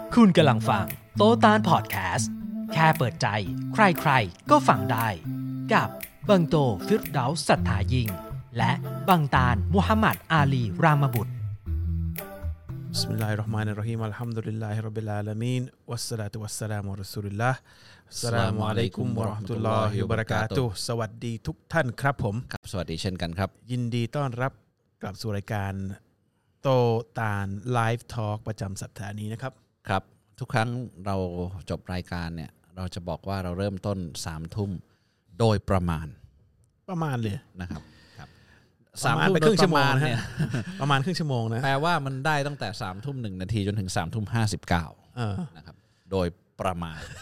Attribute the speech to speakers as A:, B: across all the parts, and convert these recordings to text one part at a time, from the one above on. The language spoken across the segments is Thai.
A: คุณกำลังฟังโตตานพอดแคสต์แค่เปิดใจใครๆก็ฟังได้กับบังโตฟิรเดาส์ศรัทธายิ่งและบังตาลมุฮัมมัดอาลีรามบุตร
B: บิสมิลลาฮิรเราะห์มานิรเราะฮีมอัลฮัมดุลิลลาฮิร็อบบิลอาละมีนวัสศอลาตุวัสสลามุอะลารอซูลิลลาฮ์อัสสลามุอะลัยกุมวะเราะห์มะตุลลอฮิวะบะเราะกาตุฮ์สวัสดีทุกท่านครับผม
C: ครับสวัสดีเช่นกันครับ
B: ยินดีต้อนรับกลับสู่รายการโตตาลไลฟ์ทอล์กประจำสัปดาห์นี้นะครับ
C: ครับทุกครั้งเราจบรายการเนี่ยเราจะบอกว่าเราเริ่มต้น 3 ทุ่มโดยประมาณ
B: เลย
C: นะครับ
B: 3 ทุ่มไปครึ่งชั่วโมงเนี่ยประมาณครึ่งชั่วโมงนะ
C: แปลว่ามันได้ตั้งแต่ 3 ทุ่ม 1 นาทีจนถึง 3 ทุ่ม 59นะครับโดยประมาณ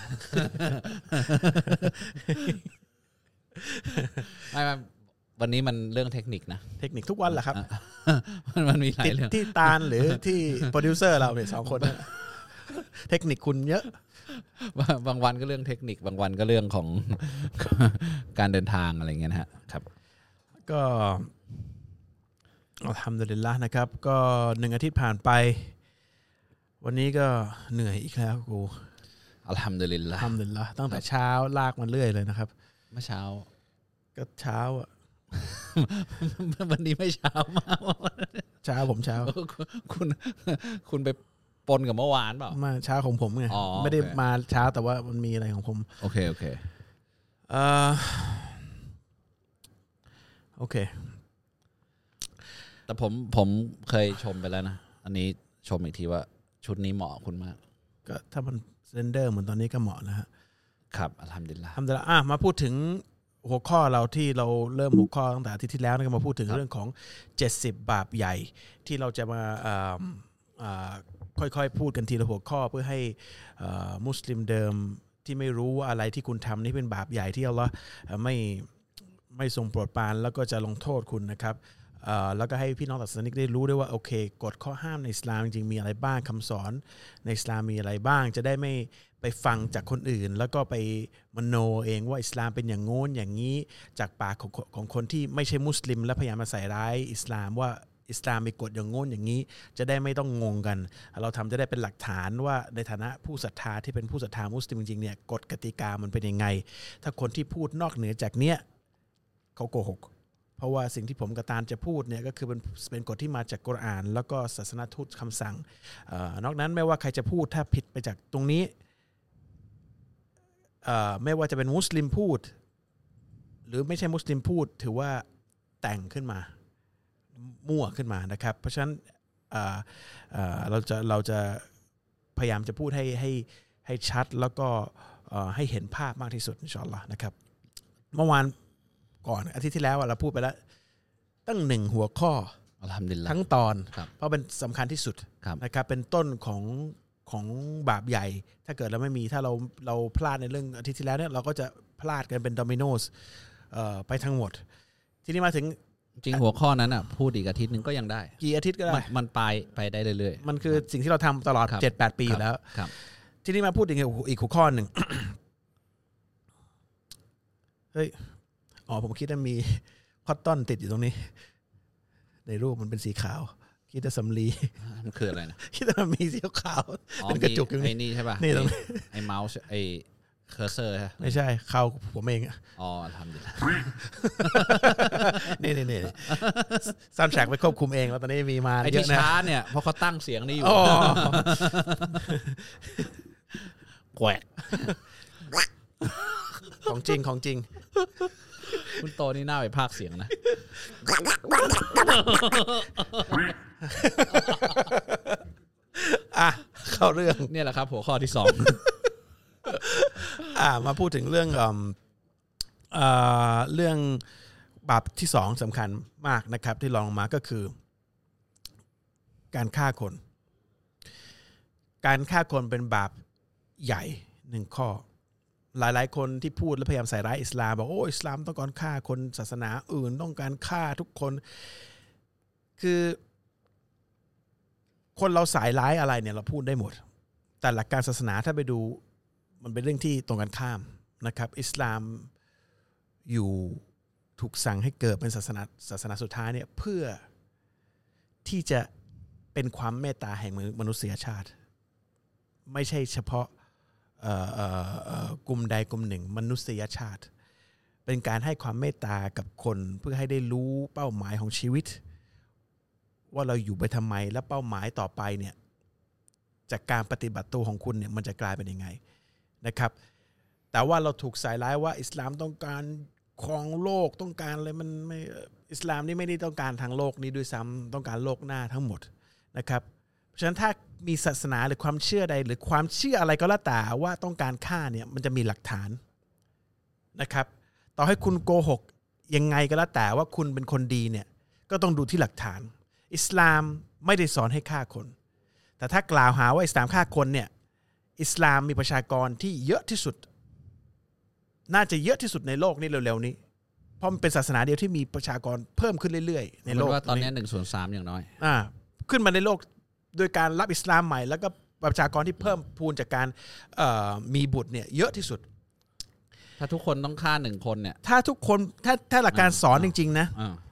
C: ไม่วันนี้มันเรื่องเทคนิคนะ
B: เทคนิคทุกวันแหละครับ
C: มันมีหลายเรื่อง
B: ที่ตาลหรือที่โปรดิวเซอร์เราเนี่ย2คนเทคนิคคุณเยอะ
C: บางวันก็เรื่องเทคนิคบางวันก็เรื่องของการเดินทางอะไรเงี้ยนะครับ
B: ก็อัลฮัมดุลิลละห์นะครับก็1อาทิตย์ผ่านไปวันนี้ก็เหนื่อยอีกแล้วกู
C: อัลฮัมดุลิลละห์
B: ตั้งแต่เช้าลากมาเรื่อยเลยนะครับ
C: เมื่อเช้า
B: ก็เช้าอ่ะ
C: วันนี้ไม่เช้ามาก
B: เช้าผมเช้า
C: คุณไปปนกับเมื่อวานเปล่า
B: มาเช้าของผมไงไม่ได้มาเช้าแต่ว่ามันมีอะไรของผม
C: โอเคโอเคแต่ผมเคยชมไปแล้วนะอันนี้ชมอีกทีว่าชุดนี้เหมาะคุณมาก
B: ก็ถ้ามันเรนเดอร์เหมือนตอนนี้ก็เหมาะนะฮะ
C: ครับอัลฮัมดุลิลละห์
B: มาพูดถึงหัวข้อเราที่เราเริ่มหัวข้อตั้งแต่อาทิตย์ที่แล้วก็มาพูดถึงเรื่องของ70บาปใหญ่ที่เราจะมาค่อยๆพูดกันทีละหัวข้อเพื่อให้มุสลิมเดิมที่ไม่รู้ว่าอะไรที่คุณทำนี่เป็นบาปใหญ่ที่อัลเลาะห์ไม่ทรงโปรดปรานแล้วก็จะลงโทษคุณนะครับแล้วก็ให้พี่น้องศาสนิกได้รู้ด้วยว่าโอเคกฎข้อห้ามในอิสลามจริงๆมีอะไรบ้างคำสอนในอิสลามมีอะไรบ้างจะได้ไม่ไปฟังจากคนอื่นแล้วก็ไปมโนเองว่าอิสลามเป็นอย่างโน้นอย่างนี้จากปากของคนที่ไม่ใช่มุสลิมและพยายามมาใส่ร้ายอิสลามว่าอิสลามมีกฎอย่างโน้นอย่างนี้จะได้ไม่ต้องงงกันเราทำจะได้เป็นหลักฐานว่าในฐานะผู้ศรัทธาที่เป็นผู้ศรัทธามุสลิมจริงๆเนี่ยกฎกติกามันเป็นยังไงถ้าคนที่พูดนอกเหนือจากเนี้ยเขาโกหกเพราะว่าสิ่งที่ผมกับตาลจะพูดเนี่ยก็คือเป็นกฎที่มาจากกุรอานแล้วก็ศาสนทูตคำสั่งนอกนั้นไม่ว่าใครจะพูดถ้าผิดไปจากตรงนี้ไม่ว่าจะเป็นมุสลิมพูดหรือไม่ใช่มุสลิมพูดถือว่าแต่งขึ้นมามั่วขึ้นมานะครับเพราะฉะนั้นเราจะพยายามจะพูดให้ชัดแล้วก็ให้เห็นภาพมากที่สุดอินชาอัลลอฮ์นะครับเมื่อวานก่อนอาทิตย์ที่แล้วเราพูดไปแล้วตั้ง1หัวข้อทั้งตอนเพราะเป็นสำคัญที่สุดนะครับเป็นต้นของบาปใหญ่ถ้าเกิดเราไม่มีถ้าเราพลาดในเรื่องอาทิตย์ที่แล้วเนี่ยเราก็จะพลาดกันเป็นโดมิโนสไปทั้งหมดทีนี้มาถึง
C: จริงหัวข้อนั้นอ่ะพูดอีกอาทิตย์นึงก็ยังได้
B: กี่อาทิตย์ก็ได้
C: มันไปได้เรื่อย
B: ๆมันคือสิ่งที่เราทำตลอด 7-8 ปีอยู่แล้วทีนี้มาพูดถึงอีกหัวข้อหนึ่ง เฮ้ยผมคิดว่ามีคอตตอนติดอยู่ตรงนี้ในรูปมันเป็นสีขาวคิดว่าสำลี
C: มันคืออะไรนะ
B: คิดว่ามีสีขาวเป็นกระจุกอยู่
C: ไอ้นี่ใช่ป่ะ
B: นี่ตรงนี้
C: ไอ้เมาส์ไอ้เคอร์เซอร์ใช่
B: ไม่ใช่เขาผมเอง
C: ทำดี
B: นี่ซัมแชกไปควบคุมเองแล้วตอนนี้มีมา
C: ไอ้ที่ช้าเนี่ยเพราะเขาตั้งเสียงนี่อยู่แกวก
B: ของจริง
C: คุณโตนี่น่าไปพากเสียงนะ
B: เข้าเรื่อง
C: เนี่ยแหละครับหัวข้อที่2
B: มาพูดถึงเรื่องบาปที่2สำคัญมากนะครับที่ลองมาก็คือการฆ่าคนเป็นบาปใหญ่1ข้อหลายๆคนที่พูดและพยายามใส่ร้ายอิสลามบอกโอ้อิสลามต้องการฆ่าคนศาสนาอื่นต้องการฆ่าทุกคนคือคนเราสายร้ายอะไรเนี่ยเราพูดได้หมดแต่หลักการศาสนาถ้าไปดูมันเป็นเรื่องที่ตรงกันข้ามนะครับอิสลามอยู่ถูกสั่งให้เกิดเป็นศาสนาสุดท้ายเนี่ยเพื่อที่จะเป็นความเมตตาแห่งมนุษยชาติไม่ใช่เฉพาะกลุ่มใดกลุ่มหนึ่งมนุษยชาติเป็นการให้ความเมตตากับคนเพื่อให้ได้รู้เป้าหมายของชีวิตว่าเราอยู่ไปทำไมและเป้าหมายต่อไปเนี่ยจากการปฏิบัติตัวของคุณเนี่ยมันจะกลายเป็นยังไงนะครับแต่ว่าเราถูกใส่ร้ายว่าอิสลามต้องการครองโลกต้องการอะไรมันไม่อิสลามนี่ไม่ได้ต้องการทางโลกนี้ด้วยซ้ำต้องการโลกหน้าทั้งหมดนะครับเพราะฉะนั้นถ้ามีศาสนาหรือความเชื่อใดหรือความเชื่ออะไรก็แล้วแต่ว่าต้องการฆ่าเนี่ยมันจะมีหลักฐานนะครับต่อให้คุณโกหกยังไงก็แล้วแต่ว่าคุณเป็นคนดีเนี่ยก็ต้องดูที่หลักฐานอิสลามไม่ได้สอนให้ฆ่าคนแต่ถ้ากล่าวหาว่าอิสลามฆ่าคนเนี่ยอิสลามมีประชากรที่เยอะที่สุดน่าจะเยอะที่สุดในโลกนี้เร็วๆนี้เพราะมันเป็นศาสนาเดียวที่มีประชากรเพิ่มขึ้นเรื่อยๆในโลก
C: ว่าตอนนี้1/3อย่างน้อย
B: ขึ้นมาในโลกโดยการรับอิสลามใหม่แล้วก็ประชากรที่เพิ่มพูนจากการมีบุตรเนี่ยเยอะที่สุด
C: ถ้าทุกคนต้องฆ่า1คนเนี่ย
B: ถ้าทุกคนถ้าหลักการสอนจริงๆนะ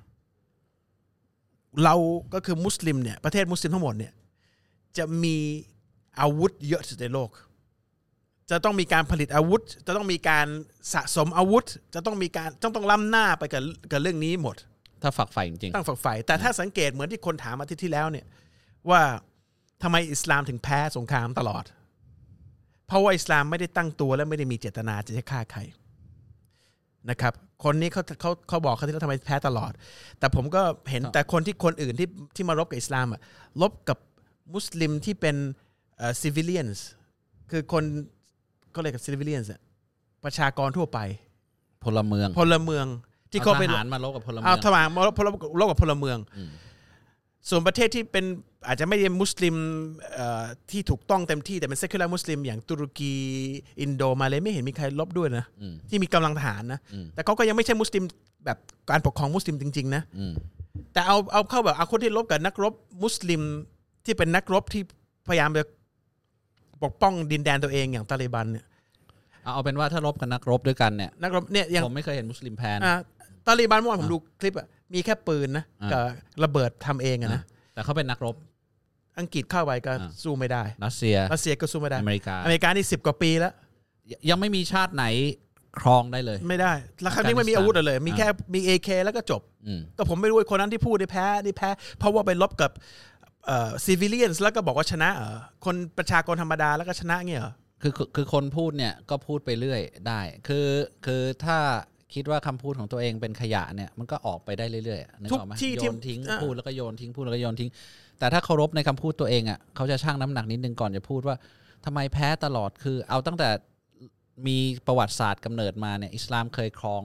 B: เราก็คือมุสลิมเนี่ยประเทศมุสลิมทั้งหมดเนี่ยจะมีอาวุธเยอะที่สุดในโลกจะต้องมีการผลิตอาวุธจะต้องมีการสะสมอาวุธจะต้องมีการต้องล้ำหน้าไปกับเรื่องนี้หมด
C: ถ้าฝักใฝ่จริง
B: ๆต้องฝักใฝ่แต่ถ้าสังเกตเหมือนที่คนถามอาทิตย์ที่แล้วเนี่ยว่าทำไมอิสลามถึงแพ้สงครามตลอดเพราะว่าอิสลามไม่ได้ตั้งตัวและไม่ได้มีเจตนาจะฆ่าใครนะครับคนนี้เขาบอกเขาที่เราทำไมแพ้ตลอดแต่ผมก็เห็นแต่คนอื่นที่มารบกับอิสลามรบกับมุสลิมที่เป็นcivilians คือคนก็เรียกกับ civilians ประชากรทั่วไป
C: พลเมือง
B: ที่เขาเป็น
C: ทหารมาลบกับพลเมือง
B: ทหารมาลบกับพลเมืองส่วนประเทศที่เป็นอาจจะไม่ใช่มุสลิมที่ถูกต้องเต็มที่แต่เป็น secular มุสลิมอย่างตุรกีอินโดมาเลยไม่เห็นมีใครลบด้วยนะที่มีกำลังทหารนะแต่เขาก็ยังไม่ใช่มุสลิมแบบการปกครองมุสลิมจริงๆนะแต่เอาเข้าแบบเอาคนที่ลบกับนักรบมุสลิมที่เป็นนักรบที่พยายามจะปกป้องดินแดนตัวเองอย่างตาลิบันเนี่ย
C: เอาเป็นว่าถ้ารบกับนักรบด้วยกันเนี่ย
B: นักรบเนี่ย
C: ผมไม่เคยเห็นมุสลิมแพ้
B: ตาลิบันเมื่อวานผมดูคลิปมีแค่ปืนนะกับระเบิดทำเองนะ
C: แต่เขาเป็นนักรบ
B: อังกฤษเข้าไปก็สู้ไม่ได้
C: รัสเซีย
B: ก็สู้ไม่ได้
C: อเมริกา
B: นี่10 กว่าปีแล้ว
C: ยังไม่มีชาติไหนครองได้เลย
B: ไม่ได้แล้วครั้งนี้ไม่มีอาวุธเลยมีแค่มี AK แล้วก็จบก็ผมไม่รู้คนนั้นที่พูดนี่แพ้เพราะว่าไปลบกับcivilians แล้วก็บอกว่าชนะคนประชากรธรรมดาแล้วก็ชนะเงี้ย
C: คือคนพูดเนี่ยก็พูดไปเรื่อยได้คือถ้าคิดว่าคำพูดของตัวเองเป็นขยะเนี่ยมันก็ออกไปได้เรื่อยๆ
B: ทุกที่
C: โยนทิ้งพูดแล้วก็โยนทิ้งพูดแล้วก็โยนทิ้งแต่ถ้าเคารพในคำพูดตัวเองเขาจะชั่งน้ำหนักนิดนึงก่อนจะพูดว่าทำไมแพ้ตลอดคือเอาตั้งแต่มีประวัติศาสตร์กำเนิดมาเนี่ยอิสลามเคยครอง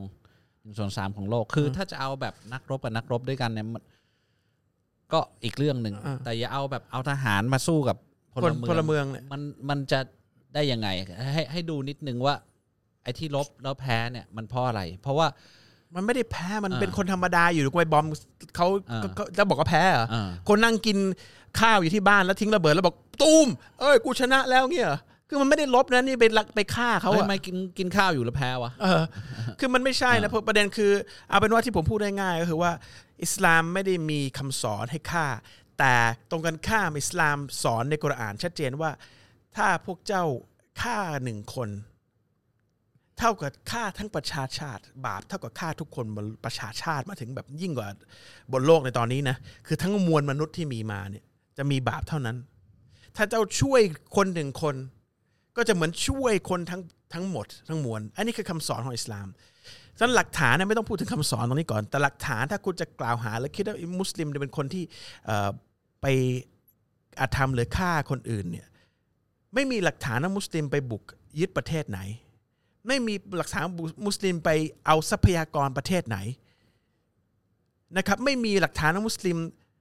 C: 1/3ของโลกคือถ้าจะเอาแบบนักรบกับนักรบด้วยกันเนี่ยก็อีกเรื่องนึงแต่อย่าเอาแบบเอาทหารมาสู้กับ
B: พลเมืองเนี่ย
C: มันจะได้ยังไงให้ดูนิดนึงว่าไอ้ที่ลบแล้วแพ้เนี่ยมันเพราะอะไรเพราะว่า
B: มันไม่ได้แพ้มันเป็นคนธรรมดาอยู่ไปบอมเขาแล้วบอกว่าแพ้เหรอคนนั่งกินข้าวอยู่ที่บ้านแล้วทิ้งระเบิดแล้วบอกตูมกูชนะแล้วเงี้ยคือมันไม่ได้ลบนะนี่ไปฆ่าเขา
C: ทำไมกินข้าวอยู่แล้วแพ้วะ
B: คือมันไม่ใช่นะประเด็นคือเอาเป็นว่าที่ผมพูดได้ง่ายก็คือว่าอิสลามไม่ได้มีคำสอนให้ฆ่าแต่ตรงกันข้ามอิสลามสอนในกุรอานชัดเจนว่าถ้าพวกเจ้าฆ่า1 คนเท่ากับฆ่าทั้งประชาชาติบาปเท่ากับฆ่าทุกคนบนประชาชาติมาถึงแบบยิ่งกว่าบนโลกในตอนนี้นะคือทั้งมวลมนุษย์ที่มีมาเนี่ยจะมีบาปเท่านั้นถ้าเจ้าช่วยคน1 คนก็จะเหมือนช่วยคนทั้งหมดทั้งมวลอันนี้คือคำสอนของอิสลามฉะนั้นหลักฐานไม่ต้องพูดถึงคำสอนตรงนี้ก่อนแต่หลักฐานถ้าคุณจะกล่าวหาและคิดว่ามุสลิมเป็นคนที่ไปอาธรรมหรือฆ่าคนอื่นเนี่ยไม่มีหลักฐานว่ามุสลิมไปบุกยึดประเทศไหนไม่มีหลักฐานมุสลิมไปเอาทรัพยากรประเทศไหนนะครับไม่มีหลักฐานว่ามุสลิม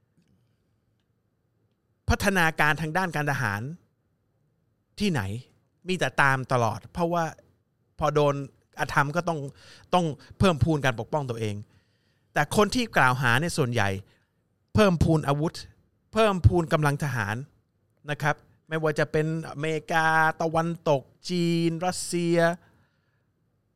B: พัฒนาการทางด้านการทหารที่ไหนมีแต่ตามตลอดเพราะว่าพอโดนอาธรรมก็ต้องเพิ่มพูนการปกป้องตัวเองแต่คนที่กล่าวหาเนี่ยส่วนใหญ่เพิ่มพูนอาวุธเพิ่มพูนกำลังทหารนะครับไม่ว่าจะเป็นอเมริกาตะวันตกจีนรัสเซียแค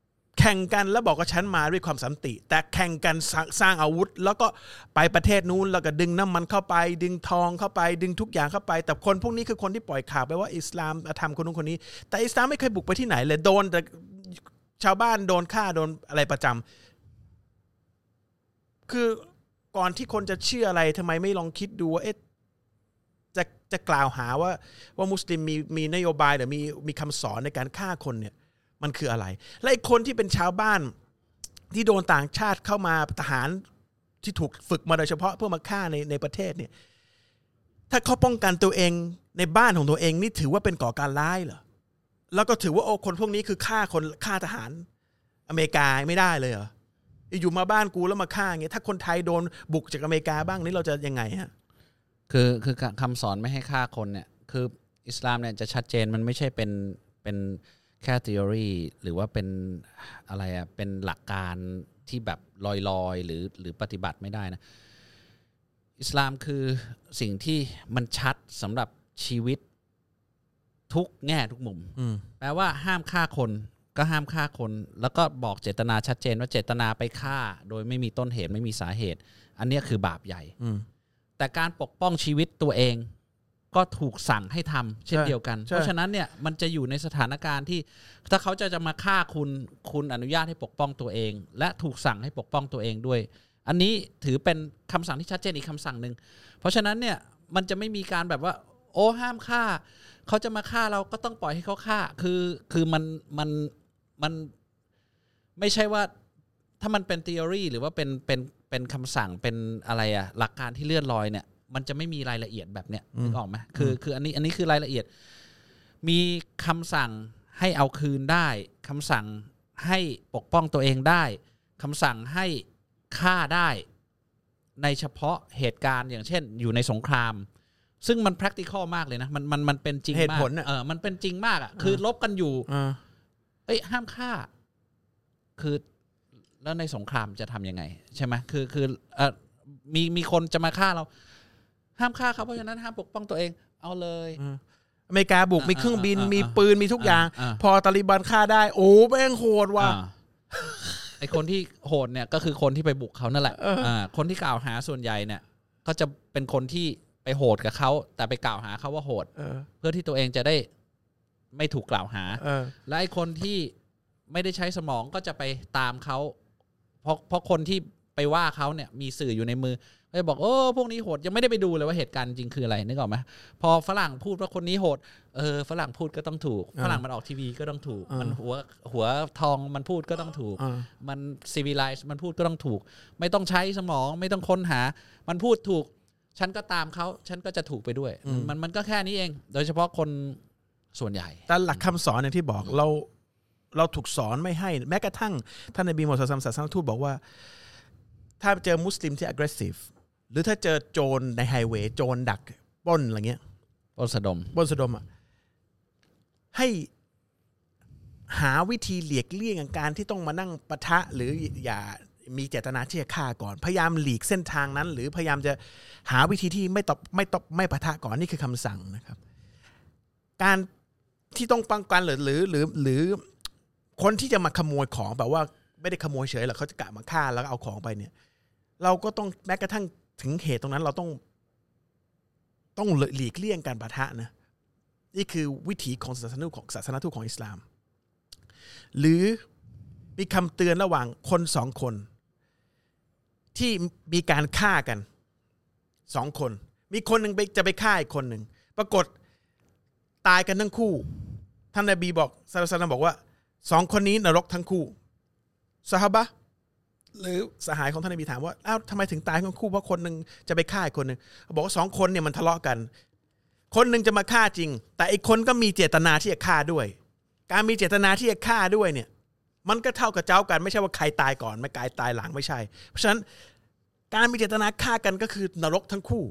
B: ข่งกันแล้วบอกว่าฉันมาด้วยความสันติแต่แข่งกันสร้างอาวุธแล้วก็ไปประเทศนู้นแล้วก็ดึงน้ำมันเข้าไปดึงทองเข้าไปดึงทุกอย่างเข้าไปแต่คนพวกนี้คือคนที่ปล่อยข่าวไปว่าอิสลามทำคนนู้นคนนี้แต่อิสลามไม่เคยบุกไปที่ไหนเลยโดนแต่ชาวบ้านโดนฆ่าโดนอะไรประจำคือก่อนที่คนจะเชื่ออะไรทำไมไม่ลองคิดดูว่าจะกล่าวหาว่ามุสลิมมีนโยบายหรือมีคำสอนในการฆ่าคนเนี่ยมันคืออะไรและไอ้คนที่เป็นชาวบ้านที่โดนต่างชาติเข้ามาทหารที่ถูกฝึกมาโดยเฉพาะเพื่อมาฆ่าในประเทศเนี่ยถ้าเขาป้องกันตัวเองในบ้านของตัวเองนี่ถือว่าเป็นก่อการร้ายเหรอแล้วก็ถือว่าโอ้คนพวกนี้คือฆ่าทหารอเมริกาไม่ได้เลยเหรออยู่มาบ้านกูแล้วมาฆ่าอย่างเงี้ยถ้าคนไทยโดนบุกจากอเมริกาบ้างนี่เราจะยังไงฮะ
C: คือคำสอนไม่ให้ฆ่าคนเนี่ยคืออิสลามเนี่ยจะชัดเจนมันไม่ใช่เป็นแค่ theory หรือว่าเป็นอะไรอะเป็นหลักการที่แบบลอยๆหรือปฏิบัติไม่ได้นะอิสลามคือสิ่งที่มันชัดสำหรับชีวิตทุกแง่ทุกมุมแปลว่าห้ามฆ่าคนก็ห้ามฆ่าคนแล้วก็บอกเจตนาชัดเจนว่าเจตนาไปฆ่าโดยไม่มีต้นเหตุไม่มีสาเหตุอันนี้คือบาปใหญ่แต่การปกป้องชีวิตตัวเองก็ถูกสั่งให้ทำเช่นเดียวกันเพราะฉะนั้นเนี่ยมันจะอยู่ในสถานการณ์ที่ถ้าเขาจะมาฆ่าคุณอนุญาตให้ปกป้องตัวเองและถูกสั่งให้ปกป้องตัวเองด้วยอันนี้ถือเป็นคำสั่งที่ชัดเจนอีกคำสั่งนึงเพราะฉะนั้นเนี่ยมันจะไม่มีการแบบว่าโอ้ห้ามฆ่าเขาจะมาฆ่าเราก็ต้องปล่อยให้เขาฆ่าคือมันไม่ใช่ว่าถ้ามันเป็น theory หรือว่าเป็นคำสั่งเป็นอะไรอะหลักการที่เลื่อนลอยเนี่ยมันจะไม่มีรายละเอียดแบบเนี้ยนึกออกไหมคืออันนี้คือรายละเอียดมีคำสั่งให้เอาคืนได้คำสั่งให้ปกป้องตัวเองได้คำสั่งให้ฆ่าได้ในเฉพาะเหตุการณ์อย่างเช่นอยู่ในสงครามซึ่งมัน practical มากเลยนะมันเป็นจริงมากเหตุผลมันเป็นจริงมากอ่ะคือลบกันอยู่ห้ามฆ่าคือแล้วในสงครามจะทำยังไงใช่ไหมคือมีคนจะมาฆ่าเราห้ามฆ่าเขาเพราะฉะนั้นห้ามปกป้องตัวเองเอาเลย
B: อเมริกาบุกมีเครื่องบินมีปืนมีทุกอย่างพอตาลิบันฆ่าได้โอ้แม่งโหดว่ะ
C: ไอคนที่โหดเนี่ยก็คือคนที่ไปบุกเขานั่นแหละคนที่กล่าวหาส่วนใหญ่เนี่ยก็จะเป็นคนที่ไปโหดกับเขาแต่ไปกล่าวหาเขาว่าโหดเพื่อที่ตัวเองจะได้ไม่ถูกกล่าวหาและไอคนที่ไม่ได้ใช้สมองก็จะไปตามเขาเพราะคนที่ไปว่าเขาเนี่ยมีสื่ออยู่ในมือก็จะบอกโอ้พวกนี้โหดยังไม่ได้ไปดูเลยว่าเหตุการณ์จริงคืออะไรนึกออกไหมพอฝรั่งพูดว่าคนนี้โหดฝรั่งพูดก็ต้องถูกฝรั่งมันออกทีวีก็ต้องถูกมันหัวทองมันพูดก็ต้องถูกมันซีวิไลซ์มันพูดก็ต้องถูกไม่ต้องใช้สมองไม่ต้องค้นหามันพูดถูกฉันก็ตามเขาฉันก็จะถูกไปด้วยมันก็แค่นี้เองโดยเฉพาะคนส่วนใหญ่
B: แต่หลักคำสอนอย่างที่บอกเราถูกสอนไม่ให้แม้กระทั่งท่านนบีมูฮัมมัดศาสนทูตบอกว่าถ้าเจอมุสลิมที่ aggressive หรือถ้าเจอโจรในไฮเวย์โจรดักปล้นอะไรเงี้ย
C: ปล้นสะดม
B: อ่ะให้หาวิธีเลี่ยงการที่ต้องมานั่งปะทะหรืออย่ามีเจตนาที่จะฆ่าก่อนพยายามหลีกเส้นทางนั้นหรือพยายามจะหาวิธีที่ไม่ปะทะก่อนนี่คือคำสั่งนะครับการที่ต้องป้องกันหรือคนที่จะมาขโมยของแบบว่าไม่ได้ขโมยเฉยหรอกเขาจะกะมาฆ่าแล้วเอาของไปเนี่ยเราก็ต้องแม้กระทั่งถึงเหตุตรงนั้นเราต้องหลีกเลี่ยงการปะทะนะนี่คือวิถีของศาสนาทูตของอิสลามหรือมีคำเตือนระหว่างคนสองคนที่มีการฆ่ากันสองคนมีคนหนึ่งจะไปฆ่าอีกคนหนึ่งปรากฏตายกันทั้งคู่ท่านนบีบอกศาสนาบอกว่าสองคนนี้นรกทั้งคู่ซอฮาบะห์หรือสหายของท่านนบีถามว่าอ้าวทำไมถึงตายทั้งคู่เพราะคนนึงจะไปฆ่าอีกคนนึงบอกว่าสองคนเนี่ยมันทะเลาะกันคนนึงจะมาฆ่าจริงแต่อีกคนก็มีเจตนาที่จะฆ่าด้วยการมีเจตนาที่จะฆ่าด้วยเนี่ยมันก็เท่ากับเจ้ากันไม่ใช่ว่าใครตายก่อนไม่กายตายหลังไม่ใช่เพราะฉะนั้นการมีเจตนาฆ่ากันก็คือนรกทั้งคู่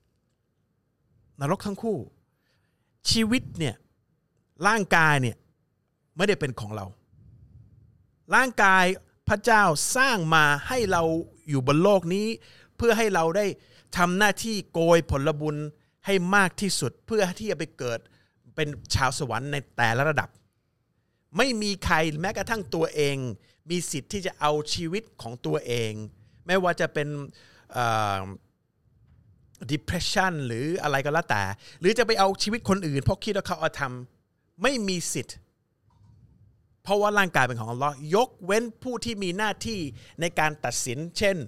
B: ชีวิตเนี่ยร่างกายเนี่ยไม่ได้เป็นของเราร่างกายพระเจ้าสร้างมาให้เราอยู่บนโลกนี้เพื่อให้เราได้ทำหน้าที่โกยผลบุญให้มากที่สุดเพื่อที่จะไปเกิดเป็นชาวสวรรค์ในแต่ละระดับไม่มีใครแม้กระทั่งตัวเองมีสิทธิ์ที่จะเอาชีวิตของตัวเองไม่ว่าจะเป็นdepression หรืออะไรก็แล้วแต่หรือจะไปเอาชีวิตคนอื่นเพราะคิดว่าเขาเอาทำไม่มีสิทธิ์เพราะว่าร่างกายเป็นของอัลเลาะห์ยกเว้นผู้ที่มีหน้าที่ในการตัดสินเช่น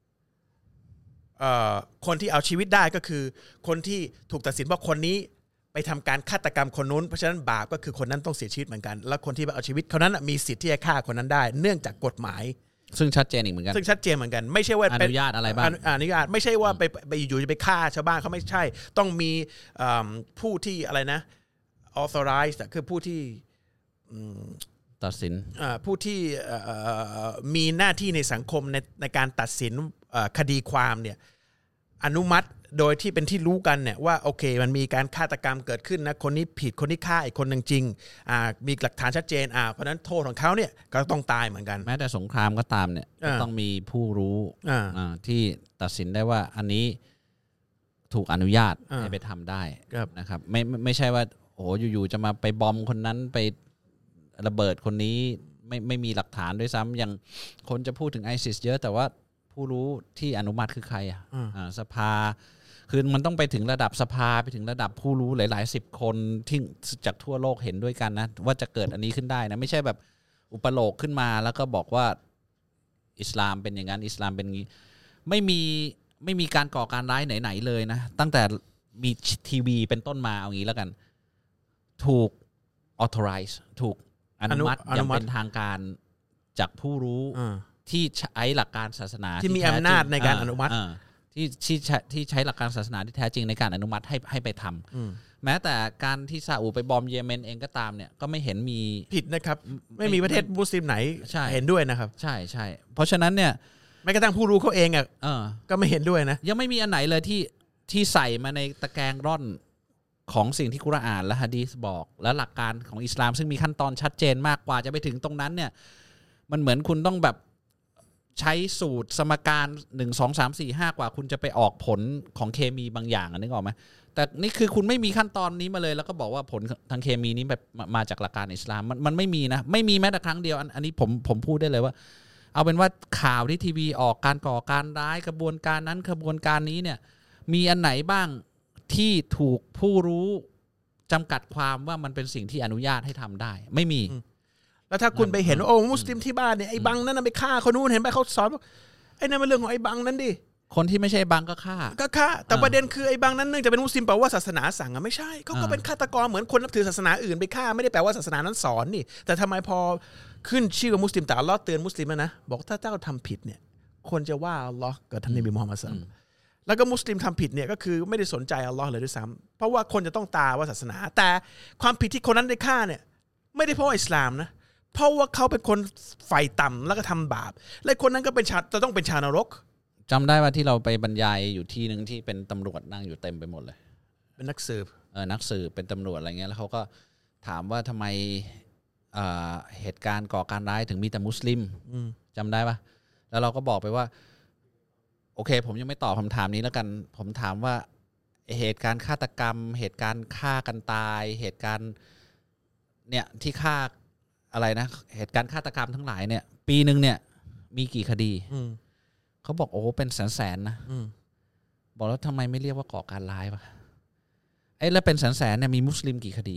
B: คนที่เอาชีวิตได้ก็คือคนที่ถูกตัดสินว่าคนนี้ไปทำการฆาตกรรมคนนู้นเพราะฉะนั้นบาปก็คือคนนั้นต้องเสียชีวิตเหมือนกันแล้วคนที่ไปเอาชีวิตคนนั้นมีสิทธิ์ที่จะฆ่าคนนั้นได้เนื่องจากกฎหมาย
C: ซึ่งชัดเจนอีกเหมือนกัน
B: ซึ่งชัดเจนเหมือนกันไม่ใช่ว่า
C: อนุญาตอะไรบ้าง
B: อนุญาตไม่ใช่ว่าไปอยู่จะไปฆ่าชาวบ้านเขาไม่ใช่ต้องมีผู้ที่อะไรนะ authorize คือผู้ที่
C: ตัดสิน
B: ผู้ที่มีหน้าที่ในสังคมในการตัดสินคดีความเนี่ยอนุมัติโดยที่เป็นที่รู้กันเนี่ยว่าโอเคมันมีการฆาตกรรมเกิดขึ้นนะคนนี้ผิดคนนี้ฆ่าอีกคนนึงจริงมีหลักฐานชัดเจนเพราะนั้นโทษของเขาเนี่ยก็ต้องตายเหมือนกัน
C: แม้แต่สงครามก็ตามเนี่ยต้องมีผู้รู้ที่ตัดสินได้ว่าอันนี้ถูกอนุญาตให้ไปทำได้นะครับไม่ใช่ว่าโอ้อยู่ๆจะมาไปบอมคนนั้นไประเบิดคนนี้ไม่มีหลักฐานด้วยซ้ำอย่างคนจะพูดถึงไอซิสเยอะแต่ว่าผู้รู้ที่อนุมัติคือใครสภาคือมันต้องไปถึงระดับสภาไปถึงระดับผู้รู้หลายๆ10คนที่จากทั่วโลกเห็นด้วยกันนะว่าจะเกิดอันนี้ขึ้นได้นะไม่ใช่แบบอุปโลกขึ้นมาแล้วก็บอกว่าอิสลามเป็นอย่างนั้นอิสลามเป็นอย่างนี้ไม่มีการก่อการร้ายไหนๆเลยนะตั้งแต่มีทีวีเป็นต้นมาเอางี้แล้วกันถูก authorize ถูกอนุมัติอย่างเป็นทางการจากผู้รู้ที่ใช้หลักการศาสนา
B: ที่มีอำนาจในการอนุมัติ
C: ที่ใช้หลักการศาสนาที่แท้จริงในการอนุมัติให้ไปทำแม้แต่การที่ซาอุไปบอมเยเมนเองก็ตามเนี่ยก็ไม่เห็นมี
B: ผิดนะครับไม่มีประเทศมุสลิมไหนเห็นด้วยนะครับ
C: ใช่ใช่เพราะฉะนั้นเนี่ย
B: แม้กระทั่งผู้รู้เขาเองก็ไม่เห็นด้วยนะ
C: ยังไม่มีอันไหนเลยที่ใส่มาในตะแกรงร่อนของสิ่งที่กุรอานและหะดีษบอกและหลักการของอิสลามซึ่งมีขั้นตอนชัดเจนมากกว่าจะไปถึงตรงนั้นเนี่ยมันเหมือนคุณต้องแบบใช้สูตรสมการ1 2 3 4 5กว่าคุณจะไปออกผลของเคมีบางอย่างนึกออกไหมแต่นี่คือคุณไม่มีขั้นตอนนี้มาเลยแล้วก็บอกว่าผลทางเคมีนี้แบบมาจากหลักการอิสลามมันไม่มีนะไม่มีแม้แต่ครั้งเดียวอันนี้ผมพูดได้เลยว่าเอาเป็นว่าข่าวที่ทีวีออกการก่อการร้ายกระบวนการนั้นกระบวนการนี้เนี่ยมีอันไหนบ้างที่ถูกผู้รู้จำกัดความว่ามันเป็นสิ่งที่อนุญาตให้ทำได้ไม่มี
B: แล้วถ้าคุณไปเห็นว่าโอ้มุสลิมที่บ้านเนี่ยไอ้บังนั่นไปฆ่าคนนู้นเห็นไหมเขาสอนว่าไอ้นั่นมันเรื่องของไอ้บังนั่นดิ
C: คนที่ไม่ใช่บังก็ฆ่า
B: แต่ประเด็นคือไอ้บังนั้นเนื่องจากเป็นมุสลิมแปลว่าศาสนาสั่งไม่ใช่เขาก็เป็นฆาตกรเหมือนคนนับถือศาสนาอื่นไปฆ่าไม่ได้แปลว่าศาสนานั้นสอนนี่แต่ทำไมพอขึ้นชื่อว่ามุสลิมแต่อัลเลาะห์เตือนมุสลิมนะบอกถ้าเจ้าทำผิดเนี่ยคนจะว่าอัลเลาะห์กับท่านนบีมุฮัมมัดศ็อลลัลลอฮุอะลัยฮิวะซัลลัมแล้วก็มุสลิมทำผิดเนี่ยก็คือไม่ได้สนใจอัลเลาะห์เลยด้วยซ้ำเพราะว่าคนจะต้องตาว่าศาสนาแต่ความผิดที่คนนั้นได้ฆ่าเนี่ยไม่ได้เพราะอิสลามนะเพราะว่าเขาเป็นคนไฟต่ำแล้วก็ทำบาปและคนนั้นก็เป็นจะต้องเป็นชาวนรก
C: จำได้ว่าที่เราไปบรรยายอยู่ที่นึงที่เป็นตำรวจนั่งอยู่เต็มไปหมดเลย
B: เป็นนักสืบ
C: นักสืบเป็นตำรวจอะไรเงี้ยแล้วเขาก็ถามว่าทำไมเหตุการณ์ก่อการร้ายถึงมีแต่มุสลิมจำได้ปะแล้วเราก็บอกไปว่าโอเคผมยังไม่ตอบคำถามนี้แล้วกันผมถามว่าเหตุการณ์ฆาตกรรมเหตุการณ์ฆ่ากันตายเหตุการณ์เนี่ยที่ฆ่าอะไรนะเหตุการณ์ฆาตกรรมทั้งหลายเนี่ยปีนึงเนี่ยมีกี่คดีเขาบอกโอ้เป็นแสนนะบอกแล้วทำไมไม่เรียกว่าก่อการร้ายวะไอ้แล้วเป็นแสนเนี่ยมีมุสลิมกี่คดี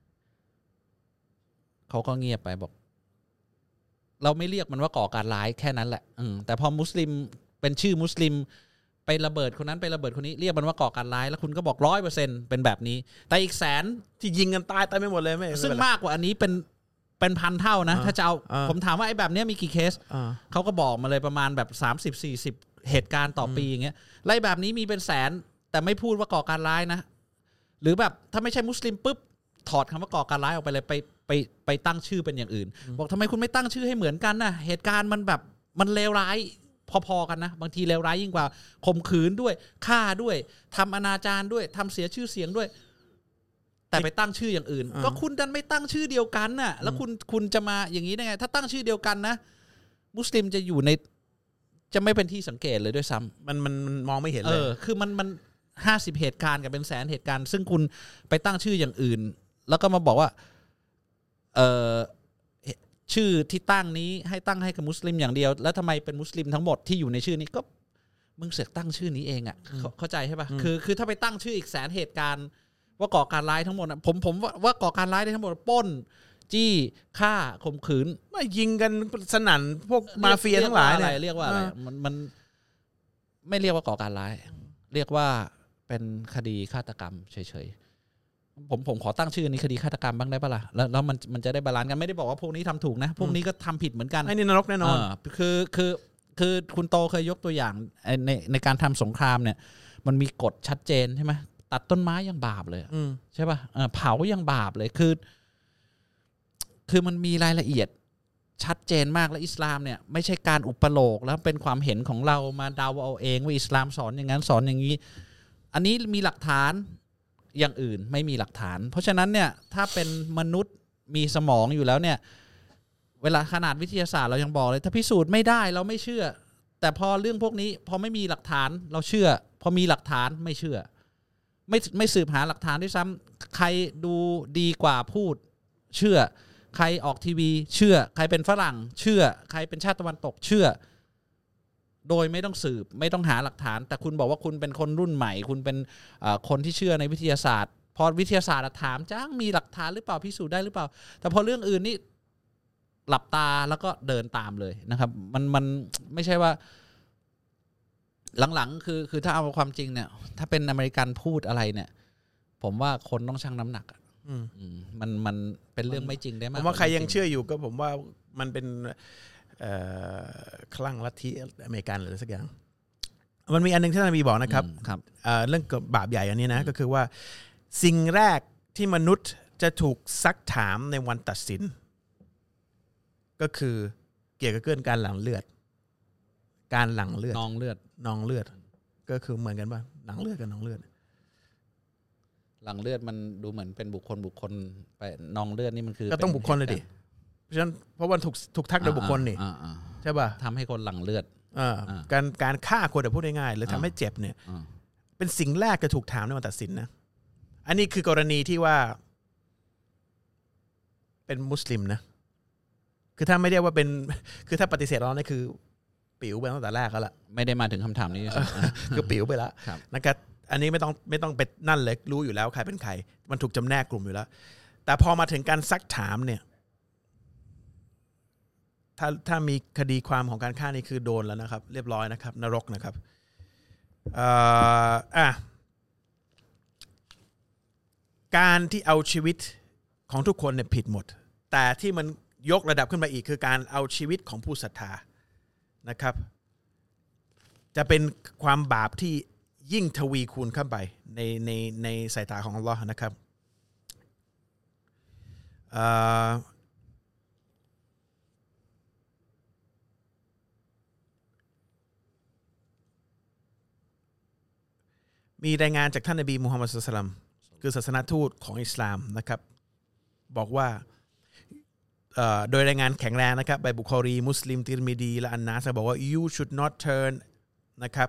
C: เขาก็เงียบไปบอกเราไม่เรียกมันว่าก่อการร้ายแค่นั้นแหละแต่พอมุสลิมเป็นชื่อมุสลิมไประเบิดคนนั้นไประเบิดคนนี้เรียกมันว่าก่อการร้ายแล้วคุณก็บอก 100% เป็นแบบนี้แต่อีกแสน
B: ที่ยิงกันตายไม่หมดเลยไม่
C: ซึ่งมากกว่าอันนี้เป็นพันเท่านะถ้าจะเอาผมถามว่าไอ้แบบนี้มีกี่เคสเขาก็บอกมาเลยประมาณแบบ30-40เหตุการณ์ต่อปีอย่างเงี้ยไล่แบบนี้มีเป็นแสนแต่ไม่พูดว่าก่อการร้ายนะหรือแบบถ้าไม่ใช่มุสลิมปุ๊บถอดคำว่าก่อการร้ายออกไปเลยไปตั้งชื่อเป็นอย่างอื่นบอกทำไมคุณไม่ตั้งชื่อให้เหมือนกันน่ะเหตุการณ์มันแบบมันเลวร้ายพอๆกันนะบางทีเลวร้ายยิ่งกว่าข่มขืนด้วยฆ่าด้วยทำอนาจารด้วยทำเสียชื่อเสียงด้วยแต่ไปตั้งชื่ออย่างอื่นก็คุณดันไม่ตั้งชื่อเดียวกันน่ะแล้วคุณจะมาอย่างนี้ได้ไงถ้าตั้งชื่อเดียวกันนะมุสลิมจะอยู่ในจะไม่เป็นที่สังเกตเลยด้วยซ้ำ
B: มันมองไม่เห็นเลย
C: คือมัน50เหตุการณ์กับเป็นแสนเหตุการณ์ซึ่งคุณไปตั้งชื่ออย่างอื่นแล้วก็มาบอกว่าชื่อที่ตั้งนี้ให้ตั้งให้กับมุสลิมอย่างเดียวแล้วทำไมเป็นมุสลิมทั้งหมดที่อยู่ในชื่อนี้ก็มึงเสือกตั้งชื่อนี้เองอ่ะเข้าใจใช่ป่ะคือถ้าไปตั้งชื่ออีกแสนเหตุการณ์ว่าก่อการร้ายทั้งหมดนะผมว่าก่อการร้ายได้ทั้งหมดปล้นจี้ฆ่าข่มขืน
B: ไม่ยิงกันสนั่นพวกมาเฟียทั้งหลายเนี่ย
C: เรียกว่าอะไรมันไม่เรียกว่าก่อการร้ายเรียกว่าเป็นคดีฆาตกรรมเฉยๆผมขอตั้งชื่อนี้คดีฆาตกรรมบ้างได้ปะล่ะแล้วมันจะได้บาลานซ์กันไม่ได้บอกว่าพวกนี้ทำถูกนะพวกนี้ก็ทำผิดเหมือนกัน
B: ไอ้นี่นรกแน่นอน
C: คือคุณโตเคยยกตัวอย่างในการทำสงครามเนี่ยมันมีกฎชัดเจนใช่ไหมตัดต้นไม้ยังบาปเลยใช่ป่ะเผายังบาปเลยคือมันมีรายละเอียดชัดเจนมากและอิสลามเนี่ยไม่ใช่การอุปโลกแล้วเป็นความเห็นของเรามาเดาเอาเองว่าอิสลามสอนอย่างนั้นสอนอย่างนี้อันนี้มีหลักฐานอย่างอื่นไม่มีหลักฐานเพราะฉะนั้นเนี่ยถ้าเป็นมนุษย์มีสมองอยู่แล้วเนี่ยเวลาขนาดวิทยาศาสตร์เรายังบอกเลยถ้าพิสูจน์ไม่ได้เราไม่เชื่อแต่พอเรื่องพวกนี้พอไม่มีหลักฐานเราเชื่อพอมีหลักฐานไม่เชื่อไม่สืบหาหลักฐานด้วยซ้ำใครดูดีกว่าพูดเชื่อใครออกทีวีเชื่อใครเป็นฝรั่งเชื่อใครเป็นชาติตะวันตกเชื่อโดยไม่ต้องสืบไม่ต้องหาหลักฐานแต่คุณบอกว่าคุณเป็นคนรุ่นใหม่คุณเป็นคนที่เชื่อในวิทยาศาสตร์พอวิทยาศาสตร์ถามจ้างมีหลักฐานหรือเปล่าพิสูจน์ได้หรือเปล่าแต่พอเรื่องอื่นนี่หลับตาแล้วก็เดินตามเลยนะครับมันไม่ใช่ว่าหลังๆคือถ้าเอาความจริงเนี่ยถ้าเป็นอเมริกันพูดอะไรเนี่ยผมว่าคนต้องชั่งน้ำหนักมันเป็นเรื่องไม่จริงได้มาก
B: ผมว่าใครยังเชื่ออยู่ก็ผมว่ามันเป็นคลั่งลัทธิอเมริกันหรือสักอย่างมันมีอันนึงที่ท่านนบีบอกนะครับเรื่องบาปใหญ่อันนี้นะก็คือว่าสิ่งแรกที่มนุษย์จะถูกซักถามในวันตัดสินก็คือเกี่ยวกับเรื่องการหลั่งเลือดการหลั่งเลือด
C: นองเลือด
B: ก็คือเหมือนกันป่ะหลั่งเลือดกับนองเลือด
C: หลั่งเลือดมันดูเหมือนเป็นบุคคลไปนองเลือดนี่มันคือ
B: ก็ต้องบุคคลเลยดิเพราะฉะนั้นเพราะว่าถูกทักโดยบุคคลนี่ใช่ป่ะ
C: ทำให้คนหลั่งเลือด
B: การฆ่าคนพูดง่ายๆหรือทำให้เจ็บเนี่ยเป็นสิ่งแรกจะถูกถามในวันตัดสินนะอันนี้คือกรณีที่ว่าเป็นมุสลิมนะคือถ้าไม่เรียกว่าเป็นคือถ้าปฏิเสธเราเนี่ยคือปิ๋วไปตั้งแต่แรกแล้วล่ะ
C: ไม่ได้มาถึงคำถามนี้
B: คือปิ๋วไปแล้วนะครับอันนี้ไม่ต้องไปนั่นเลยรู้อยู่แล้วใครเป็นใครมันถูกจำแนกกลุ่มอยู่แล้วแต่พอมาถึงการซักถามเนี่ยถ้ามีคดีความของการฆ่านี่คือโดนแล้วนะครับเรียบร้อยนะครับนรกนะครับการที่เอาชีวิตของทุกคนเนี่ยผิดหมดแต่ที่มันยกระดับขึ้นมาอีกคือการเอาชีวิตของผู้ศรัทธานะครับจะเป็นความบาปที่ยิ่งทวีคูณเข้าไปในสายตาของอัลเลาะห์นะครับมีรายงานจากท่านนบีมุฮัมมัดศ็อลลัลลอฮุอะลัยฮิวะซัลลัมคือศาสนทูตของอิสลามนะครับบอกว่าโดยรายงานแข็งแรงนะครับbyบุคอรีมุสลิมติรมิดีและอันนาสบอกว่า you should not turn นะครับ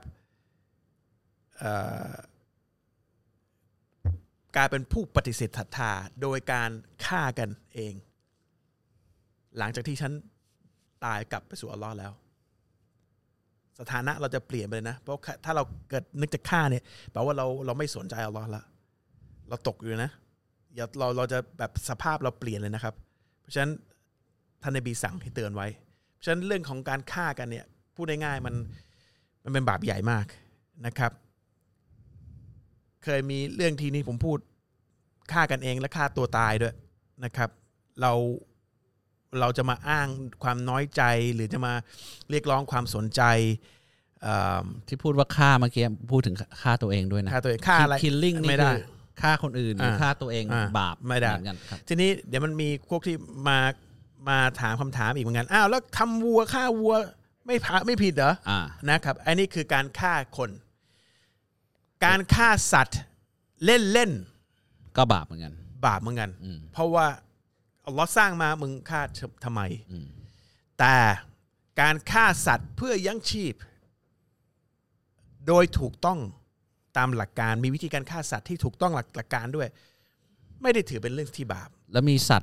B: กลายเป็นผู้ปฏิเสธศรัทธาโดยการฆ่ากันเองหลังจากที่ฉันตายกลับไปสู่อัลเลาะห์แล้วสถานะเราจะเปลี่ยนไปเลยนะเพราะถ้าเราเกิดนึกจะฆ่าเนี่ยแปลว่าเราไม่สนใจอัลเลาะห์ละเราตกอยู่นะอย่าเราจะแบบสภาพเราเปลี่ยนเลยนะครับเพราะฉะนั้นท่านนบีสั่งให้เตือนไว้เพราะฉะนั้นเรื่องของการฆ่ากันเนี่ยพูดง่ายๆมันเป็นบาปใหญ่มากนะครับเคยมีเรื่องทีนี้ผมพูดฆ่ากันเองและฆ่าตัวตายด้วยนะครับเราจะมาอ้างความน้อยใจหรือจะมาเรียกร้องความสนใจ
C: ที่พูดว่าฆ่าเมื่อกี้พูดถึงฆ่าตัวเองด้วยนะ
B: ฆ่าตัวเองฆ่าอะไร
C: killing นี่คือฆ่าคนอื่นหรือฆ่าตัวเองบาป
B: ไม่ได้ทีนี้เดี๋ยวมันมีพวกที่มาถามคำถามอีกเหมือนกันอ้าวแล้วทำวัวฆ่าวัวไม่ผิดเหรอนะครับอันนี้คือการฆ่าคนการฆ่าสัตว์เล่น
C: ก็บาปเหมือนกัน
B: เพราะว่าอัลเลาะห์สร้างมามึงฆ่าทำไมแต่การฆ่าสัตว์เพื่อยั้งชีพโดยถูกต้องตามหลักการมีวิธีการฆ่าสัตว์ที่ถูกต้องหลักการด้วยไม่ได้ถือเป็นเรื่องที่บาป
C: แล้วมีสัตว์ป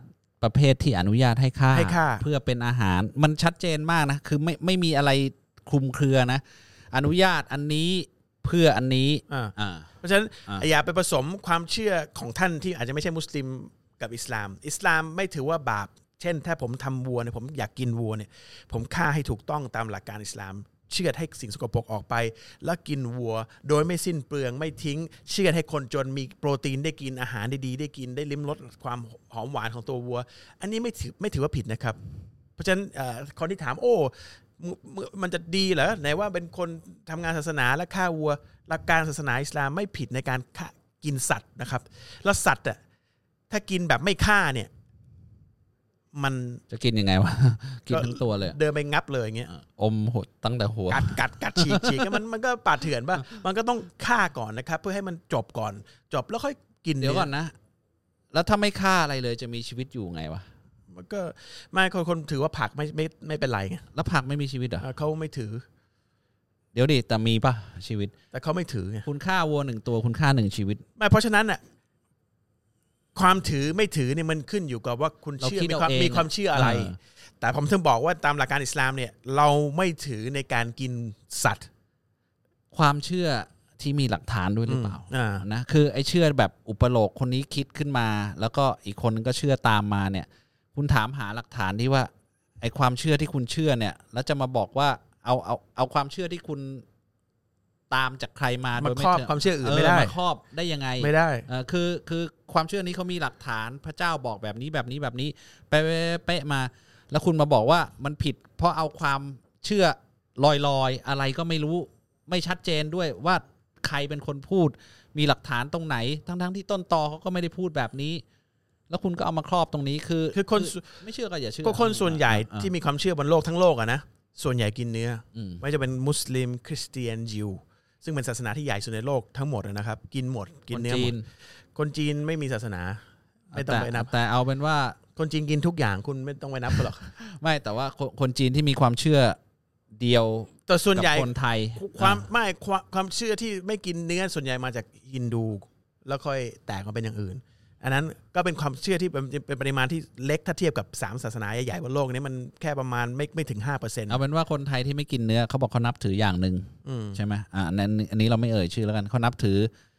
C: ประเภทที่อนุญาตให้ฆ่า
B: เพื่
C: อเป็นอาหารมันชัดเจนมากนะคือไม่มีอะไรคลุมเครือนะอนุญาตอันนี้เพื่ออันนี้
B: เพราะฉะนั้นอย่าไปผสมความเชื่อของท่านที่อาจจะไม่ใช่มุสลิมกับอิสลามไม่ถือว่าบาปเช่นถ้าผมทำวัวเนี่ยผมอยากกินวัวเนี่ยผมฆ่าให้ถูกต้องตามหลักการอิสลามเชือดให้สิ่งสกปรกออกไปแล้วกินวัวโดยไม่สิ้นเปลืองไม่ทิ้งเชือดให้คนจนมีโปรตีนได้กินอาหารดีๆได้กินได้ลิ้มรสความหอมหวานของตัววัวอันนี้ไม่ถือว่าผิดนะครับเพราะฉะนั้นคนที่ถามโอ้มันจะดีเหรอไหนว่าเป็นคนทำงานศาสนาและฆ่าวัวหลักการศาสนาอิสลามไม่ผิดในการกินสัตว์นะครับแล้วสัตว์อ่ะถ้ากินแบบไม่ฆ่าเนี่ยมัน
C: จะกินยังไงวะกินทั้งตัวเลย
B: เดินไปงับเลยอย่างเงี้ย
C: อมหดตั้งแต่หัว
B: กัดฉีกมันก็ป่าเถื่อนป่ะมันก็ต้องฆ่าก่อนนะครับเพื่อให้มันจบก่อนจบแล้วค่อยกิน
C: เดี๋ยวก่อนนะแล้วถ้าไม่ฆ่าอะไรเลยจะมีชีวิตอยู่ไงวะ
B: มันก็ไม่คนถือว่าผักไม่เป็นไรไง
C: แล้วผักไม่มีชีวิตเหรอ
B: เขาไม่ถือ
C: เดี๋ยวดิแต่มีป่ะชีวิต
B: แต่เขาไม่ถือไง
C: คุณฆ่าวัว1ตัวคุณฆ่า1ชีวิต
B: ไม่เพราะฉะนั้นน่ะความถือไม่ถือเนี่ยมันขึ้นอยู่กับว่าคุณเชื่อมีความเชื่ออะไรแต่ผมถึงบอกว่าตามหลักการอิสลามเนี่ยเราไม่ถือในการกินสัตว์
C: ความเชื่อที่มีหลักฐานด้วยหรือเปล่านะคือไอ้เชื่อแบบอุปโลกคนนี้คิดขึ้นมาแล้วก็อีกคนนึงก็เชื่อตามมาเนี่ยคุณถามหาหลักฐานที่ว่าไอ้ความเชื่อที่คุณเชื่อเนี่ยแล้วจะมาบอกว่าเอาความเชื่อที่คุณตามจากใครมาโดยไม่
B: ครอบความเชื่ออื่นไม่ได้
C: มาครอบได้ยังไง
B: ไม่ได้
C: คือความเชื่อนี้เขามีหลักฐานพระเจ้าบอกแบบนี้เป๊ะมาแล้วคุณมาบอกว่ามันผิดเพราะเอาความเชื่อลอยอะไรก็ไม่รู้ไม่ชัดเจนด้วยว่าใครเป็นคนพูดมีหลักฐานตรงไหนทั้งที่ต้นตอเขาก็ไม่ได้พูดแบบนี้แล้วคุณก็เอามาครอบตรงนี้คือ
B: คน
C: ไม่เชื่อก็อย่าเชื่อ
B: ก็คนส่วนใหญ่ที่มีความเชื่อบนโลกทั้งโลกอะนะส่วนใหญ่กินเนื้อไม่จะเป็นมุสลิมคริสเตียนยิวซึ่งเป็นศาสนาที่ใหญ่สุดในโลกทั้งหมดนะครับกินหมดกินเนื้อหมดคนจีนไม่มีศาสนาไม่ต้องไปนับ
C: แต่เอาเป็นว่า
B: คนจีนกินทุกอย่างคุณไม่ต้องไปนับหรอก
C: ไม่แต่ว่าคนจีนที่มีความเชื่อเดียว
B: แต่ส่วนใหญ่
C: คนไทย
B: ความเชื่อที่ไม่กินเนื้อส่วนใหญ่มาจากฮินดูแล้วค่อยแตกมาเป็นอย่างอื่นอันนั้นก็เป็นความเชื่อที่เป็นปริมาณที่เล็กถ้าเทียบกับ3ศาสนาใหญ่ๆบนโลกนี้มันแค่ประมาณไม่ถึง 5%
C: เอาเป็นว่าคนไทยที่ไม่กินเนื้อเขาบอกเขานับถืออย่างนึงใช่ไหมอันนี้เราไม่เอ่ยชื่อแล้วกันเขานับถือ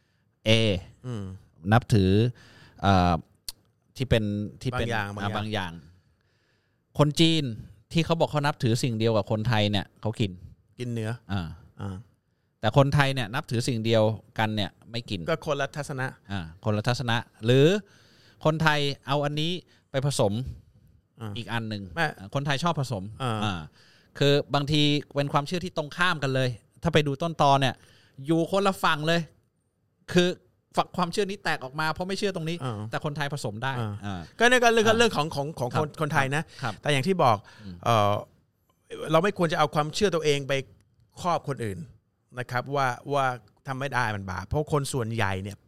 C: นับถือที่เป็นบางอย่างคนจีนที่เขาบอกเขานับถือสิ่งเดียวกับคนไทยเนี่ยเขากิน
B: เนื้อ
C: แต่คนไทยเนี่ยนับถือสิ่งเดียวกันเนี่ยไม่กิน
B: ก็คนละทัศนะ
C: คนละทัศนะหรือคนไทยเอาอันนี้ไปผสมอีกอันหนึ่งคนไทยชอบผสมคือบางทีเป็นความเชื่อที่ตรงข้ามกันเลยถ้าไปดูต้นตอเนี่ยอยู่คนละฝั่งเลยคือความเชื่อนี้แตกออกมาเพราะไม่เชื่อตรงนี้แต่คนไทยผสมได้
B: ก็นี่ก็เรื่องของคนไทยนะแต่อย่างที่บอกเราไม่ควรจะเอาความเชื่อตัวเองไปครอบคนอื่นนะครับว่าทำไม่ได้มันบาปเพราะคนส่วนใหญ่เนี่ย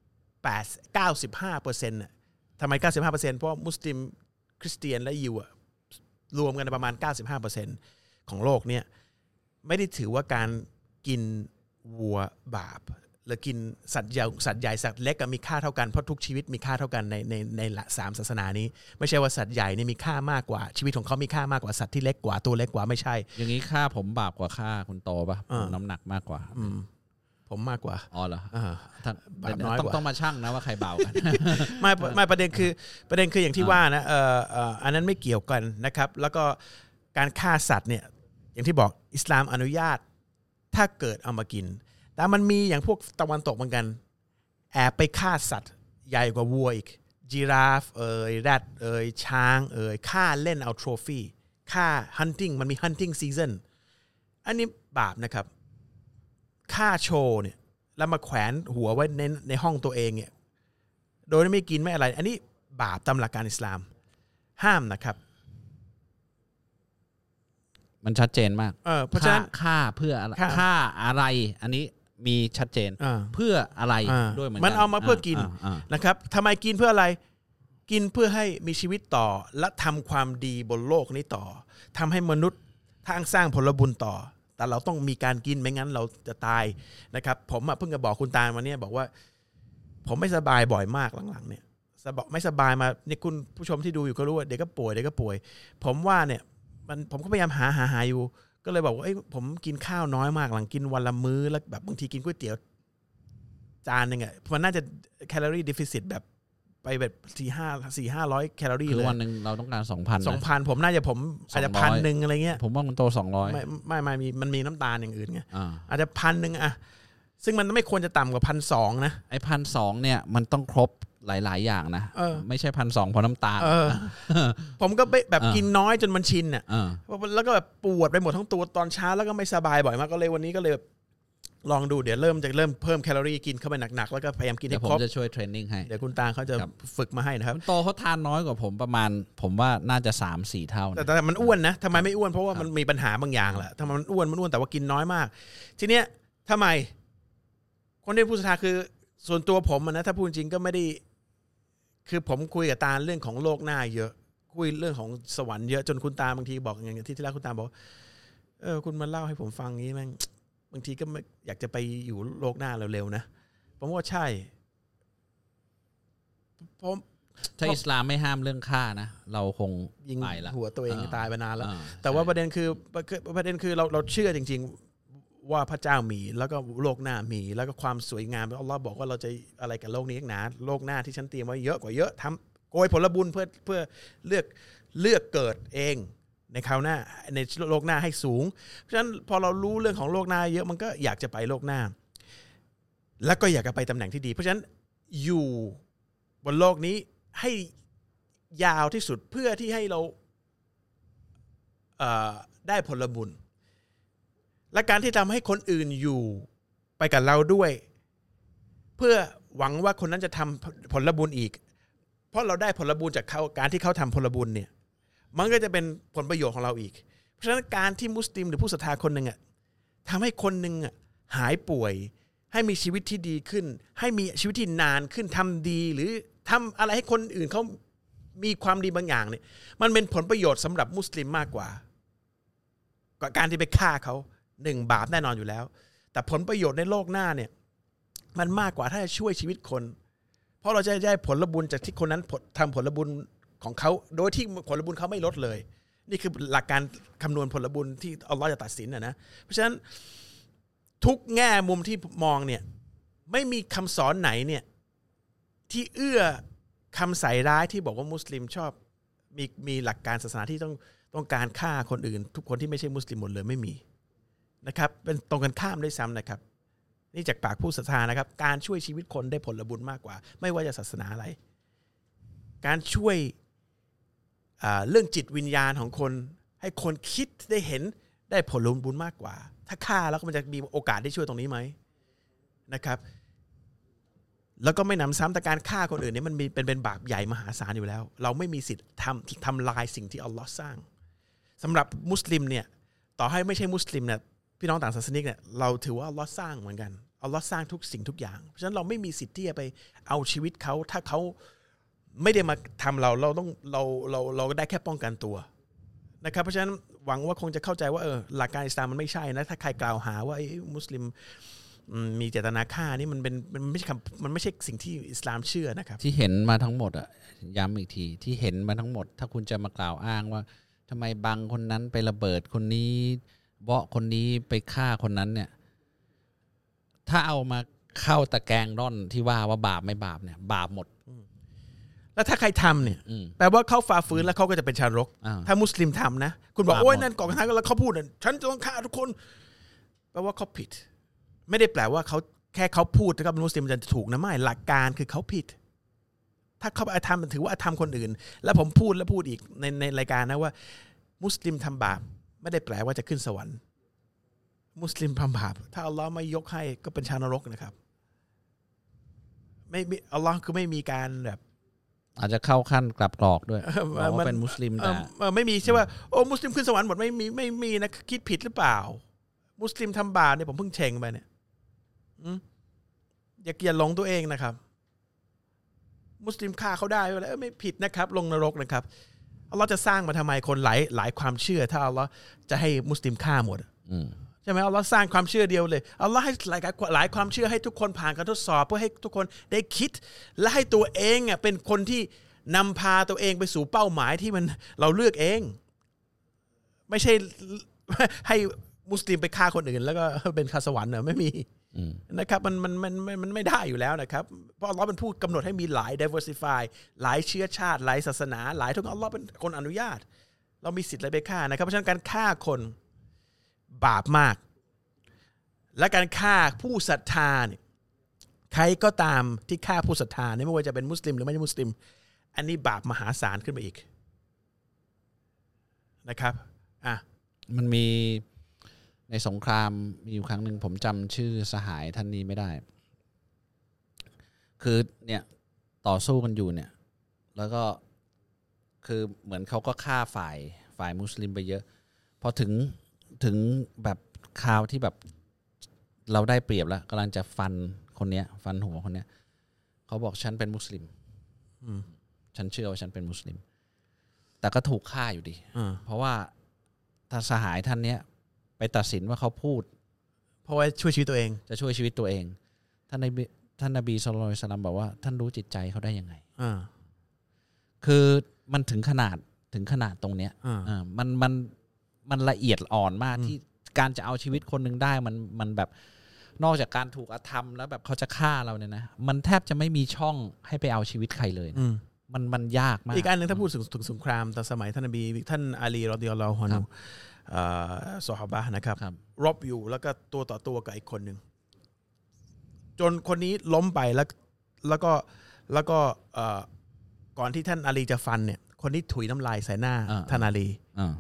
B: 95%น่ะทำไม 95% เพราะมุสลิมคริสเตียนและยิวรวมกันประมาณ 95% ของโลกเนี่ยไม่ได้ถือว่าการกินวัวบาปหรือกินสัตว์ใหญ่สัตว์เล็กก็มีค่าเท่ากันเพราะทุกชีวิตมีค่าเท่ากันใน3ศาสนานี้ไม่ใช่ว่าสัตว์ใหญ่นี่มีค่ามากกว่าชีวิตของเขามีค่ามากกว่าสัตว์ที่เล็กกว่าตัวเล็กกว่าไม่ใช่
C: อย่างนี้ค่าผมบาปกว่าค่าคุณโตป่ะน้ำหนักมากกว่า
B: ผมมากกว่า
C: อ๋อเหรอต้องมาชั่งนะว่าใครเบากัน
B: ไม่ประเด็นคืออย่างที่ว่านะอันนั้นไม่เกี่ยวกันนะครับแล้วก็การฆ่าสัตว์เนี่ยอย่างที่บอกอิสลามอนุญาตถ้าเกิดเอามากินแต่มันมีอย่างพวกตะวันตกเหมือนกันแอบไปฆ่าสัตว์ใหญ่กว่าวัวอีกจีราฟแรดช้างฆ่าเล่นเอาโทรฟี่ฆ่าฮันติงมันมีฮันติงซีซั่นอันนี้บาปนะครับฆ่าโชว์เนี่ยแล้วมาแขวนหัวไว้ในห้องตัวเองเนี่ยโดยไม่กินไม่อะไรอันนี้บาปตามหลักการอิสลามห้ามนะครับ
C: มันชัดเจนมาก
B: เพราะฉะนั้น
C: ฆ่าเพื่ออะไรฆ่าอะไรอันนี้มีชัดเจนเพื่ออะไรด้วยเหมือนกัน
B: มันเอามาเพื่อกินนะครับทำไมกินเพื่ออะไรกินเพื่อให้มีชีวิตต่อและทำความดีบนโลกนี้ต่อทำให้มนุษย์สร้างผลบุญต่อแต่เราต้องมีการกินไม่งั้นเราจะตายนะครับผมเพิ่งจะบอกคุณตาวันนี้บอกว่าผมไม่สบายบ่อยมากหลังๆเนี่ยไม่สบายมาเนี่ยคุณผู้ชมที่ดูอยู่ก็รู้ว่าเด็กก็ป่วยผมว่าเนี่ยผมก็พยายามหาอยู่ก็เลยบอกว่าผมกินข้าวน้อยมากหลังกินวันละมื้อแล้วแบบบางทีกินก๋วยเตี๋ยวจานนึงอ่ะมันน่าจะแคลอรี่ดิฟิซิตแบบไปแบบ400-500 แคลอรี่เลย
C: คือวันนึงเราต้องการ 2,000
B: ผมน่าจะผมอาจจะ 1,000 อะไรเงี้ย
C: ผมว่ามันโต200
B: ไม่มันมีน้ำตาลอย่างอื่นไงอาจจะ 1,000 อ่ะซึ่งมันไม่ควรจะต่ำกว่า 1,200 นะ
C: ไอ้ 1,200 เนี่ยมันต้องครบหลายๆอย่างนะไม่ใช่ 1,200 เพราะน้ำตาล
B: ผมก็แบบกินน้อยจนมันชินอ่ะแล้วก็แบบปวดไปหมดทั้งตัวตอนเช้าแล้วก็ไม่สบายบ่อยมากก็เลยวันนี้ก็เลยลองดูเดี๋ยวเริ่มเพิ่มแคลอรี่กินเข้าไปหนักๆแล้วก็พยายามกินให้ครบ
C: ผมจะช่วยเทรนนิ่งให้
B: เดี๋ยวคุณตาเขาจะฝึกมาให้นะครับ
C: โตเขาทานน้อยกว่าผมประมาณผมว่าน่าจะ 3-4 เท่า
B: แต่มันอ้วนนะทำไมไม่อ้วนเพราะว่ามันมีปัญหาบางอย่างแหละทำไมมันอ้วนแต่ว่ากินน้อยมากทีเนี้ยทำไมคนที่ผู้ศรัทธาคือส่วนตัวผมนะถ้าพูดจริงก็ไม่ได้คือผมคุยกับตาเรื่องของโลกหน้าเยอะคุยเรื่องของสวรรค์เยอะจนคุณตาบางทีบอกอย่างที่แล้วคุณตาบอกคุณมาเล่าให้ผมฟังงี้แม่งบางทีก็อยากจะไปอยู่โลกหน้าเร็วๆนะผมว่าใช่
C: ถ้าอิสลามไม่ห้ามเรื่องฆ่านะเราคง
B: ยิงหัวตัวเองตายไปนานแล้วแต่ว่าประเด็นคือเราเชื่อจริงๆว่าพระเจ้ามีแล้วก็โลกหน้ามีแล้วก็ความสวยงามอัลเลาะห์บอกว่าเราจะอะไรกับโลกนี้นักหนาโลกหน้าที่ฉันเตรียมไว้เยอะกว่าเยอะทำโกยผลบุญเพื่อเลือกเกิดเองในคราวหน้าในโลกหน้าให้สูงเพราะฉะนั้นพอเรารู้เรื่องของโลกหน้าเยอะมันก็อยากจะไปโลกหน้าแล้วก็อยากจะไปตำแหน่งที่ดีเพราะฉะนั้นอยู่บนโลกนี้ให้ยาวที่สุดเพื่อที่ให้เราได้ผลบุญและการที่ทำให้คนอื่นอยู่ไปกับเราด้วยเพื่อหวังว่าคนนั้นจะทำผลบุญอีกเพราะเราได้ผลบุญจากเขาการที่เขาทำผลบุญเนี่ยมันก็จะเป็นผลประโยชน์ของเราอีกเพราะฉะนั้นการที่มุสลิมหรือผู้ศรัทธาคนหนึ่งอ่ะทำให้คนหนึ่งอ่ะหายป่วยให้มีชีวิตที่ดีขึ้นให้มีชีวิตที่นานขึ้นทำดีหรือทำอะไรให้คนอื่นเขามีความดีบางอย่างเนี่ยมันเป็นผลประโยชน์สำหรับมุสลิมมากกว่าการที่ไปฆ่าเขา1 บาปแน่นอนอยู่แล้วแต่ผลประโยชน์ในโลกหน้าเนี่ยมันมากกว่าถ้าจะช่วยชีวิตคนเพราะเราจะได้ผลบุญจากที่คนนั้นทำผลบุญของเขาโดยที่ผลบุญเขาไม่ลดเลยนี่คือหลักการคำนวณผลบุญที่อัลเลาะห์จะตัดสินนะเพราะฉะนั้นทุกแง่มุมที่มองเนี่ยไม่มีคำสอนไหนเนี่ยที่เอื้อคำใส่ร้ายที่บอกว่ามุสลิมชอบมีหลักการศาสนาที่ต้องการฆ่าคนอื่นทุกคนที่ไม่ใช่มุสลิมหมดเลยไม่มีนะครับเป็นตรงกันข้ามด้วยซ้ำนะครับนี่จากปากผู้ศรัทธานะครับการช่วยชีวิตคนได้ผลบุญมากกว่าไม่ว่าจะศาสนาอะไรการช่วยเรื่องจิตวิญญาณของคนให้คนคิดได้เห็นได้ผลบุญมากกว่าถ้าฆ่าแล้วมันจะมีโอกาสได้ช่วยตรงนี้ไหมนะครับแล้วก็ไม่นำซ้ำแต่การฆ่าคนอื่นเนี่ยมันมีเป็นบาปใหญ่มหาศาลอยู่แล้วเราไม่มีสิทธิ์ทำลายสิ่งที่อัลลอฮ์สร้างสำหรับมุสลิมเนี่ยต่อให้ไม่ใช่มุสลิมเนี่ยพี่น้องต่างศาสนิกเนี่ยเราถือว่าอัลลอฮ์สร้างเหมือนกันอัลลอฮ์สร้างทุกสิ่งทุกอย่างเพราะฉะนั้นเราไม่มีสิทธิ์ที่จะไปเอาชีวิตเขาถ้าเขาไม่ได้มาทำเราต้องเราได้แค่ป้องกันตัวนะครับเพราะฉะนั้นหวังว่าคงจะเข้าใจว่าหลักการอิสลามมันไม่ใช่นะถ้าใครกล่าวหาว่ามุสลิมมีเจตนาฆ่านี่มันไม่ใช่มันไม่ใช่สิ่งที่อิสลามเชื่อนะครับ
C: ที่เห็นมาทั้งหมดอ่ะย้ำอีกทีที่เห็นมาทั้งหมดถ้าคุณจะมากล่าวอ้างว่าทำไมบังคนนั้นไประเบิดคนนี้เบาะคนนี้ไปฆ่าคนนั้นเนี่ยถ้าเอามาเข้าตะแกรงร่อนที่ว่าบาปไม่บาปเนี่ยบาปหมด
B: แล้วถ้าใครทำเนี่ยแปลว่าเขาฝ่าฝืนแล้วเขาก็จะเป็นชาวรกถ้ามุสลิมทำนะคุณบอกโอ้ยนั่นก่อการร้ายแล้วเขาพูดฉันจะต้องฆ่าทุกคนแปลว่าเขาผิดไม่ได้แปลว่าเขาแค่เขาพูดแล้วก็เป็นมุสลิมจะถูกนะไม่หลักการคือเขาผิดถ้าเขาทำมันถือว่าทำคนอื่นแล้วผมพูดอีกในรายการนะว่ามุสลิมทำบาปไม่ได้แปลว่าจะขึ้นสวรรค์มุสลิมทำบาปถ้าอัลลอฮ์ไม่ยกให้ก็เป็นชาวนรกนะครับไม่อัลลอฮ์คือไม่มีการแบบ
C: อาจจะเข้าขั้นกลับกรอกด้วยว่าเป็นมุสลิมแต่
B: ไม่มีใช่ว่าโอ้มุสลิมขึ้นสวรรค์หมดไม่มีนะคิดผิดหรือเปล่ามุสลิมทำบาปเนี่ยผมเพิ่งเชงไปเนี่ยอย่าหลงตัวเองนะครับมุสลิมฆ่าเขาได้แล้วไม่ผิดนะครับลงนรกนะครับอัลเลาะห์จะสร้างมาทำไมคนหลายความเชื่อถ้าอัลเลาะห์จะให้มุสลิมฆ่าหมดใช่ไหมอัลลอฮ์สร้างความเชื่อเดียวเลยอัลลอฮ์ให้หลายความเชื่อให้ทุกคนผ่านการทดสอบเพื่อให้ทุกคนได้คิดและให้ตัวเองเป็นคนที่นำพาตัวเองไปสู่เป้าหมายที่มันเราเลือกเองไม่ใช่ให้มุสลิมไปฆ่าคนอื่นแล้วก็เป็นคาสวรรค์เหรอไม่มีนะครับมันไม่ได้อยู่แล้วนะครับเพราะอัลลอฮ์เป็นผู้กำหนดให้มีหลาย diversify หลายเชื้อชาติหลายศาสนาหลายทุกอัลลอฮ์เป็นคนอนุญาตเรามีสิทธิ์อะไรไปฆ่านะครับเพราะฉะนั้นการฆ่าคนบาปมากและการฆ่าผู้ศรัทธาเนี่ยใครก็ตามที่ฆ่าผู้ศรัทธาไม่ว่าจะเป็นมุสลิมหรือไม่ใช่มุสลิมอันนี้บาปมหาศาลขึ้นไปอีกนะครับ
C: มันมีในสงครามมีอยู่ครั้งหนึ่งผมจำชื่อสหายท่านนี้ไม่ได้คือเนี่ยต่อสู้กันอยู่เนี่ยแล้วก็คือเหมือนเขาก็ฆ่าฝ่ายมุสลิมไปเยอะพอถึงแบบคราวที่แบบเราได้เปรียบแล้วกำลังจะฟันคนเนี้ยฟันหัวคนเนี้ยเขาบอกฉันเป็นมุสลิมฉันเชื่อว่าฉันเป็นมุสลิมแต่ก็ถูกฆ่าอยู่ดีเพราะว่าทางสหายท่านเนี้ยไปตัดสินว่าเขาพูด
B: เพราะว่าช่วยชีวิตตัวเอง
C: จะช่วยชีวิตตัวเองท่านนบีศ็อลลัลลอฮุอะลัยฮิวะซัลลัมบอกว่าท่านรู้จิตใจเขาได้ยังไงคือมันถึงขนาดตรงเนี้ยมันละเอียดอ่อนมากที่การจะเอาชีวิตคนหนึ่งได้มันแบบนอกจากการถูกอธรรมแล้วแบบเขาจะฆ่าเราเนี่ยนะมันแทบจะไม่มีช่องให้ไปเอาชีวิตใครเลยนะมันยากมาก
B: อีกอันนึงถ้าพูดถึงสงครามตอนสมัยท่านนบีท่านอาลีรอฎิยัลลอฮุอันฮุซอฮาบะห์นะครับรบอยู่แล้วก็ตัวต่อตัวกับอีกคนหนึ่งจนคนนี้ล้มไปแล้วก็ก่อนที่ท่านอาลีจะฟันเนี่ยคนนี้ถุยน้ำลายใส่หน้าท่านอาลี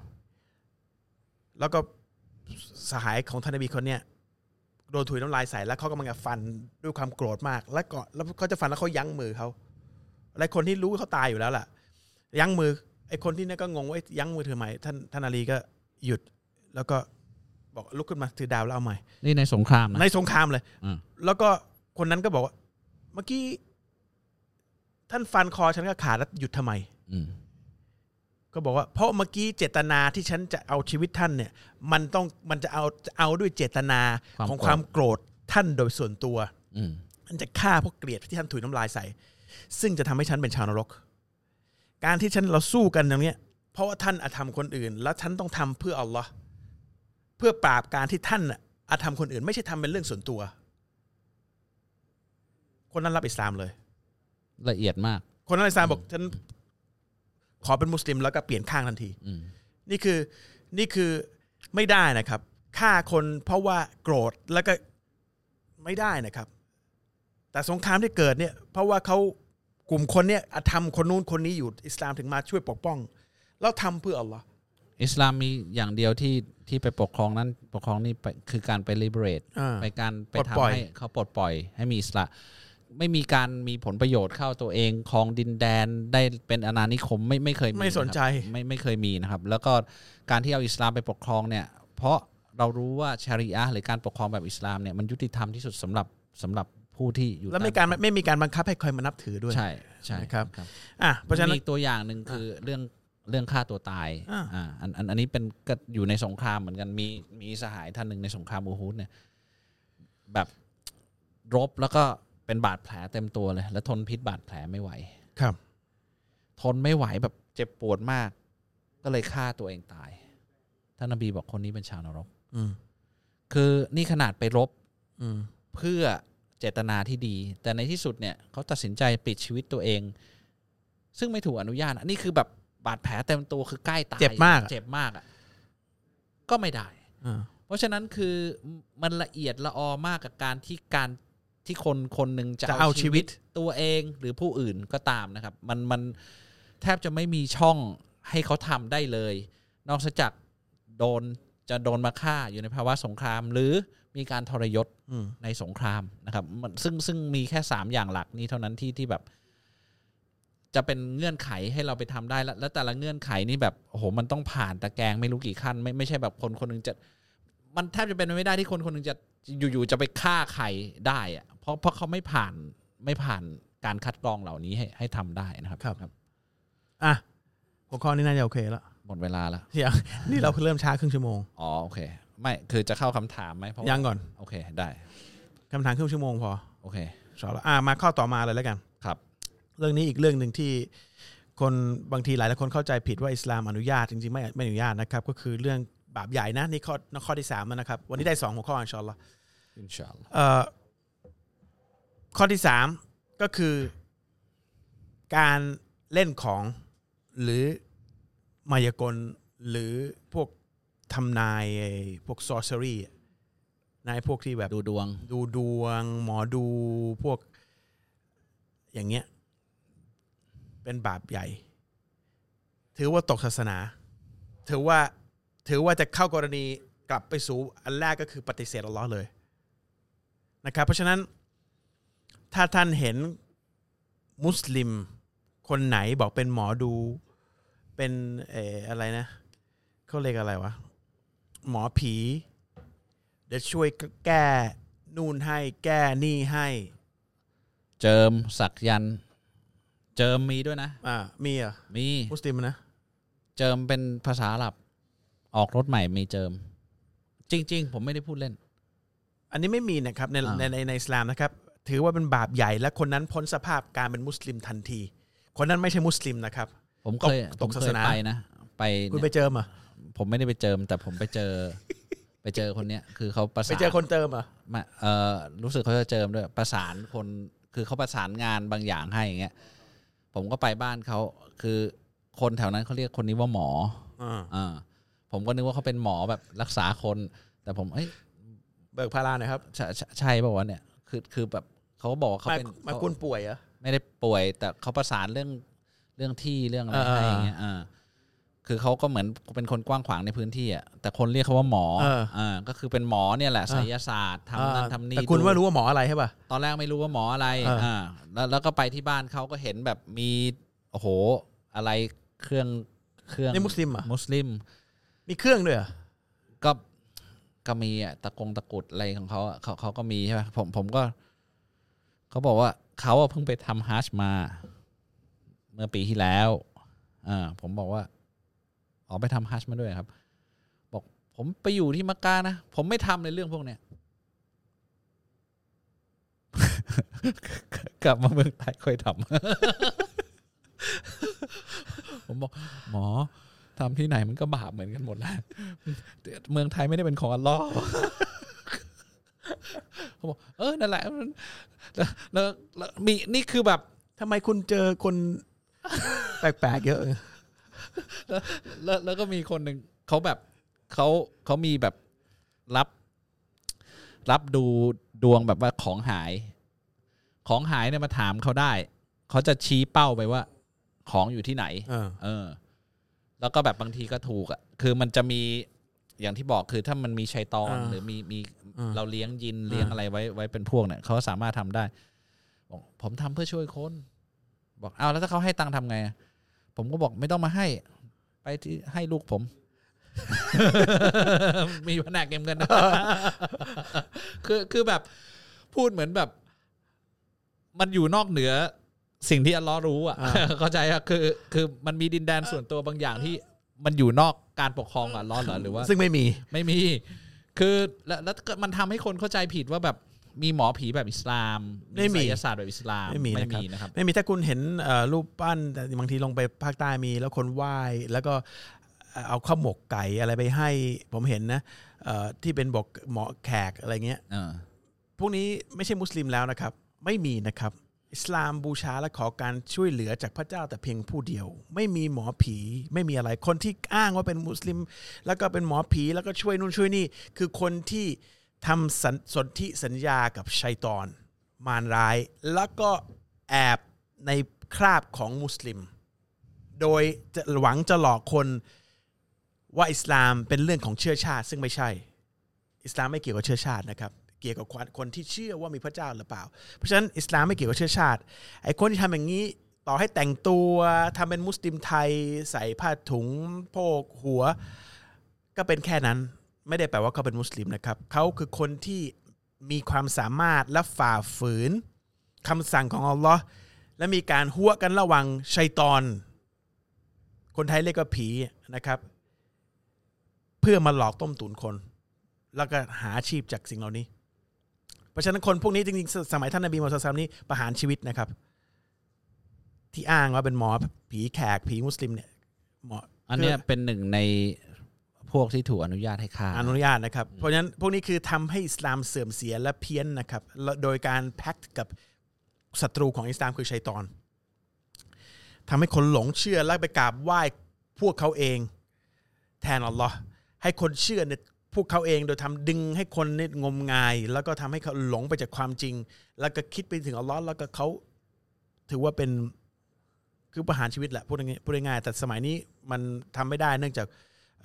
B: แล้วก็สหายของท่านนบีคนเนี้ยโดนถุยน้ำลายใส่แล้วเขากำลังจะฟันด้วยความโกรธมากแล้วเขาจะฟันแล้วเขายั้งมือเขาอะไรคนที่รู้เขาตายอยู่แล้วล่ะยั้งมือไอ้คนที่นี่ก็งงว่ายั้งมือทำไมท่านอาลีก็หยุดแล้วก็บอกลุกขึ้นมาถือดาบแล้วเอาใหม่
C: นี่ในสงครามนะ
B: ในสงครามเลยแล้วก็คนนั้นก็บอกว่าเมื่อกี้ท่านฟันคอฉันก็ขาดแล้วหยุดทำไมก็บอกว่าเพราะเมื่อกี้เจตนาที่ฉันจะเอาชีวิตท่านเนี่ยมันจะเอาด้วยเจตนาของความโกรธท่านโดยส่วนตัวมันจะฆ่าเพราะเกลียดที่ท่านถุยน้ำลายใส่ซึ่งจะทำให้ฉันเป็นชาวนรกการที่เราสู้กันตรงนี้เพราะว่าท่านอาธรรมคนอื่นแล้วฉันต้องทำเพื่ออัลลอฮ์เพื่อปราบการที่ท่านอาธรรมคนอื่นไม่ใช่ทำเป็นเรื่องส่วนตัวคนนั้นรับอิสลามเลย
C: ละเอียดมาก
B: คนนั้นอิสลามบอกฉันขอเป็นมุสลิมแล้วก็เปลี่ยนข้างทันทีนี่คือไม่ได้นะครับฆ่าคนเพราะว่าโกรธแล้วก็ไม่ได้นะครับแต่สงครามที่เกิดเนี่ยเพราะว่าเขากลุ่มคนเนี่ยทำคนนู้นคนนี้อยู่อิสลามถึงมาช่วยปกป้องแล้วทำเพื่ออัลลอฮ์
C: อิสลามมีอย่างเดียวที่ไปปกครองนั้นปกครองนี่คือการไป liberate ไปทำให้เขาปลดปล่อยให้มีอิสระไม่มีการมีผลประโยชน์เข้าตัวเองครองดินแดนได้เป็นอาณานิคมไม่เคยมี
B: ไม่สนใจ
C: ไม่เคยมีนะครับแล้วก็การที่เอาอิสลามไปปกครองเนี่ยเพราะเรารู้ว่าชารีอะห์หรือการปกครองแบบอิสลามเนี่ยมันยุติธรรมที่สุดสำหรับผู้ที่อยู่
B: แล้วไม่มีการบังคับให้ใครมานับถือด้วย
C: ใช่
B: ครับเพราะฉะนั้น
C: มีตัวอย่างหนึ่งคือเรื่องฆ่าตัวตายอันนี้เป็นก็อยู่ในสงครามเหมือนกันมีสหายท่านหนึ่งในสงครามอูฮุดเนี่ยแบบรบแล้วก็เป็นบาดแผลเต็มตัวเลยแล้วทนพิษบาดแผลไม่ไหว
B: ครับ
C: ทนไม่ไหวแบบเจ็บปวดมากก็เลยฆ่าตัวเองตายท่านนบีบอกคนนี้เป็นชาวนรกคือนี่ขนาดไปรบเพื่อเจตนาที่ดีแต่ในที่สุดเนี่ยเขาตัดสินใจปิดชีวิตตัวเองซึ่งไม่ถูกอนุญาตนี่คือแบบบาดแผลเต็มตัวคือใกล้ตาย
B: เจ็บมาก
C: ก็ไม่ได้เพราะฉะนั้นคือมันละเอียดละออมากกับการที่คนหนึ่งจะเอาชีวิตตัวเองหรือผู้อื่นก็ตามนะครับมันแทบจะไม่มีช่องให้เขาทำได้เลยนอกจากจะโดนมาฆ่าอยู่ในภาวะสงครามหรือมีการทรยศในสงครามนะครับซึ่งมีแค่3อย่างหลักนี้เท่านั้นที่แบบจะเป็นเงื่อนไขให้เราไปทำได้แล้วแต่ละเงื่อนไขนี่แบบโอ้โหมันต้องผ่านตะแกรงไม่รู้กี่ขั้นไม่ใช่แบบคนนึงจะมันแทบจะเป็นไม่ได้ที่คนนึงจะอยู่จะไปฆ่าใครได้อะเพราะเขาไม่ผ่านการคัดกรองเหล่านี้ให้ทำได้นะครับ
B: ครับหัวข้อนี้น่าจะโอเคแล้ว
C: หมดเวลาแล้ว
B: นี่เราเริ่มช้าครึ่งชั่วโมง
C: โอเคไม่คือจะเข้าคำถามไหมเพราะ
B: ยังก่อน
C: โอเคได้
B: คำถามครึ่งชั่วโมงพอ
C: โอเค
B: ชอบแล้วมาข้อต่อมาเลยแล้วกัน
C: ครับ
B: เรื่องนี้อีกเรื่องนึงที่คนบางทีหลายคนเข้าใจผิดว่าอิสลามอนุญาตจริงๆไม่อนุญาตนะครับก็คือเรื่องบาปใหญ่นะนี่ข้อที่3นะครับวันนี้ได้2หัวข้ออินชาอัลลอฮ์ข้อที่3ก็คือการเล่นของหรือมายากลหรือพวกทำนายพวก sorcery นายพวกที่แบบ
C: ดูดวง
B: หมอดูพวกอย่างเงี้ยเป็นบาปใหญ่ถือว่าตกศาสนาถือว่าจะเข้ากรณีกลับไปสู่อันแรกก็คือปฏิเสธอัลเลาะห์เลยนะครับเพราะฉะนั้นถ้าท่านเห็นมุสลิมคนไหนบอกเป็นหมอดูเป็นอะไรนะเขาเรียกอะไรวะหมอผีเดี๋ยวช่วยแก้นู่นให้แก้นี่ให้
C: เจิมสักยันเจิมมีด้วยนะ
B: มีอ่ะ
C: มี
B: มุสลิมนะ
C: เจิมเป็นภาษาอาหรับออกรถใหม่มีเจิมจริงๆผมไม่ได้พูดเล่น
B: อันนี้ไม่มีนะครับในอิสลามนะครับถือว่าเป็นบาปใหญ่และคนนั้นพ้นสภาพการเป็นมุสลิมทันทีคนนั้นไม่ใช่มุสลิมนะครับ
C: ผมเคยตกศาสนาไปนะไป
B: คุณไปเจิมอ่ะ
C: ผมไม่ได้ไปเจิมแต่ผมไปเจอคนเนี้ยคือเขาประสาน
B: ไปเจอคนเจิมอ่ะ
C: รู้สึกเขาจะเจิมด้วยประสานคนคือเขาประสานงานบางอย่างให้อย่างเงี้ยผมก็ไปบ้านเขาคือคนแถวนั้นเขาเรียกคนนี้ว่าหมอผมก็นึกว่าเขาเป็นหมอแบบรักษาคนแต่ผม
B: เบิกพาราหน่อยครับ
C: ใช่ป่าววะเนี่ยคือแบบเขาบอกว่าเขาเป็น
B: มาคุณป่วยเหรอ
C: ไม่ได้ป่วยแต่เขาประสานเรื่องที่เรื่องอะไรให้อย่างเงี้ยคือเขาก็เหมือนเป็นคนกว้างขวางในพื้นที่อ่ะแต่คนเรียกเขาว่าหมอก็คือเป็นหมอเนี่ยแหละไสยศาสตร์ทำนั่นทำนี่
B: แต่คุณว่ารู้ว่าหมออะไรใช่ป่ะ
C: ตอนแรกไม่รู้ว่าหมออะไรแล้วก็ไปที่บ้านเขาก็เห็นแบบมีโอ้โหอะไรเครื่อง
B: นี่มุสลิมอ่ะ
C: มุสลิม
B: มีเครื่องด้วยอ่ะ
C: ก็มีอ่ะตะกุดอะไรของเขาเขาก็มีใช่ป่ะผมก็เขาบอกว่าเขาเพิ่งไปทำฮัจญ์มาเมื่อปีที่แล้วผมบอกว่าไปทำฮัจญ์มาด้วยครับบอกผมไปอยู่ที่มักกะนะผมไม่ทำในเรื่องพวกเนี้ย กลับมาเมืองไทยค่อยทำ ผมบอกหมอทำที่ไหนมันก็บาปเหมือนกันหมดนะเมืองไทยไม่ได้เป็นของอัลเลาะห์เขาบอกนั่นแหละแล้วมีนี่คือแบบ
B: ทำไมคุณเจอคนแปลกๆเยอะ
C: แล้วก็มีคนหนึ่งเขาแบบเขามีแบบรับดูดวงแบบว่าของหายเนี่ยมาถามเขาได้เขาจะชี้เป้าไปว่าของอยู่ที่ไหนแล้วก็แบบบางทีก็ถูกอ่ะคือมันจะมีอย่างที่บอกคือถ้ามันมีชัยฏอนหรือมีเราเลี้ยงยินเลี้ยงอะไรไว้เป็นพวกเนี่ยเขาสามารถทำได้บอกผมทำเพื่อช่วยคนบอกเอาแล้วถ้าเขาให้ตังค์ทำไงผมก็บอกไม่ต้องมาให้ไปที่ให้ลูกผม มีแผนกเก็บเงิน คือแบบพูดเหมือนแบบมันอยู่นอกเหนือสิ่งที่อัลเลาะห์รู้อ่ะ เข้าใจอ่ะคือมันมีดินแดนส่วนตัวบางอย่างที่มันอยู่นอกการปกครองอัลเลาะห์เหรอหรือว่า
B: ซึ่งไม่มี
C: คือแล้วมันทำให้คนเข้าใจผิดว่าแบบมีหมอผีแบบอิสลามมีไสยศาสตร์แบบอิสลามไม่มีนะครับ
B: ไม่มีถ้าคุณเห็นรูปปั้นบางทีลงไปภาคใต้มีแล้วคนไหว้แล้วก็เอาข้าวหมกไก่อะไรไปให้ผมเห็นนะที่เป็นบอกหมอแขกอะไรเงี้ยพวกนี้ไม่ใช่มุสลิมแล้วนะครับไม่มีนะครับอิสลามบูชาและขอการช่วยเหลือจากพระเจ้าแต่เพียงผู้เดียวไม่มีหมอผีไม่มีอะไรคนที่อ้างว่าเป็นมุสลิมแล้วก็เป็นหมอผีแล้วก็ช่วยนู่นช่วยนี่คือคนที่ทำสนธิสัญญากับชัยฏอนมารร้ายแล้วก็แอบในคราบของมุสลิมโดยหวังจะหลอกคนว่าอิสลามเป็นเรื่องของเชื้อชาติซึ่งไม่ใช่อิสลามไม่เกี่ยวกับเชื้อชาตินะครับเกี่ยวกับคนที่เชื่อว่ามีพระเจ้าหรือเปล่าเพราะฉะนั้นอิสลามไม่เกี่ยวกับเชื้อชาติไอ้คนที่ทำอย่างนี้ต่อให้แต่งตัวทำเป็นมุสลิมไทยใส่ผ้าถุงโพกหัวก็เป็นแค่นั้นไม่ได้แปลว่าเขาเป็นมุสลิมนะครับเขาคือคนที่มีความสามารถและฝ่าฝืนคำสั่งของอัลลอฮ์และมีการหัวกันระหว่างชัยฏอนคนไทยเรียกว่าผีนะครับเพื่อมาหลอกต้มตุ๋นคนแล้วก็หาอาชีพจากสิ่งเหล่านี้เพราะฉะนั้นคนพวกนี้จริงๆสมัยท่านนบีมูฮัมมัดศ็อลลัลลอฮุอะลัยฮิวะซัลลัมนี่ประหารชีวิตนะครับที่อ้างว่าเป็นหมอผีแขกผีมุสลิมเนี่ยหมอ
C: อันนี้เป็นหนึ่งในพวกที่ถูกอนุญาตให้ฆ่า
B: อนุญาตนะครับเพราะฉะนั้นพวกนี้คือทำให้อิสลามเสื่อมเสียและเพี้ยนนะครับโดยการแพ็กกับศัตรูของอิสลามคือชัยฏอนทำให้คนหลงเชื่อและไปกราบไหว้พวกเขาเองแทนอัลลอฮ์ให้คนเชื่อในพวกเขาเองโดยทำดึงให้คนนี่งมงายแล้วก็ทำให้เขาหลงไปจากความจริงแล้วก็คิดไปถึงอัลลอฮ์แล้วก็เขาถือว่าเป็นคือประหารชีวิตแหละพูดง่ายๆแต่สมัยนี้มันทำไม่ได้เนื่องจาก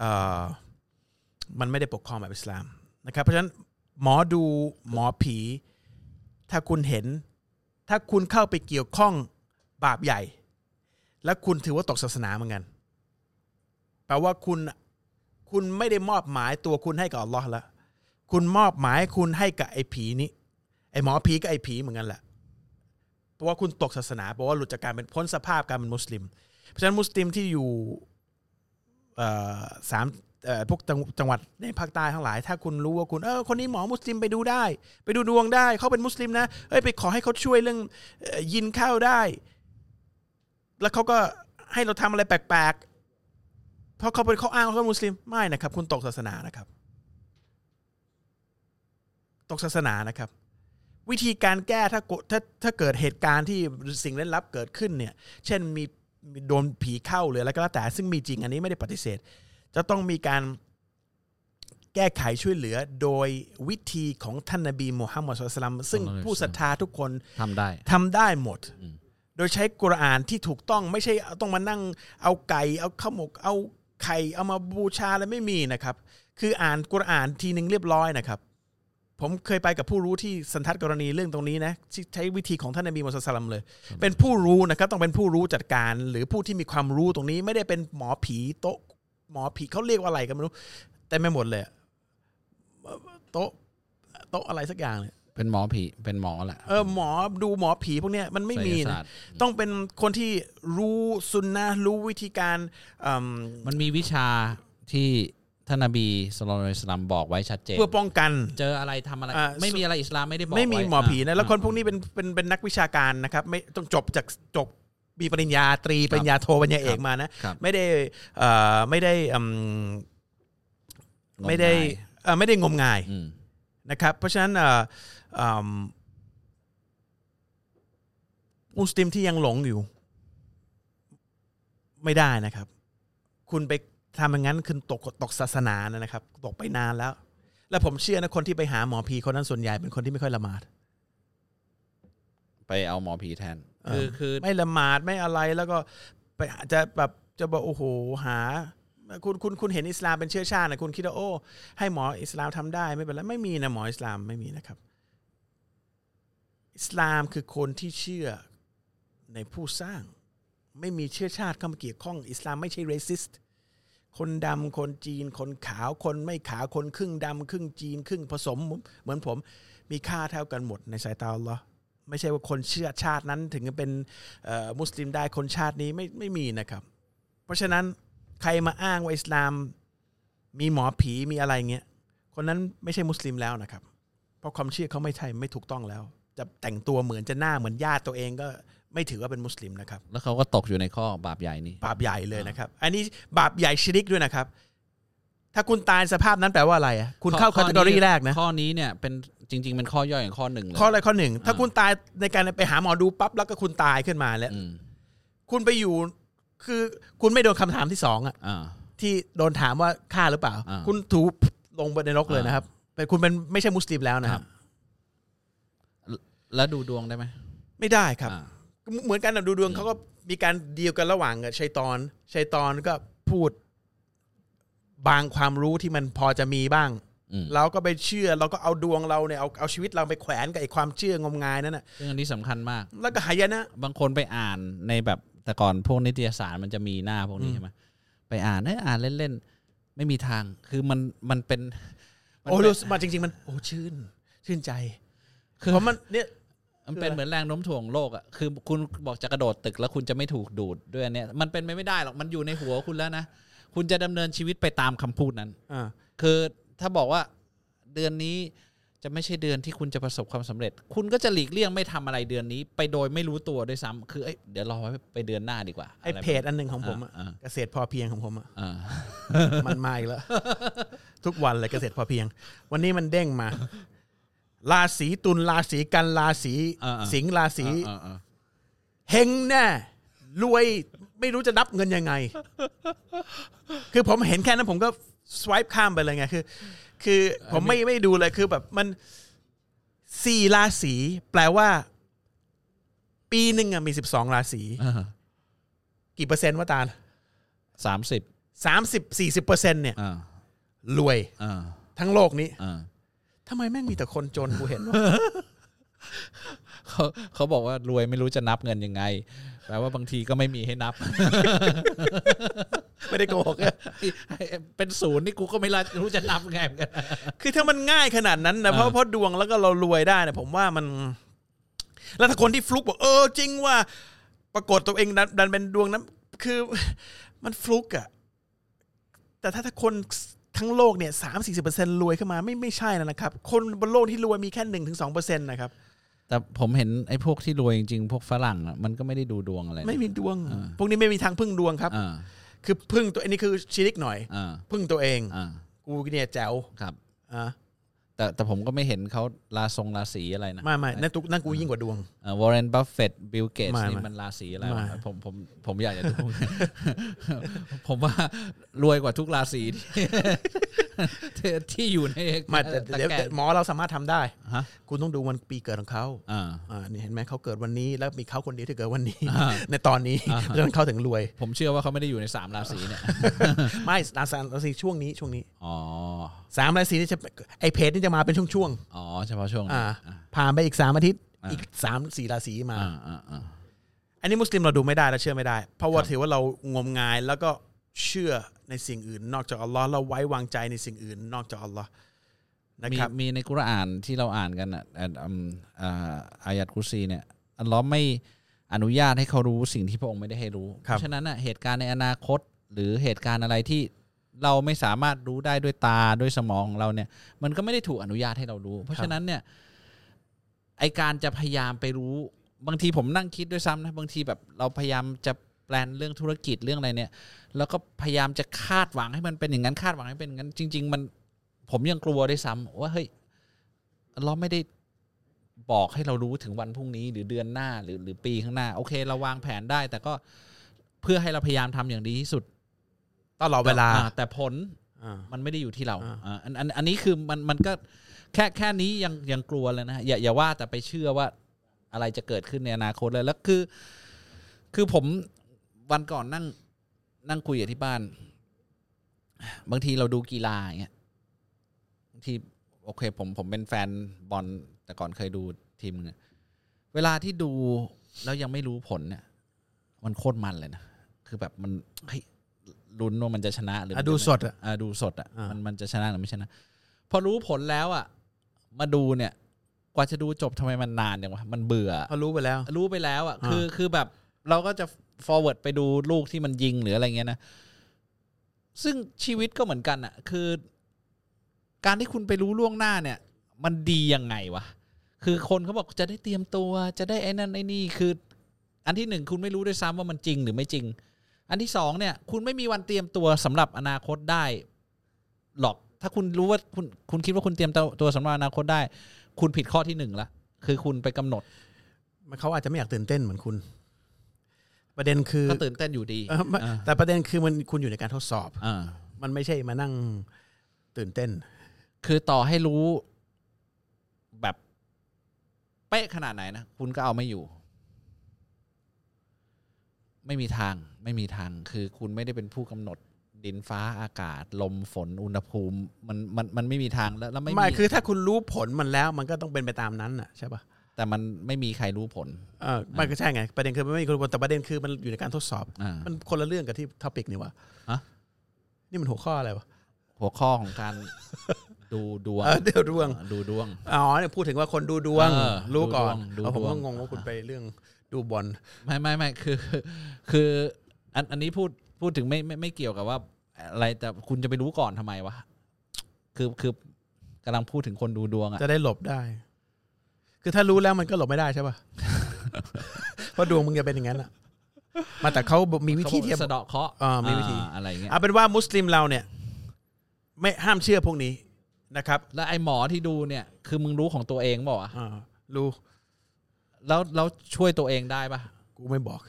B: มันไม่ได้ปกครองแบบอิสลามนะครับเพราะฉะนั้นหมอดูหมอผีถ้าคุณเห็นถ้าคุณเข้าไปเกี่ยวข้องบาปใหญ่และคุณถือว่าตกศาสนาเหมือนกันแปลว่าคุณไม่ได้มอบหมายตัวคุณให้กับอัลลอฮ์แล้วคุณมอบหมายคุณให้กับไอ้ผีนี้ไอ้หมอผีกับไอ้ผีเหมือนกันแหละเพราะว่าคุณตกศาสนาเพราะว่าหลุดจากการเป็นพ้นสภาพการเป็นมุสลิมเพราะฉะนั้นมุสลิมที่อยู่พวกจังหวัดในภาคใต้ทั้งหลายถ้าคุณรู้ว่าคุณคนนี้หมอมุสลิมไปดูได้ไปดูดวงได้เขาเป็นมุสลิมนะไปขอให้เขาช่วยเรื่องยินเข้าได้แล้วเขาก็ให้เราทำอะไรแปลกๆเพราะเขาอ้างว่าเขาเป็นมุสลิมไม่นะครับคุณตกศาสนานะครับตกศาสนานะครับวิธีการแก้ถ้าเกิดเหตุการณ์ที่สิ่งเร้นลับเกิดขึ้นเนี่ยเช่นมีโดนผีเข้าหรืออะไรก็แล้วแต่ซึ่งมีจริงอันนี้ไม่ได้ปฏิเสธจะต้องมีการแก้ไขช่วยเหลือโดยวิธีของท่านนบีมูฮัมมัดศ็อลลัลลอฮุอะลัยฮิวะซัลลัมซึ่งผู้ศรัทธาทุกคนทำได้หมดโดยใช้กุรอานที่ถูกต้องไม่ใช่ต้องมานั่งเอาไก่เอาข้าวหมกเอาไข่เอามาบูชาอะไรไม่มีนะครับคืออ่านกุรอานทีนึงเรียบร้อยนะครับผมเคยไปกับผู้รู้ที่สันทัดกรณีเรื่องตรงนี้นะใช้วิธีของท่านนบีมูฮัมมัดศ็อลลัลลอฮุอะลัยฮิวะซัลลัมเลยเป็นผู้รู้นะครับต้องเป็นผู้รู้จัดการหรือผู้ที่มีความรู้ตรงนี้ไม่ได้เป็นหมอผีโต๊ะหมอผีเขาเรียกว่าอะไรกันไม่รู้แต่ไม่หมดเลยโต๊ะอะไรสักอย่างเลย
C: เป็นหมอผีเป็นหมอแหละ
B: หมอดูหมอผีพวกเนี้ยมันไม่มีนะต้องเป็นคนที่รู้ซุนนะห์รู้วิธีการ
C: มันมีวิชาที่ท่านนบีศ็อลลัลลอฮุอะลัยฮิวะซัลลัมบอกไว้ชัดเจน
B: เพื่อป้องกัน
C: เจออะไรทำอะไรไม่มีอะไรอิสลามไม่ได้บอก
B: ไม่มีหมอผีนะแล้วคนพวกนี้เป็นนักวิชาการนะครับไม่ต้องจบมีปริญญาตรีปริญญาโทปริญญาเอกมานะไม่ได้งมงายนะครับเพราะฉะนั้นมุสลิมที่ยังหลงอยู่ไม่ได้นะครับคุณไปทำอย่างนั้นคุณตกศาสนานะครับตกไปนานแล้วผมเชื่อนะคนที่ไปหาหมอผีคนนั้นส่วนใหญ่เป็นคนที่ไม่ค่อยละหมาด
C: ไปเอาหมอผีแทนคือ
B: ไม่ละหมาดไม่อะไรแล้วก็ไปจะบอกโอ้โหหาคุณเห็นอิสลามเป็นเชื้อชาตินะคุณคิดว่าโอ้ให้หมออิสลามทำได้ไม่เป็นไรไม่มีนะหมออิสลามไม่มีนะครับอิสลามคือคนที่เชื่อในผู้สร้างไม่มีเชื้อชาติเข้ามาเกี่ยวข้องอิสลามไม่ใช่เรซิสต์คนดำคนจีนคนขาวคนไม่ขาวคนครึ่งดำครึ่งจีนครึ่งผสมเหมือนผมมีค่าเท่ากันหมดในสายตาอัลเลาะห์ไม่ใช่ว่าคนเชื่อชาตินั้นถึงจะเป็นมุสลิมได้คนชาตินี้ไม่มีนะครับเพราะฉะนั้นใครมาอ้างว่าอิสลามมีหมอผีมีอะไรเงี้ยคนนั้นไม่ใช่มุสลิมแล้วนะครับเพราะความเชื่อเขาไม่ถูกต้องแล้วจะแต่งตัวเหมือนจะหน้าเหมือนญาติตัวเองก็ไม่ถือว่าเป็นมุสลิมนะครับ
C: แล้วเขาก็ตกอยู่ในข้อบาปใหญ่นี้
B: บาปใหญ่เลยนะครับอันนี้บาปใหญ่ชิริกด้วยนะครับถ้าคุณตายสภาพนั้นแปลว่าอะไรคุณเข้าแคตตากรีแรกนะ
C: ข้อนี้เนี่ยเป็นจริงๆเป็นข้อย่อยอย่างข้อหนึ่งเลย
B: ข้ออะไรข้อหนึ่งถ้าคุณตายในการไปหาหมอดูปั๊บแล้วก็คุณตายขึ้นมาแล้วคุณไปอยู่คือคุณไม่โดนคำถามที่สองที่โดนถามว่าฆ่าหรือเปล่าคุณถูกลงไปในนรกเลยนะครับแต่คุณเป็นไม่ใช่มุสลิมแล้วนะครับ
C: แล้วดูดวงได้ไหม
B: ไม่ได้ครับเหมือนกันนะดูดวงเขาก็มีการดีลกันระหว่างชัยฏอนก็พูดบางความรู้ที่มันพอจะมีบ้างเราก็ไปเชื่อเราก็เอาดวงเราเนี่ยเอาชีวิตเราไปแขวนกับไอ้ความเชื่องมงายนั่นน่ะ
C: เรื่องนี้สำคัญมาก
B: แล้วก็หายนะ
C: บางคนไปอ่านในแบบแต่ก่อนพวกนิตยสารมันจะมีหน้าพวกนี้ใช่ไหมไปอ่านเล่นๆไม่มีทางคือมันเป็น
B: โอ้รู้มาจริงๆมันโอ้ชื่นใจคือเพราะมันเนี่ย
C: มันเป็นเหมือนแรงโน้มถ่วงโลกอ่ะคือคุณบอกจะกระโดดตึกแล้วคุณจะไม่ถูกดูดด้วยเนี่ยมันเป็นไม่ได้หรอกมันอยู่ในหัวคุณแล้วนะคุณจะดำเนินชีวิตไปตามคำพูดนั้นคือถ้าบอกว่าเดือนนี้จะไม่ใช่เดือนที่คุณจะประสบความสำเร็จคุณก็จะหลีกเลี่ยงไม่ทำอะไรเดือนนี้ไปโดยไม่รู้ตัวด้วยซ้ำคือเดี๋ยวรอไปเดือนหน้าดีกว่า
B: ไอ้เพจอันนึงของผมเกษตรพอเพียงของผมมันมาอีกแล้วทุกวันเลยเกษตรพอเพียงวันนี้มันเด้งมาราศีตุลราศีกันราศีสิงห์ราศีเฮงแน่รวยไม่รู้จะนับเงินยังไงคือผมเห็นแค่นั้นผมก็สวายข้ามไปเลยไงคือผมไม่ดูเลยคือแบบมัน4ราศีแปลว่าปีนึงมี12ราศีกี่เปอร์เซ็นต์วะตาล30-40%เนี่ยรวยทั้งโลกนี้ทำไมแม่งมีแต่คนจนกูเห็นว่า
C: เขาบอกว่ารวยไม่รู้จะนับเงินยังไงแปลว่าบางทีก็ไม่มีให้นับ
B: ไม่ได้โกหก
C: เป็นศูนย์นี่กูก็ไม่รู้จะนับไงเหมือนกัน
B: คือถ้ามันง่ายขนาดนั้นนะเพราะดวงแล้วก็เรารวยได้นะผมว่ามันแล้วถ้าคนที่ฟลุกบอกจริงว่าปรากฏตัวเองดันเป็นดวงนั้นคือมันฟลุกอะแต่ถ้าคนทั้งโลกเนี่ย 30-40% รวยขึ้นมาไม่ใช่นะครับคนบนโลกที่รวยมีแค่ 1-2% นะครับ
C: แต่ผมเห็นไอ้พวกที่รวยจริงๆพวกฝรั่งมันก็ไม่ได้ดูดวงอะไร
B: ไม่มีดวงพวกนี้ไม่มีทางพึ่งดวงครับคือพึ่งตัวอันนี้คือชิริกหน่อยพึ่งตัวเองกูเนี่ยแจ๋ว
C: ครับแต่ผมก็ไม่เห็นเขาราศีอะไรนะ
B: ไม่นั่นกูยิ่งกว่าดวง
C: วอร์เรนบัฟเฟตต์บิลเกตส์นี่มันราศีอะไรผมอยากจะดูผมว่ารวยกว่าทุกราศีที่อยู่ใน
B: เดี๋ยวหมอเราสามารถทำได้คุณต้องดูวันปีเกิดของเขานี่เห็นไหมเขาเกิดวันนี้แล้วมีเขาคนเดียวที่เกิดวันนี้ในตอนนี้แล้วเขาถึงรวย
C: ผมเชื่อว่าเขาไม่ได้อยู่ใน3ราศีเนี่ย
B: ไม่ราศีช่วงนี้อ๋อ3ราศีนี่จะไอเพจนี่จะมาเป็นช่วง
C: อ๋อเฉพาะช่วง
B: ผ่านไปอีก3อาทิตย์อีก3-4ราศีมาอันนี้มุสลิมเราดูไม่ได้และเชื่อไม่ได้เพราะว่าถือว่าเรางมงายแล้วก็เชื่อในสิ่งอื่นนอกจากอัลลอฮ์เราไว้วางใจในสิ่งอื่นนอกจากอัลลอฮ์
C: นะครับมีในกุรอานที่เราอ่านกันอายะห์กุรซีเนี่ยอัลลอฮ์ไม่อนุญาตให้เขารู้สิ่งที่พระองค์ไม่ได้ให้รู้เพราะฉะนั้นเหตุการณ์ในอนาคตหรือเหตุการณ์อะไรที่เราไม่สามารถรู้ได้ด้วยตาด้วยสมองของเราเนี่ยมันก็ไม่ได้ถูกอนุญาตให้เรารู้เพราะฉะนั้นเนี่ยไอการจะพยายามไปรู้บางทีผมนั่งคิดด้วยซ้ำนะบางทีแบบเราพยายามจะแปลนเรื่องธุรกิจเรื่องอะไรเนี่ยแล้วก็พยายามจะคาดหวังให้มันเป็นอย่างนั้นคาดหวังให้เป็นอย่างนั้นจริงๆมันผมยังกลัวด้วยซ้ำว่าเฮ้ยเราไม่ได้บอกให้เรารู้ถึงวันพรุ่งนี้หรือเดือนหน้าหรือปีข้างหน้าโอเคเราวางแผนได้แต่ก็เพื่อให้เราพยายามทำอย่างดีที่สุด
B: ตลอดเวลา
C: แต่ผลมันไม่ได้อยู่ที่เราอันนี้คือมันก็แค่นี้ยังกลัวเลยนะอย่าว่าแต่ไปเชื่อว่าอะไรจะเกิดขึ้นในอนาคตเลยแล้วคือผมวันก่อนนั่งคุยกับที่บ้านบางทีเราดูกีฬาอย่างเงี้ยบางทีโอเคผมเป็นแฟนบอลแต่ก่อนเคยดูทีมนึงเวลาที่ดูแล้วยังไม่รู้ผลเนี่ยมันโคตรมันเลยนะคือแบบมันลุ้นว่ามันจะชนะหรือ
B: ดูสด
C: ดูสดมันจะชนะหรือไม่ชนะพอรู้ผลแล้วมาดูเนี่ยกว่าจะดูจบทำไมมันนานอย่างวะมันเบื่อ
B: พอรู้ไปแล้ว
C: คือแบบเราก็จะ forward ไปดูลูกที่มันยิงหรืออะไรเงี้ยนะซึ่งชีวิตก็เหมือนกันคือการที่คุณไปรู้ล่วงหน้าเนี่ยมันดียังไงวะคือคนเขาบอกจะได้เตรียมตัวจะได้ไอ้นั่นไอ้นี่คืออันที่1คุณไม่รู้ด้วยซ้ำว่ามันจริงหรือไม่จริงอันที่2เนี่ยคุณไม่มีวันเตรียมตัวสำหรับอนาคตได้หรอกถ้าคุณรู้ว่าคุณคิดว่าคุณเตรียมตัวสำหรับอนาคตได้คุณผิดข้อที่1ละคือคุณไปกำหนด
B: เขาอาจจะไม่อยากตื่นเต้นเหมือนคุณประเด็นคือ
C: ก็ตื่นเต้นอยู่ดี
B: แต่ประเด็นคือคุณอยู่ในการทดสอบมันไม่ใช่มานั่งตื่นเต้น
C: คือต่อให้รู้แบบเป๊ะขนาดไหนนะคุณก็เอาไม่อยู่ไม่มีทางคือคุณไม่ได้เป็นผู้กำหนดดินฟ้าอากาศลมฝนอุณหภูมิมันไม่มีทางแล้ว
B: ไม่คือถ้าคุณรู้ผลมันแล้วมันก็ต้องเป็นไปตามนั้นน่ะใช่ป่ะ
C: แต่มันไม่มีใครรู้ผล
B: มันก็ใช่ไงประเด็นคือมันไม่มีคนรู้ผลแต่ประเด็นคือมันอยู่ในการทดสอบมันคนละเรื่องกับที่ท็อปิกนี่วะนี่มันหัวข้ออะไรวะ
C: หัวข้อของการดูดวงดูดวง
B: อ๋อเนี่ยพูดถึงว่าคนดูดวงรู้ก่อนผมก็งงว่าคุณไปเรื่องดูบอล
C: ไม่คืออันนี้พูดถึงไม่เกี่ยวกับว่าอะไรแต่คุณจะไปรู้ก่อนทำไมวะคือกำลังพูดถึงคนดูดวงอ่ะ
B: จะได้หลบได้คือถ้ารู้แล้วมันก็หลบไม่ได้ใช่ป่ะ เพราะดวงมึงจะเป็นอย่างนั้นอ่ะมาแต่เขามีวิธีที่
C: สะเดาะเคราะห์
B: มีวิธี
C: อะไรเงี้ย
B: เอาเป็นว่ามุสลิมเราเนี่ยไม่ห้ามเชื่อพวกนี้นะครับ
C: แล้วไอ้หมอที่ดูเนี่ยคือมึงรู้ของตัวเองเปล่าอ่ะ
B: รู้
C: แล้วช่วยตัวเองได้ป่ะ
B: กูไม่บอก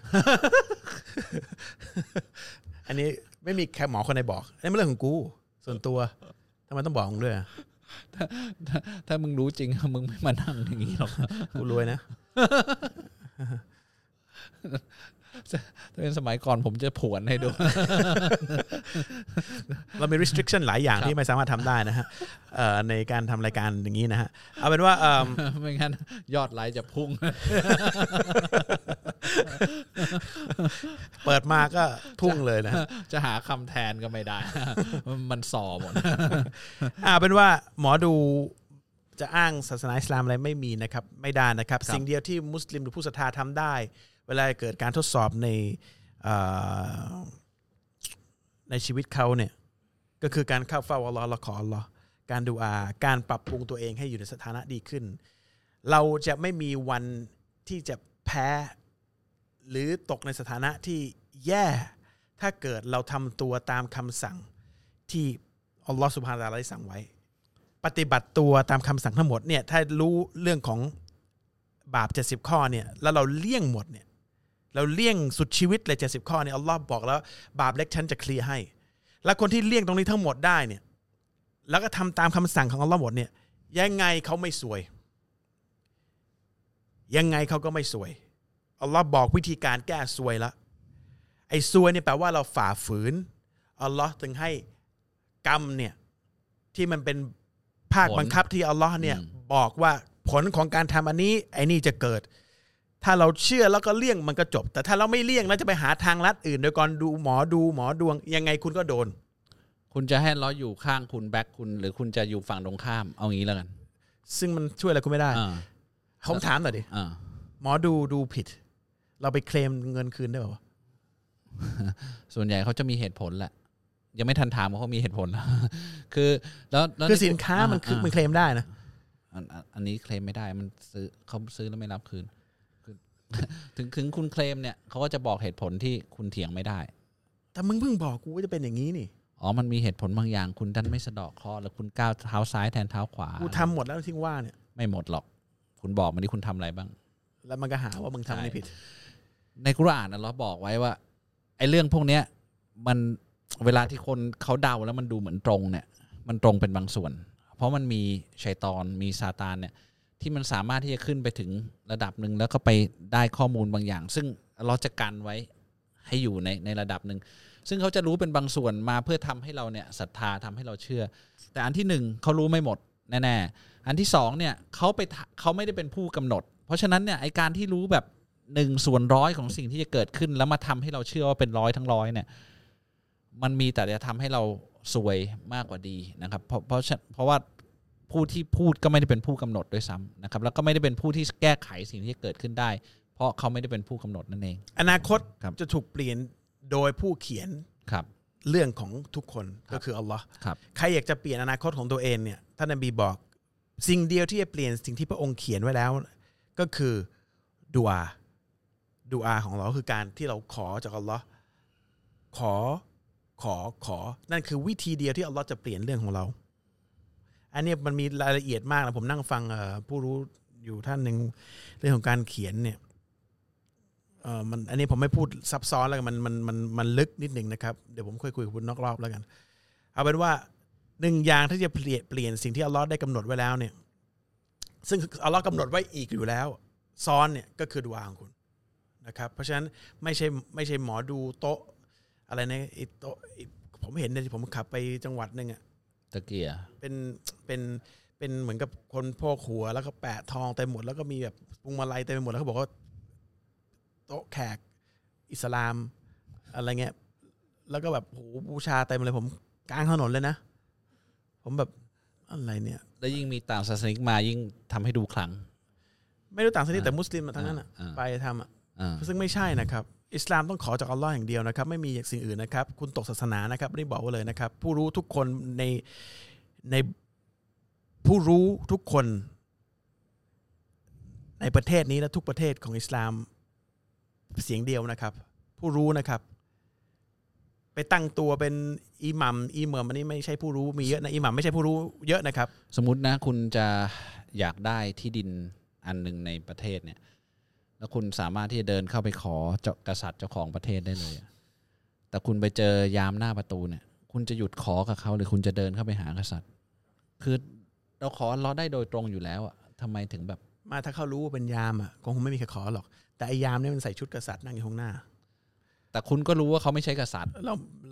B: อันนี้ไม่มีแค่หมอคนไหนบอกอันนี้เป็นเรื่องของกูส่วนตัวทำไมต้องบอกมึงด้วย
C: ถ้ามึงรู้จริงมึงไม่มานั่งอย่างนี้หรอก
B: กูรวยนะ
C: ถ้าเป็นสมัยก่อนผมจะผวนให้ดู
B: เรามี restriction หลายอย่างที่ไม่สามารถทำได้นะฮะในการทำรายการอย่างนี้นะฮะเอาเป็นว่า
C: ไม่งั้นยอดไลค์จะพุ่ง
B: เปิดมาก็พุ่งเลยนะ
C: จะหาคำแทนก็ไม่ได้ มันส่อหมด
B: เป็นว่าหมอดูจะอ้างศาสนาอิสลามอะไรไม่มีนะครับไม่ได้นะครับสิ่งเดียวที่มุสลิมหรือผู้ศรัทธาทำได้เวลาเกิดการทดสอบในชีวิตเขาเนี่ยก็คือการเข้าเฝ้าอัลลอฮ์และขออัลลอฮ์การดุอาการปรับปรุงตัวเองให้อยู่ในสถานะดีขึ้นเราจะไม่มีวันที่จะแพ้หรือตกในสถานะที่แย่ถ้าเกิดเราทำตัวตามคำสั่งที่อัลลอฮ์ซุบฮานะฮูวะตะอาลาได้สั่งไว้ปฏิบัติตัวตามคำสั่งทั้งหมดเนี่ยถ้ารู้เรื่องของบาป70ข้อเนี่ยแล้วเราเลี่ยงหมดเนี่ยเราเลี่ยงสุดชีวิตเลย70ข้อเนี่ยอัลลอฮ์บอกแล้วบาปเล็กฉันจะเคลียร์ให้แล้วคนที่เลี่ยงตรงนี้ทั้งหมดได้เนี่ยแล้วก็ทำตามคำสั่งของอัลลอฮ์หมดเนี่ยยังไงเขาไม่ซวยยังไงเขาก็ไม่ซวยอัลลอฮ์บอกวิธีการแก้ซวยแล้วไอ้ซวยเนี่ยแปลว่าเราฝ่าฝืนอัลลอฮ์ถึงให้กรรมเนี่ยที่มันเป็นภาคบังคับที่อัลลอฮ์เนี่ยบอกว่าผลของการทำอันนี้ไอ้นี่จะเกิดถ้าเราเชื่อแล้วก็เลี่ยงมันก็จบแต่ถ้าเราไม่เลี่ยงแล้วจะไปหาทางลัดอื่นโดยการดูหมอดวงยังไงคุณก็โดน
C: คุณจะให้เราอยู่ข้างคุณแบ็คคุณหรือคุณจะอยู่ฝั่งตรงข้ามเอางี้แล้วกัน
B: ซึ่งมันช่วยอะไรคุณไม่ได้ผมถามหน่อยดิหมอดูผิดเราไปเคลมเงินคืนได้ป่าว
C: ส่วนใหญ่เขาจะมีเหตุผลแหละยังไม่ทันถามว่าเขามีเหตุผลคือแล้ว
B: คือสินค้ามันเคลมได้นะ
C: อันนี้เคลมไม่ได้มันเขาซื้อแล้วไม่รับคืนถึงคุณเคลมเนี่ยเขาก็จะบอกเหตุผลที่คุณเถียงไม่ได้
B: แต่มึงเพิ่งบอกกูว่าจะเป็นอย่างนี้นี่
C: มันมีเหตุผลบางอย่างคุณดันไม่สะเดาะเคราะห์แล้วคุณก้าวเท้าซ้ายแทนเท้าขวา
B: กูทำหมดแล้วที่ว่าเนี่ย
C: ไม่หมดหรอกคุณบอกมาดิคุณทำอะไรบ้าง
B: แล้วมันก็หาว่ามึงทำไม่ผิด
C: ในกุรอานนะเราบอกไว้ว่าไอ้เรื่องพวกเนี้ยมันเวลาที่คนเขาเดาแล้วมันดูเหมือนตรงเนี่ยมันตรงเป็นบางส่วนเพราะมันมีชัยฏอนมีซาตานเนี่ยที่มันสามารถที่จะขึ้นไปถึงระดับหนึ่งแล้วก็ไปได้ข้อมูลบางอย่างซึ่งเราจะกันไว้ให้อยู่ในระดับหนึ่งซึ่งเขาจะรู้เป็นบางส่วนมาเพื่อทำให้เราเนี่ยศรัทธาทำให้เราเชื่อแต่อันที่หนึ่งเขารู้ไม่หมดแน่ๆอันที่สองเนี่ยเขาไม่ได้เป็นผู้กำหนดเพราะฉะนั้นเนี่ยไอการที่รู้แบบ1/100ของสิ่งที่จะเกิดขึ้นแล้วมาทำให้เราเชื่อว่าเป็น100ทั้ง100เนี่ยมันมีแต่จะทำให้เราซวยมากกว่าดีนะครับเพราะว่าผู้ที่พูดก็ไม่ได้เป็นผู้กำหนดด้วยซ้ำนะครับแล้วก็ไม่ได้เป็นผู้ที่แก้ไขสิ่งที่จะเกิดขึ้นได้เพราะเขาไม่ได้เป็นผู้กำหนดนั่นเอง
B: อนาคตจะถูกเปลี่ยนโดยผู้เขียนเรื่องของทุกคนก็คืออัลลอฮ์ใครอยากจะเปลี่ยนอนาคตของตัวเองเนี่ยท่านนบีบอกสิ่งเดียวที่จะเปลี่ยนสิ่งที่พระองค์เขียนไว้แล้วก็คือดุอาของเราคือการที่เราขอจากอัลลอฮ์ขอนั่นคือวิธีเดียวที่อัลลอฮ์จะเปลี่ยนเรื่องของเราอันนี้มันมีรายละเอียดมากนะผมนั่งฟังผู้รู้อยู่ท่านหนึ่งเรื่องของการเขียนเนี่ยมันอันนี้ผมไม่พูดซับซ้อนแล้วมันลึกนิดหนึ่งนะครับเดี๋ยวผมค่อยคุยกับคุณนอกรอบแล้วกันเอาเป็นว่าหนึ่งอย่างที่จะเปลี่ยนสิ่งที่อัลลอฮ์ได้กำหนดไว้แล้วเนี่ยซึ่งอัลลอฮ์กำหนดไว้อีกอยู่แล้วซ้อนเนี่ยก็คือดุอาของคุณนะครับเพราะฉะนั้นไม่ใช่หมอดูโต๊ะอะไรนะโต๊ะผมเห็นเนี่ยผมขับไปจังหวัดนึงอะ
C: ตะเกีย
B: เป็นเหมือนกับคนโพกหัวแล้วก็แปะทองเต็มหมดแล้วก็มีแบบพวงมาลัยเต็มไปหมดแล้วเขาบอกว่าโต๊ะแขกอิสลามอะไรเงี้ยแล้วก็แบบโหบูชาเต็มเลยผมกลางถนนเลยนะผมแบบอะไรเนี่ย
C: แล้วยิ่งมีต่างศาสนามายิ่งทำให้ดูขลัง
B: ไม่รู้ต่างศาสนาแต่มุสลิมทั้งนั้นไปทำซึ่งไม่ใช่นะครับอิสลามต้องขอจากอัลลอฮ์อย่างเดียวนะครับไม่มีสิ่งอื่นนะครับคุณตกศาสนานะครับนี่บอกไว้เลยนะครับผู้รู้ทุกคนในผู้รู้ทุกคนในประเทศนี้และทุกประเทศของอิสลามเสียงเดียวนะครับผู้รู้นะครับไปตั้งตัวเป็นอิหมัมอันนี้ไม่ใช่ผู้รู้มีเยอะนะอิหมัมไม่ใช่ผู้รู้เยอะนะครับ
C: สมมุตินะคุณจะอยากได้ที่ดินอันนึงในประเทศเนี่ยแล้วคุณสามารถที่จะเดินเข้าไปขอกษัตริย์เจ้าของประเทศได้เลยแต่คุณไปเจอยามหน้าประตูเนี่ยคุณจะหยุดขอกับเขาหรือคุณจะเดินเข้าไปหากษัตริย์คือเราขอเราได้โดยตรงอยู่แล้วทำไมถึงแบบ
B: มาถ้าเขารู้ว่าเป็นยามคงไม่มีใครขอหรอกแต่ไอ้ยามเนี่ยมันใส่ชุดกษัตริย์นั่งอยู่ข้างหน้า
C: แต่คุณก็รู้ว่าเขาไม่ใช่กษัตริย์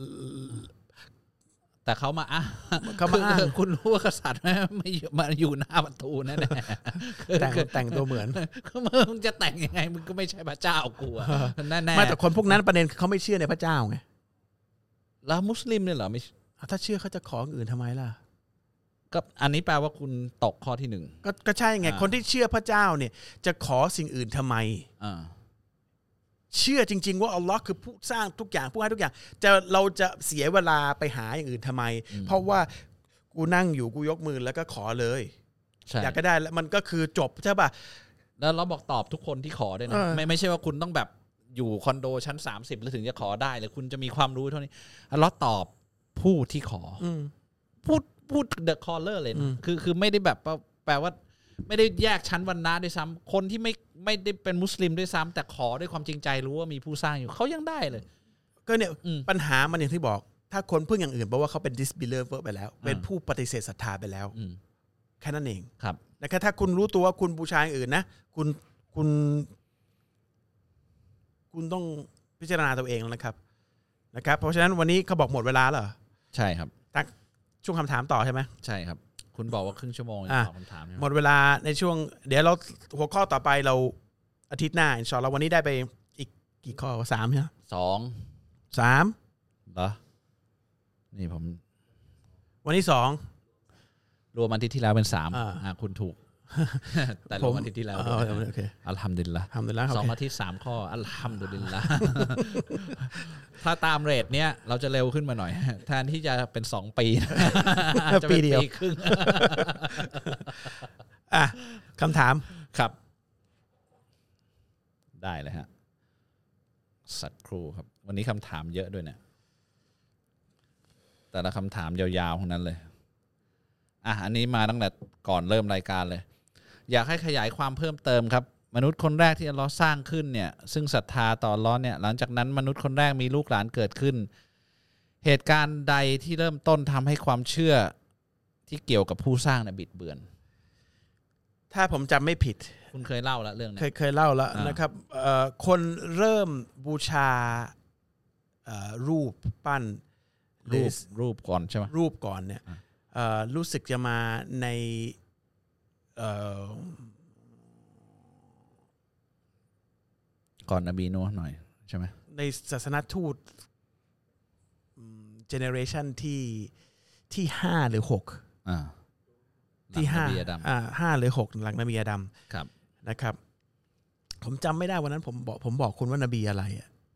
C: แต่เขามาคุณรู้ว่ากษัตริย์ไม่มาอยู่หน้าประตูแน่
B: แต่งตัวเหมือน
C: มึงจะแต่งยังไงมึงก็ไม่ใช่พระเจ้ากูแน่
B: ไม่แต่คนพวกนั้นประเด็นเขาไม่เชื่อในพระเจ้าไง
C: แล้วมุสลิมเนี่ยเหรอไม่
B: ถ้าเชื่อเขาจะขออื่นทำไมล่ะ
C: ก็อันนี้แปลว่าคุณตกข้อที่1
B: ก็ใช่ไงคนที่เชื่อพระเจ้าเนี่ยจะขอสิ่งอื่นทำไมเชื่อจริงๆว่าอัลลอฮ์คือผู้สร้างทุกอย่างผู้ให้ทุกอย่างเราจะเสียเวลาไปหาอย่างอื่นทำไมเพราะว่ากูนั่งอยู่กูยกมือแล้วก็ขอเลยอยากก็ได้แล้วมันก็คือจบใช่ป่ะ
C: แล้วเราบอกตอบทุกคนที่ขอด้วยนะไม่ใช่ว่าคุณต้องแบบอยู่คอนโดชั้น30แล้วถึงจะขอได้หรือคุณจะมีความรู้เท่านี้อัลลอฮ์ตอบผู้ที่ขอพูด the caller เลยนะคือไม่ได้แบบแปลว่าไม่ได้แยกชั้นวรรณะด้วยซ้ำคนที่ไม่ได้เป็นมุสลิมด้วยซ้ำแต่ขอด้วยความจริงใจรู้ว่ามีผู้สร้างอยู่เขายังได้เลย
B: ก็เนี่ยปัญหามันอย่างที่บอกถ้าคนพึ่งอย่างอื่นแปลว่าเขาเป็น disbeliever ไปแล้วเป็นผู้ปฏิเสธศรัทธาไปแล้วแค่นั้นเอง
C: ครับ
B: นะครับถ้าคุณรู้ตัวว่าคุณบูชาอย่างอื่นนะคุณต้องพิจารณาตัวเองนะครับเพราะฉะนั้นวันนี้เขาบอกหมดเวลาแล้ว
C: ใช่ครับ
B: ช่วงคำถามต่อใช่ไหม
C: ใช่ครับคุณบอกว่าครึ่งชั่วโมงตอบคำถาม
B: หมดเวลาในช่วงเดี๋ยวเราหัวข้อต่อไปเราอาทิตย์หน้าอินชาอัลลอฮ์วันนี้ได้ไปอีกกี่ข้อ3ใช่ไหม3
C: เหรอนี่ผม
B: วันนี้2
C: รวมอาทิตย์ที่แล้วเป็น3คุณถูกแต่รวมอาทิตย์ที่แล้วอัลฮัมดุลิลละห์2อาทิตย์3ข้ออัลฮัมดุลิลละห์ถ้าตามเรทเนี้ยเราจะเร็วขึ้นมาหน่อยแทนที่จะเป็น2 ปีจะเป็นปีครึ่ง
B: คำถาม
C: ครับได้เลยฮะสักครู่ครับวันนี้คำถามเยอะด้วยเนี่ยแต่ละคำถามยาวๆทั้งนั้นเลยอันนี้มาตั้งแต่ก่อนเริ่มรายการเลยอยากให้ขยายความเพิ่มเติมครับมนุษย์คนแรกที่อัลเลาะห์สร้างขึ้นเนี่ยซึ่งศรัทธาต่ออัลเลาะห์เนี่ยหลังจากนั้นมนุษย์คนแรกมีลูกหลานเกิดขึ้นเหตุการณ์ใดที่เริ่มต้นทำให้ความเชื่อที่เกี่ยวกับผู้สร้างเนี่ยบิดเบือน
B: ถ้าผมจำไม่ผิด
C: คุณเคยเล่าแล้วเรื่องนี้
B: เคยเล่าแล้วนะครับคนเริ่มบูชารูปปั้น
C: รูปก่อนใช่ไหม
B: รูปก่อนเนี่ยรู้สึกจะมาใน
C: ก่อนนบีนูห์หน่อยใช่ไหม
B: ในศาสนทูตเจเนอเรชันที่5หรือ6ที่5หรือ6หลังนบีอาดัมนะครับผมจำไม่ได้วันนั้นผมบอกคุณว่านบีอะไร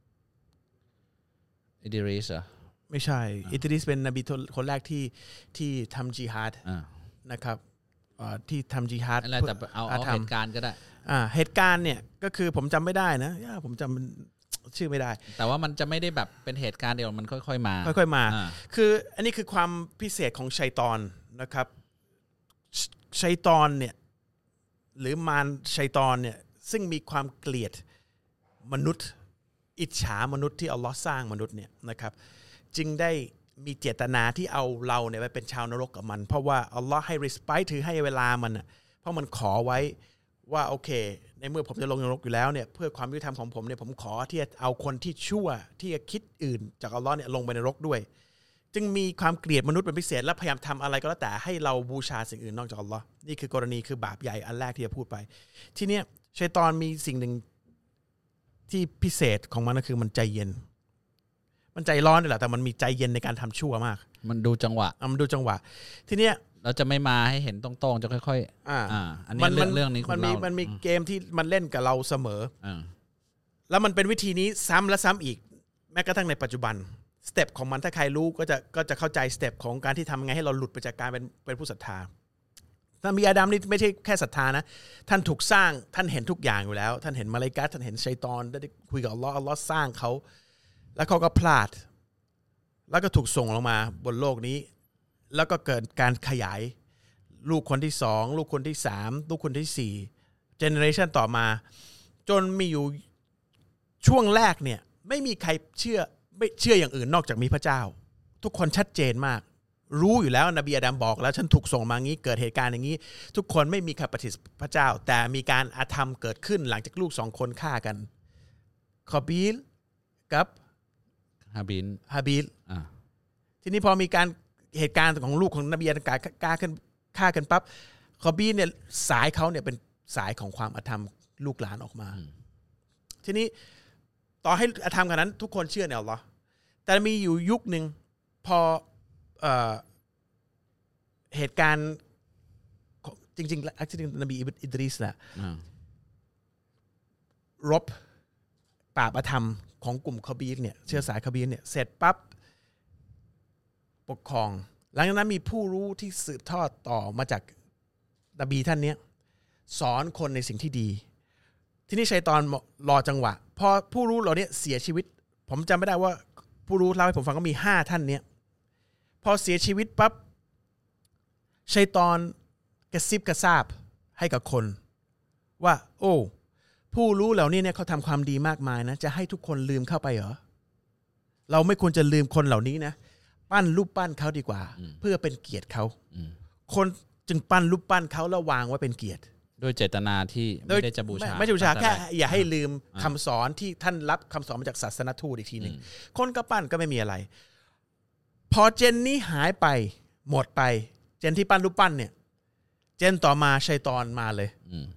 C: อิดริส
B: ไม่ใช่อิดริสเป็นนบีคนแรกที่ทำจิฮาดนะครับที่ทำจิฮาด
C: แต่เอาเหตุการณ์ก็ได้
B: เหตุการณ์เนี่ยก็คือผมจำไม่ได้นะผมจำชื่อไม่ได้
C: แต่ว่ามันจะไม่ได้แบบเป็นเหตุการณ์เดียวมันค่อยๆมา
B: คืออันนี้คือความพิเศษของชัยฏอนนะครับชัยฏอนเนี่ยหรือมารชัยฏอนเนี่ยซึ่งมีความเกลียดมนุษย์อิจฉามนุษย์ที่อัลเลาะห์สร้างมนุษย์เนี่ยนะครับจึงได้มีเจตนาที่เอาเราเนี่ยไปเป็นชาวนรกกับมันเพราะว่าอัลเลาะห์ให้ respite ถือให้เวลามันเพราะมันขอไว้ว่าโอเคในเมื่อผมจะลงนรกอยู่แล้วเนี่ยเพื่อความยุติธรรมของผมเนี่ยผมขอที่จะเอาคนที่ชั่วที่จะคิดอื่นจากอัลเลาะห์เนี่ยลงไปในนรกด้วยจึงมีความเกลียดมนุษย์เป็นพิเศษและพยายามทำอะไรก็แล้วแต่ให้เราบูชาสิ่งอื่นนอกจากอัลเลาะห์นี่คือกรณีคือบาปใหญ่อันแรกที่จะพูดไปทีเนี้ยชัยฏอนมีสิ่งหนึ่งที่พิเศษของมันก็คือมันใจเย็นมันใจร้อนนี่แหละแต่มันมีใจเย็นในการทำชั่วมาก
C: มันดูจังหวะ
B: ทีเนี้ย
C: เราจะไม่มาให้เห็นตรงๆจะค่อยๆอันนี้เรื่องนี้
B: มันมีเกมที่มันเล่นกับเราเสมอแล้วมันเป็นวิธีนี้ซ้ำและซ้ำอีกแม้กระทั่งในปัจจุบันสเต็ปของมันถ้าใครรู้ก็จะเข้าใจสเต็ปของการที่ทำไงให้เราหลุดไปจากการเป็นผู้ศรัทธานบีอาดัมนี่ไม่ใช่แค่ศรัทธานะท่านถูกสร้างท่านเห็นทุกอย่างอยู่แล้วท่านเห็นมาลาอิกะฮ์ท่านเห็นชัยฏอนได้คุยกับอัลลอฮ์อัลลอฮ์สร้างเขาแล้วเขาก็พลาดแล้วก็ถูกส่งลงมาบนโลกนี้แล้วก็เกิดการขยายลูกคนที่2ลูกคนที่3ลูกคนที่4เจเนอเรชันต่อมาจนมีอยู่ช่วงแรกเนี่ยไม่มีใครเชื่ออย่างอื่นนอกจากมีพระเจ้าทุกคนชัดเจนมากรู้อยู่แล้วนบีอาดัมบอกแล้วฉันถูกส่งมางี้เกิดเหตุการณ์อย่างนี้ทุกคนไม่มีใครปฏิเสธพระเจ้าแต่มีการอาธรรมเกิดขึ้นหลังจากลูก2คนฆ่ากันคอบีลกับ
C: ฮาบิล
B: ทีนี้พอมีการเหตุการณ์ของลูกของนบีอาดัมฆ่ากันปั๊บคอบีลเนี่ยสายเขาเนี่ยเป็นสายของความอาธรรมลูกหลานออกมาทีนี้ต่อให้อาธรรมกันนั้นทุกคนเชื่อในอัลเลาะห์แต่มีอยู่ยุคนึงพอเหตุการณ์จริงๆนบีอิดริสน่ะรบปราบอาธรรมของกลุ่มคอบีรเนี่ยเชื้อสายคอบีรเนี่ยเสร็จปั๊บปกครองหลังจากนั้นมีผู้รู้ที่สืบทอดต่อมาจากนบีท่านนี้สอนคนในสิ่งที่ดีที่นี่ชัยฏอนรอจังหวะพอผู้รู้เหล่านี้เสียชีวิตผมจำไม่ได้ว่าผู้รู้เล่าให้ผมฟังก็มี5ท่านเนี้ยพอเสียชีวิตปั๊บชัยฏอนกระซิบกระซาบให้กับคนว่าโอ้ผู้รู้เหล่านี้เนี่ยเขาทำความดีมากมายนะจะให้ทุกคนลืมเข้าไปเหรอเราไม่ควรจะลืมคนเหล่านี้นะปั้นรูปปั้นเขาดีกว่าเพื่อเป็นเกียรติเขาคนจึงปั้นรูปปั้นเขาแล้ววางไว้เป็นเกียรติ
C: ด้วยเจตนาที่ไม่ได้จะบูชา
B: ไม่บูชาแค่อย่าให้ลืมคำสอนที่ท่านรับคำสอนมาจากศาสนทูตอีกทีหนึ่งคนก็ปั้นก็ไม่มีอะไรพอเจนนี้หายไปหมดไปเจนที่ปั้นรูปปั้นเนี่ยเจนต่อมาชัยฏอนมาเลย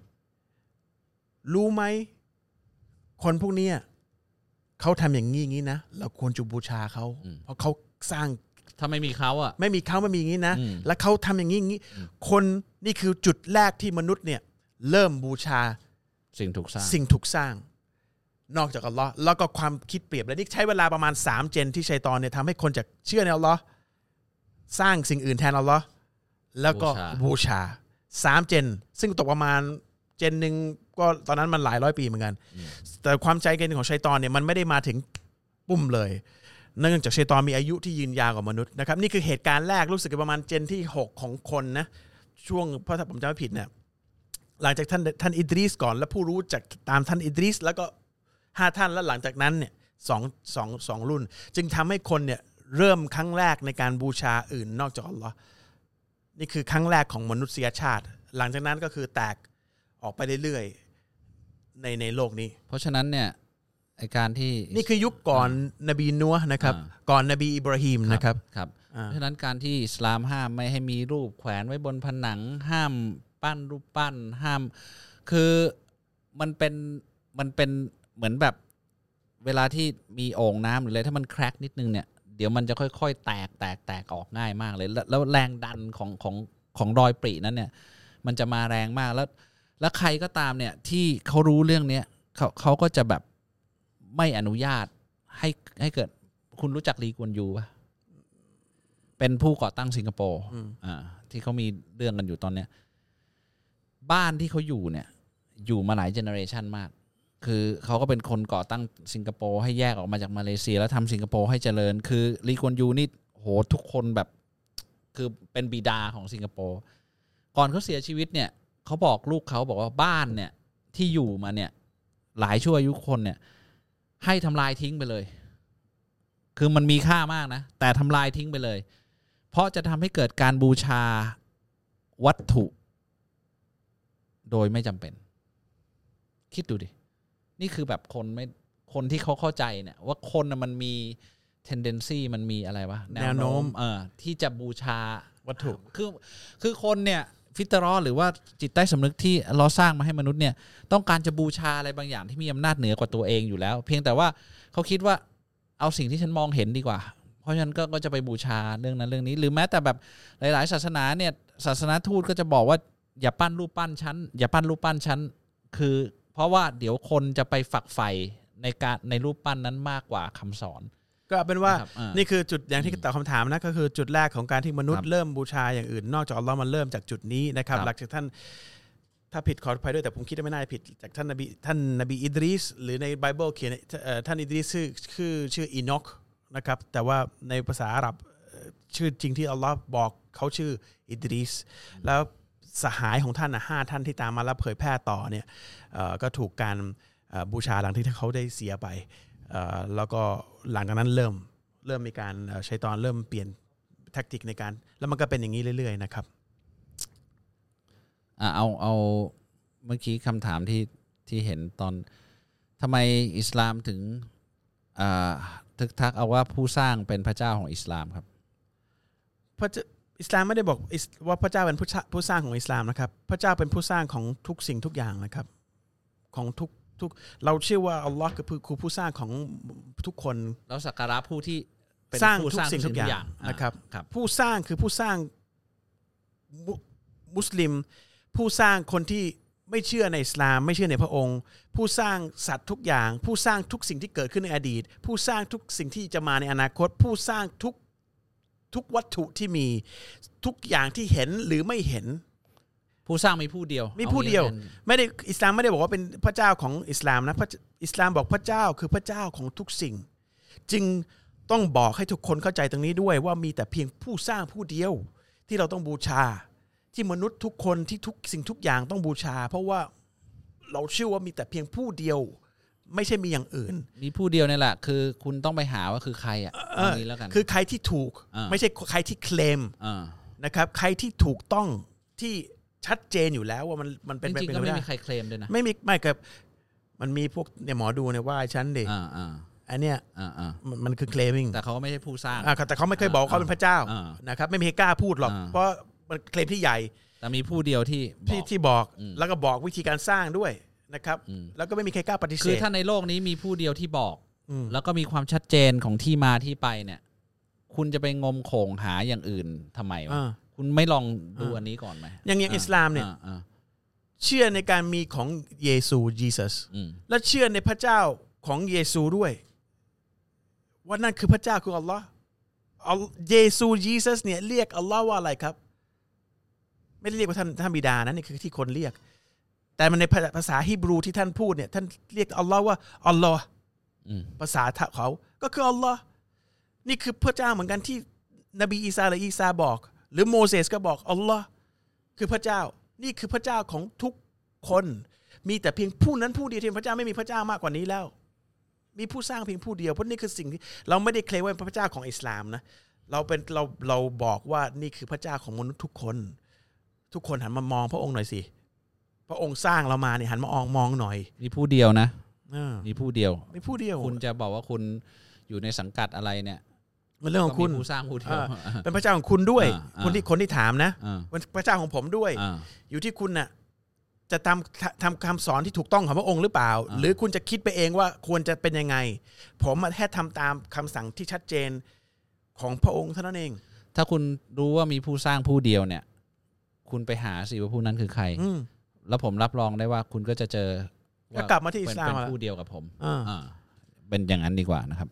B: รู้ไหมคนพวกนี้เขาทำอย่างนี้นะเราควรจะบูชาเขาเพราะเขาสร้าง
C: ถ้าไม่มีเขาอ่ะ
B: ไม่มีเขาไม่มีอย่างนี้นะแล้วเขาทำอย่างนี้คนนี่คือจุดแรกที่มนุษย์เนี่ยเริ่มบูชา
C: สิ่งถูก
B: สร้างนอกจากอัลลอฮ์แล้วก็ความคิดเปรียบและนี่ใช้เวลาประมาณ3เจนที่ชัยฏอนเนี่ยทำให้คนจากเชื่อในอัลลอฮ์สร้างสิ่งอื่นแทนอัลลอฮ์แล้วก็บูชา3เจนซึ่งตกประมาณเจนนึงก็ตอนนั้นมันหลายร้อยปีเหมือนกันแต่ความใจเย็นของชัยฏอนเนี่ยมันไม่ได้มาถึงปุ้มเลยเนื่องจากชัยฏอนมีอายุที่ยืนยาวกว่ามนุษย์นะครับนี่คือเหตุการณ์แรกรู้สึกประมาณเจนที่6ของคนนะช่วงเพราะถ้าผมจำไม่ผิดเนี่ยหลังจากท่านอิดริสก่อนแล้วผู้รู้จากตามท่านอิดริสแล้วก็5ท่านแล้วหลังจากนั้นเนี่ยสองรุ่นจึงทำให้คนเนี่ยเริ่มครั้งแรกในการบูชาอื่นนอกจากอัลลอฮ์นี่คือครั้งแรกของมนุษยชาติหลังจากนั้นก็คือแตกออกไปเรื่อยๆในโลกนี้
C: เพราะฉะนั้นเนี่ยไอ้การที่
B: นี่คือยุคก่อนนบีนัวนะครับก่อนนบีอิบราฮิมนะครับ
C: เพราะฉะนั้นการที่อิสลามห้ามไม่ให้มีรูปแขวนไว้บนผนังห้ามปั้นรูปปั้นห้ามคือมันเป็นเหมือนแบบเวลาที่มีโอ่งน้ำหรืออะไรถ้ามันแคร็กนิดนึงเนี่ยเดี๋ยวมันจะค่อยๆแตกออกง่ายมากเลยแล้วแรงดันของรอยปรินั้นเนี่ยมันจะมาแรงมากแล้วใครก็ตามเนี่ยที่เขารู้เรื่องนี้เขาก็จะแบบไม่อนุญาตให้เกิดคุณรู้จักลีกวนยูป่ะเป็นผู้ก่อตั้งสิงคโปร์ที่เขามีเรื่องกันอยู่ตอนเนี้ยบ้านที่เขาอยู่เนี่ยอยู่มาหลายเจเนอเรชันมากคือเขาก็เป็นคนก่อตั้งสิงคโปร์ให้แยกออกมาจากมาเลเซียแล้วทำสิงคโปร์ให้เจริญคือลีกวนยูนี่โหทุกคนแบบคือเป็นบิดาของสิงคโปร์ก่อนเขาเสียชีวิตเนี่ยเขาบอกลูกเขาบอกว่าบ้านเนี่ยที่อยู่มาเนี่ยหลายชั่วอายุคนเนี่ยให้ทำลายทิ้งไปเลยคือมันมีค่ามากนะแต่ทำลายทิ้งไปเลยเพราะจะทำให้เกิดการบูชาวัตถุโดยไม่จำเป็นคิดดูดินี่คือแบบคนที่เขาเข้าใจเนี่ยว่าคนมันมี tendency มันมีอะไรวะแนวโน้มที่จะบูชา
B: วัตถุ
C: คือคนเนี่ยฟิตรอหรือว่าจิตใต้สำนึกที่เราสร้างมาให้มนุษย์เนี่ยต้องการจะบูชาอะไรบางอย่างที่มีอำนาจเหนือกว่าตัวเองอยู่แล้วเพียงแต่ว่าเขาคิดว่าเอาสิ่งที่ฉันมองเห็นดีกว่าเพราะฉะนั้นก็จะไปบูชาเรื่องนั้นเรื่องนี้หรือแม้แต่แบบหลายๆศาสนาเนี่ยศาสนาทูตก็จะบอกว่าอย่าปั้นรูปปั้นฉันอย่าปั้นรูปปั้นฉันคือเพราะว่าเดี๋ยวคนจะไปฝักใฝ่ในรูปปั้นนั้นมากกว่าคำสอน
B: ก็เป็นว่า
C: นะครับ
B: นี่คือจุดอย่างที่ตอบคำถามนะก็คือจุดแรกของการที่มนุษย์เริ่มบูชาอย่างอื่นนอกจากอัลเลาะห์มันเริ่มจากจุดนี้นะครับหลังจากท่านถ้าผิดขออภัยด้วยแต่ผมคิดว่าไม่น่าผิดจากท่านนบีอิดริสหรือในไบเบิลเขียนท่านอิดริสชื่ออีนอกนะครับแต่ว่าในภาษาอาหรับชื่อจริงที่อัลเลาะห์บอกเขาชื่ออิดริสแล้วสหายของท่าน5ท่านที่ตามมาแล้วเผยแพร่ต่อเนี่ยก็ถูกการบูชาหลังที่เขาได้เสียไปแล้วก็หลังจากนั้นเริ่มมีการชัยฏอนเริ่มเปลี่ยนแทคติกในการแล้วมันก็เป็นอย่างนี้เรื่อยๆนะครับ
C: เอาเมื่อกี้คำถามที่เห็นตอนทำไมอิสลามถึงทึกทักเอาว่าผู้สร้างเป็นพระเจ้าของอิสลามครับ
B: อิสลามไม่ได้บอกว่าพระเจ้าเป็นผู้สร้างของอิสลามนะครับพระเจ้าเป็นผู้สร้างของทุกสิ่งทุกอย่างนะครับของทุกเราเชื่อว่าอัลลอฮ์คือผู้สร้างของทุกคน
C: เราสักการะผู้ที่
B: สร้างทุกสิ่งทุกอย่างนะครับผู้สร้างคือผู้สร้างมุสลิมผู้สร้างคนที่ไม่เชื่อในอิสลามไม่เชื่อในพระองค์ผู้สร้างสัตว์ทุกอย่างผู้สร้างทุกสิ่งที่เกิดขึ้นในอดีตผู้สร้างทุกสิ่งที่จะมาในอนาคตผู้สร้างทุกวัตถุที่มีทุกอย่างที่เห็นหรือไม่เห็น
C: ผู้สร้างมีผู้เดียว
B: ไม่ได้อิสลามไม่ได้บอกว่าเป็นพระเจ้าของอิสลามนะอิสลามบอกพระเจ้าคือพระเจ้าของทุกสิ่งจึงต้องบอกให้ทุกคนเข้าใจตรงนี้ด้วยว่ามีแต่เพียงผู้สร้างผู้เดียวที่เราต้องบูชาที่มนุษย์ทุกคนที่ทุกสิ่งทุกอย่างต้องบูชาเพราะว่าเราเชื่อว่ามีแต่เพียงผู้เดียวไม่ใช่มีอย่างอื่น
C: มีผู้เดียวนี่แหละคือคุณต้องไปหาว่าคือใครตรงนี้แล้วกัน
B: คือใครที่ถูกไม่ใช่ใครที่เคลมนะครับใครที่ถูกต้องที่ชัดเจนอยู่แล้วว่ามันเป็น
C: จริงๆก็ไม่มีใครเคลมด้วยนะ
B: ไม่กับมันมีพวกเนี่ยหมอดูเนี่ยว่าฉันดิอันเนี้ยมันคือ claiming
C: แต่เขาก็ไม่ใช่ผู้สร้าง
B: แต่เขาไม่เคยบอกเขาเป็นพระเจ้านะครับไม่มีใครกล้าพูดหรอกเพราะมันเคลมที่ใหญ่
C: แต่มีผู้เดียว
B: ที่บอกแล้วก็บอกวิธีการสร้างด้วยนะครับแล้วก็ไม่มีใครกล้าปฏิเสธ
C: คือถ้าในโลกนี้มีผู้เดียวที่บอกแล้วก็มีความชัดเจนของที่มาที่ไปเนี่ยคุณจะไปงมโขงหาอย่างอื่นทำไมวะคุณไม่ลองดูอันนี้ก่อนไหม
B: อย่างอิสลามเนี่ยเชื่อในการมีของเยซูและเชื่อในพระเจ้าของเยซูด้วยว่านั่นคือพระเจ้าคืออัลลอฮ์เยซูเนี่ยเรียกอัลลอฮ์ว่าอะไรครับไม่ได้เรียกว่าท่านบิดานะนี่คือที่คนเรียกแต่มันในภาษาฮีบรูที่ท่านพูดเนี่ยท่านเรียกอัลลอฮ์ว่าอัลลอฮ์ภาษาเขาก็คืออัลลอฮ์นี่คือพระเจ้าเหมือนกันที่นบีอีสาบอกหรือโมเสสก็บอกอัลลอฮ์คือพระเจ้านี่คือพระเจ้าของทุกคนมีแต่เพียงผู้นั้นผู้เดียวที่พระเจ้าไม่มีพระเจ้ามากกว่านี้แล้วมีผู้สร้างเพียงผู้เดียวเพราะนี่คือสิ่งที่เราไม่ได้เคลมว่าเป็นพระเจ้าของอิสลามนะเราบอกว่านี่คือพระเจ้าของมนุษย์ทุกคนหันมามองพระองค์หน่อยสิพระองค์สร้างเรามาเนี่ยหันมามองหน่อย
C: มีผู้เดียวนะมีผู้เดียวคุณจะบอกว่าคุณอยู่ในสังกัดอะไรเนี่ย
B: มันเรื่องของคุณ
C: ผู้สร้างผู้เดียว
B: เป็นพระเจ้าของคุณด้วยคนที่ถามนะเป็นพระเจ้าของผมด้วยอยู่ที่คุณน่ะจะทำคำสอนที่ถูกต้องของพระองค์หรือเปล่าหรือคุณจะคิดไปเองว่าควรจะเป็นยังไงผมแค่ทำตามคำสั่งที่ชัดเจนของพระองค์เท่านั้นเอง
C: ถ้าคุณรู้ว่ามีผู้สร้างผู้เดียวเนี่ยคุณไปหาสิว่าผู้นั้นคือใครแล้วผมรับรองได้ว่าคุณก็จะเจอ
B: ว่ากลับมาที่อิสลาม
C: เป็นผู้เดียวกับผมเป็นอย่างนั้นดีกว่านะครับ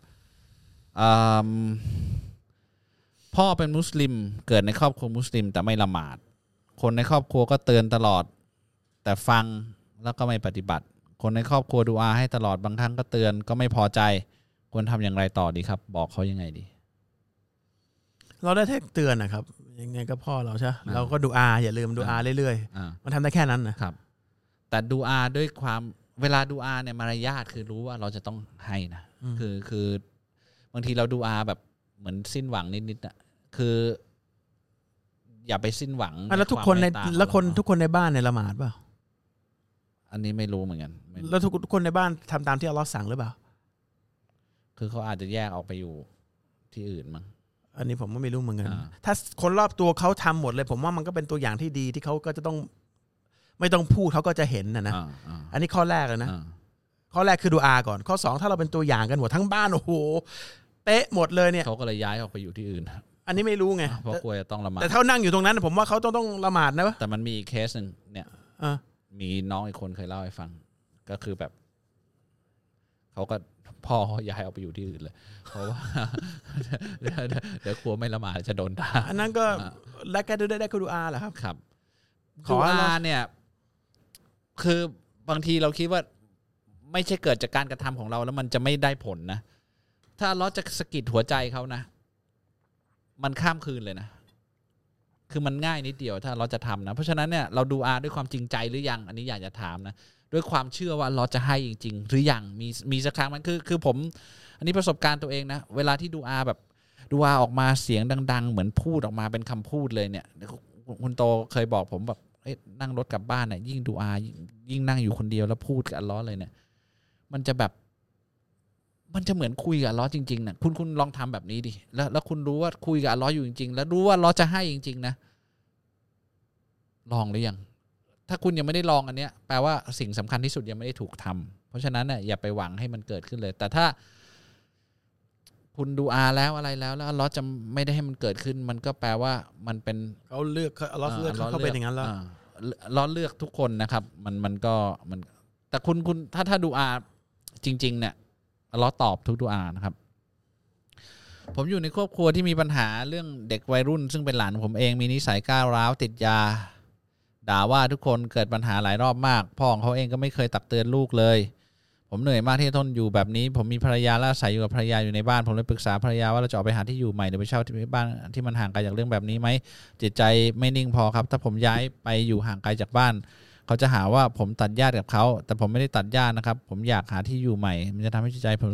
C: พ่อเป็นมุสลิมเกิดในครอบครัวมุสลิมแต่ไม่ละหมาดคนในครอบครัวก็เตือนตลอดแต่ฟังแล้วก็ไม่ปฏิบัติคนในครอบครัวดุอาให้ตลอดบางครั้งก็เตือนก็ไม่พอใจควรทำอย่างไรต่อดีครับบอกเขายังไงดี
B: เราได้แค่เตือนนะครับยังไงก็พ่อเราใช่เราก็ดุอาอย่าลืมดุอาเรื่อยๆมันทำได้แค่นั้นนะครับ
C: แต่ดุอาด้วยความเวลาดุอาเนี่ยมารยาทคือรู้ว่าเราจะต้องให้นะคือบางทีเราดุอาแบบเหมือนสิ้นหวังนิดๆอ่ะคืออย่าไปสิ้นหวัง
B: แล้วทุกคนทุกคนในบ้านในละหมาดเปล่า
C: อันนี้ไม่รู้เหมือนกัน
B: แล้วทุกคนในบ้านทำตามที่อัลเลาะห์สั่งหรือเปล่า
C: คือเขาอาจจะแยกออกไปอยู่ที่อื่นมั้ง
B: อันนี้ผมก็ไม่รู้เหมือนกันถ้าคนรอบตัวเขาทำหมดเลยผมว่ามันก็เป็นตัวอย่างที่ดีที่เขาก็จะต้องไม่ต้องพูดเขาก็จะเห็นนะอันนี้ข้อแรกเลยนะข้อแรกคือดุอาก่อนข้อ2ถ้าเราเป็นตัวอย่างกันหมดทั้งบ้านโอ้โหเป๊ะหมดเลยเนี่ย
C: เขาก็เลยย้ายออกไปอยู่ที่อื่น
B: อันนี้ไม่รู้ไง
C: เพราะกลัวจะต้องละหมาด
B: แต่ถ้านั่งอยู่ตรงนั้นผมว่าเขาต้องละหมาดนะ
C: แต่มันมีเคสนึงเนี่ยมีน้องอีกคนเคยเล่าให้ฟังก็คือแบบเขาก็พ่อย้ายออกไปอยู่ที่อื่นเลยเพราะว่า เดี๋ยวกลัวไม่ละหมาดจะโดนด่า
B: อันนั้นก็แล้วแกได้คุดูอาเหรอครับ
C: ครับ
B: ข
C: ดู
B: อ
C: อาเนี่ยคือบางทีเราคิดว่าไม่ใช่เกิดจากการกระทำของเราแล้วมันจะไม่ได้ผลนะถ้าเราจะสะกิดหัวใจเขานะมันข้ามคืนเลยนะคือมันง่ายนิดเดียวถ้าเราจะทำนะเพราะฉะนั้นเนี่ยเราดูอาด้วยความจริงใจหรือยังอันนี้อยากจะถามนะด้วยความเชื่อว่าเราจะให้จริงๆหรือยังมีสักครั้งมันคือผมอันนี้ประสบการณ์ตัวเองนะเวลาที่ดูอาแบบดูอาออกมาเสียงดังๆเหมือนพูดออกมาเป็นคำพูดเลยเนี่ยคุณโตเคยบอกผมแบบนั่งรถกลับบ้านเนี่ยยิ่งดูอายิ่งนั่งอยู่คนเดียวแล้วพูดกับอัลเลาะห์เลยเนี่ยมันจะเหมือนคุยกับอัลเลาะห์จริงๆนะคุณลองทำแบบนี้ดิแล้วคุณรู้ว่าคุยกับอัลเลาะห์อยู่จริงๆแล้วรู้ว่าอัลเลาะห์จะให้จริงๆนะลองหรือยังถ้าคุณยังไม่ได้ลองอันเนี้ยแปลว่าสิ่งสำคัญที่สุดยังไม่ได้ถูกทำเพราะฉะนั้นเนี่ยอย่าไปหวังให้มันเกิดขึ้นเลยแต่ถ้าคุณดูอาแล้วอะไรแล้วอัลเลาะห์จะไม่ได้ให้มันเกิดขึ้นมันก็แปลว่ามันเป็น
B: เขาเลือกอัลเลาะห์เลือกเขาเป็นอย่างนั้นแล้ว
C: ล้อเลือกทุกคนนะครับมันก็แต่คุณถ้าดูอาจริงๆเนี่ยอัลเลาะห์ตอบทุกดูอานะครับผมอยู่ในครอบครัวที่มีปัญหาเรื่องเด็กวัยรุ่นซึ่งเป็นหลานผมเองมีนิสัยก้าวร้าวติดยาด่าว่าทุกคนเกิดปัญหาหลายรอบมากพ่อของเขาเองก็ไม่เคยตักเตือนลูกเลยผมเหนื่อยมากที่ทนอยู่แบบนี้ผมมีภรรยาและอาศัยอยู่กับภรรยาอยู่ในบ้านผมเลยปรึกษาภรรยาว่าเราจะออกไปหาที่อยู่ใหม่หรือไปเช่าที่บ้านที่มันห่างไกลจากเรื่องแบบนี้ไหมจิตใจไม่นิ่งพอครับถ้าผมย้ายไปอยู่ห่างไกลจากบ้านเขาจะหาว่าผมตัดญาติกับเขาแต่ผมไม่ได้ตัดญาตินะครับผมอยากหาที่อยู่ใหม่มันจะทำให้จิตใจผม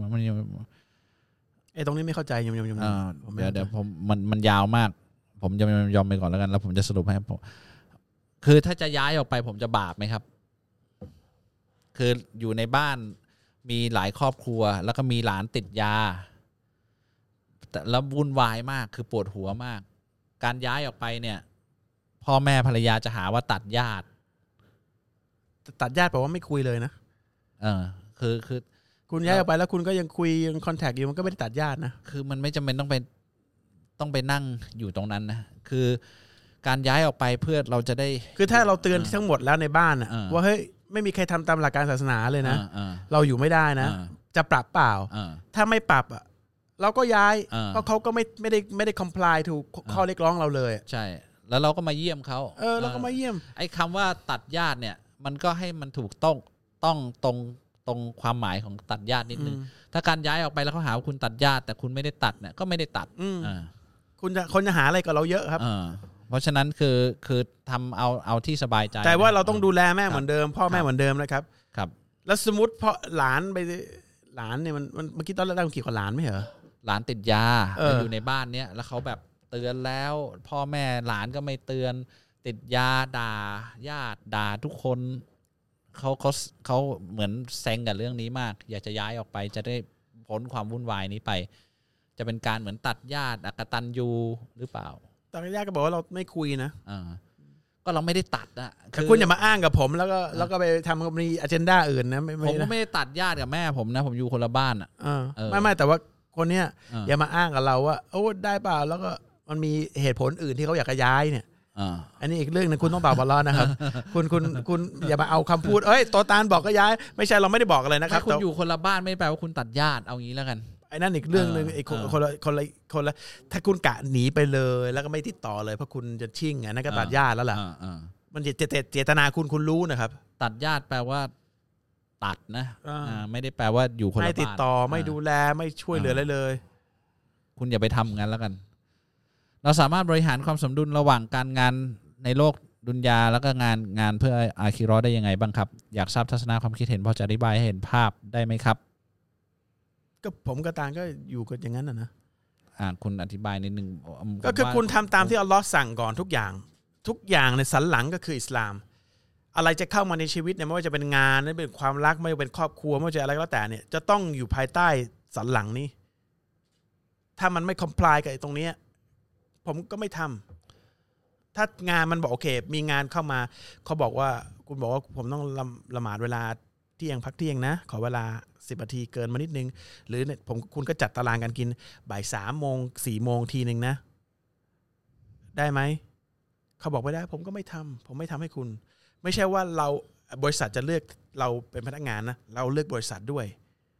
B: ตรงนี้ไม่เข้าใจยมเ
C: ดี๋ยวผมมันยาวมากผมจะยอมไปก่อนแล้วกันแล้วผมจะสรุปให้ผมคือถ้าจะย้ายออกไปผมจะบาปไหมครับคืออยู่ในบ้านมีหลายครอบครัวแล้วก็มีหลานติดยาแต่แล้ววุ่นวายมากคือปวดหัวมากการย้ายออกไปเนี่ยพ่อแม่ภรรยาจะหาว่าตัดญาติ
B: แปลว่าไม่คุยเลยนะ
C: คือ
B: คุณย้ายออกไปแล้วคุณก็ยังคุยยังคอนแทคอยู่มันก็ไม่ได้ตัดญาตินะ
C: คือมันไม่จำเป็นต้องไปนั่งอยู่ตรงนั้นนะคือการย้ายออกไปเพื่อเราจะได้
B: คือถ้าเราเตือนทั้งหมดแล้วในบ้านอะว่าเฮ้ยไม่มีใครทำตามหลักการศาสนาเลยนะเราอยู่ไม่ได้นะจะปรับเปล่าถ้าไม่ปรับอ่ะเราก็ย้ายเพราะเขาก็ไม่ได้คอมพลายถูกข้อเรียกร้องเราเลย
C: ใช่แล้วเราก็มาเยี่ยมเขา
B: เราก็มาเยี่ยม
C: ไอ้คำว่าตัดญาติเนี่ยมันก็ให้มันถูกต้องตรงความหมายของตัดญาตินิดนึงถ้าการย้ายออกไปแล้วเขาหาว่าคุณตัดญาติแต่คุณไม่ได้ตัดเนี่ยก็ไม่ได้ตัด
B: คนจะหาอะไรกับเราเยอะครับ
C: เพราะฉะนั้นคือทำเอาที่สบายใจ
B: แต่ว่าเราต้องดูแลแม่เหมือนเดิมพ่อแม่เหมือนเดิมนะครับ
C: ครับ
B: แล้วสมมติพอหลานเนี่ยมันเมื่อกี้ตอนแรกเรากี่คนหลานไม่เหรอ
C: หลานติดยาอยู่ในบ้านเนี้ยแล้วเขาแบบเตือนแล้วพ่อแม่หลานก็ไม่เตือนติดยาด่าญาติด่าทุกคนเขาเหมือนแซงกับเรื่องนี้มากอยากจะย้ายออกไปจะได้พ้นความวุ่นวายนี้ไปจะเป็นการเหมือนตัดญาติอกตัญญูหรือเปล่า
B: ตัดญาติก็บอกว่าเราไม่คุยนะ
C: ก็เราไม่ได้ตัดอะ
B: คุณอย่ามาอ้างกับผมแล้วก็ไปทำมีอเจนดาอื่นนะ
C: ผมก็ไม่ได้ตัดญาติกับแม่ผมนะผมอยู่คนละบ้านอ่ะ
B: ไม่แต่ว่าคนเนี้ยอย่ามาอ้างกับเราว่าโอ้ได้เปล่าแล้วก็มันมีเหตุผลอื่นที่เขาอยากจะย้ายเนี่ยอันนี้อีกเรื่องนึงคุณต้องตอบอัลเลาะห์นะครับคุณอย่ามาเอาคำพูดโตตานบอกก็ย้ายไม่ใช่เราไม่ได้บอกอะไรนะครับ
C: คุณอยู่คนละบ้านไม่แปลว่าคุณตัดญาติเอางี้แล้วกัน
B: ไอ้นั่นอีกเรื่องนึงไอ้คนละถ้าคุณกะหนีไปเลยแล้วก็ไม่ติดต่อเลยเพราะคุณจะชิ่งนั่นก็ตัดญาติแล้วล่ะมันเจตนาคุณรู้นะครับ
C: ตัดญาติแปลว่าตัดนะไม่ได้แปลว่าอยู่คนละบ้าน
B: ไม่ติดต่อไม่ดูแลไม่ช่วยเหลืออะไรเลย
C: คุณอย่าไปทำงั้นแล้วกันเราสามารถบริหารความสมดุลระหว่างการงานในโลกดุนยาแล้วก็งานเพื่ออาคิเราะห์ได้ยังไงบ้างครับอยากทราบทัศนะความคิดเห็นพอจะอธิบายให้เห็นภาพได้ไหมครับ
B: ก็ผมกับตาลก็อยู่กันอย่างนั้นนะ
C: คุณอธิบายนิดนึง
B: ก็คือคุณทำตามที่อัลเลาะห์สั่งก่อนทุกอย่างในสันหลังก็คืออิสลามอะไรจะเข้ามาในชีวิตเนี่ยไม่ว่าจะเป็นงานไม่เป็นความรักไม่ว่าเป็นครอบครัวไม่ว่าจะอะไรก็แล้วแต่เนี่ยจะต้องอยู่ภายใต้สันหลังนี้ถ้ามันไม่คอมพลายกับตรงนี้ผมก็ไม่ทำถ้างานมันบอกโอเคมีงานเข้ามาเขาบอกว่าคุณบอกว่าผมต้องละหมาดเวลาเที่ยงพักเที่ยงนะขอเวลา10 นาทีเกินมานิดนึงหรือเนี่ยคุณก็จัดตารางการกินบ่าย 3 โมง 4 โมงทีนึงนะได้ไหมเขาบอกไม่ได้ผมก็ไม่ทำผมไม่ทำให้คุณไม่ใช่ว่าเราบริษัทจะเลือกเราเป็นพนักงานนะเราเลือกบริษัทด้วย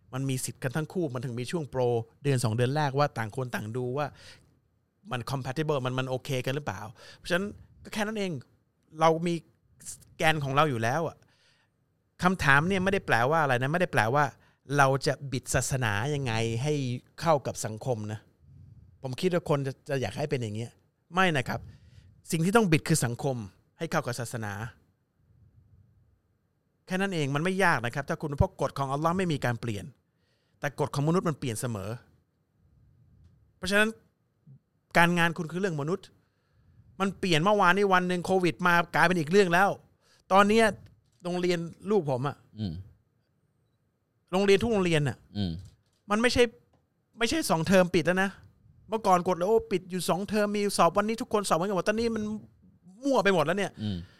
B: มันมีสิทธิ์กันทั้งคู่มันถึงมีช่วงโปรเดือน2เดือนแรกว่าต่างคนต่างดูว่ามัน compatible มันโอเคกันหรือเปล่าเพราะฉะนั้นก็แค่นั้นเองเรามีแกนของเราอยู่แล้วอ่ะคำถามเนี่ยไม่ได้แปลว่าอะไรนะไม่ได้แปลว่าเราจะบิดศาสนายังไงให้เข้ากับสังคมนะผมคิดว่าคนจะอยากให้เป็นอย่างเงี้ยไม่นะครับสิ่งที่ต้องบิดคือสังคมให้เข้ากับศาสนาแค่นั้นเองมันไม่ยากนะครับถ้าคุณเพราะกฎของอัลลอฮ์ไม่มีการเปลี่ยนแต่กฎของมนุษย์มันเปลี่ยนเสมอเพราะฉะนั้นการงานคุณคือเรื่องมนุษย์มันเปลี่ยนเมื่อวานนี้วันนึงโควิดมากลายเป็นอีกเรื่องแล้วตอนนี้โรงเรียนลูกผมอะโรงเรียนทุกโรงเรียนอะมันไม่ใช่2เทอมปิดแล้วนะเมื่อก่อนกดแล้วปิดอยู่2เทอมมีสอบวันนี้ทุกคนสอบเหมือนกันหมดตอนนี้มันมั่วไปหมดแล้วเนี่ย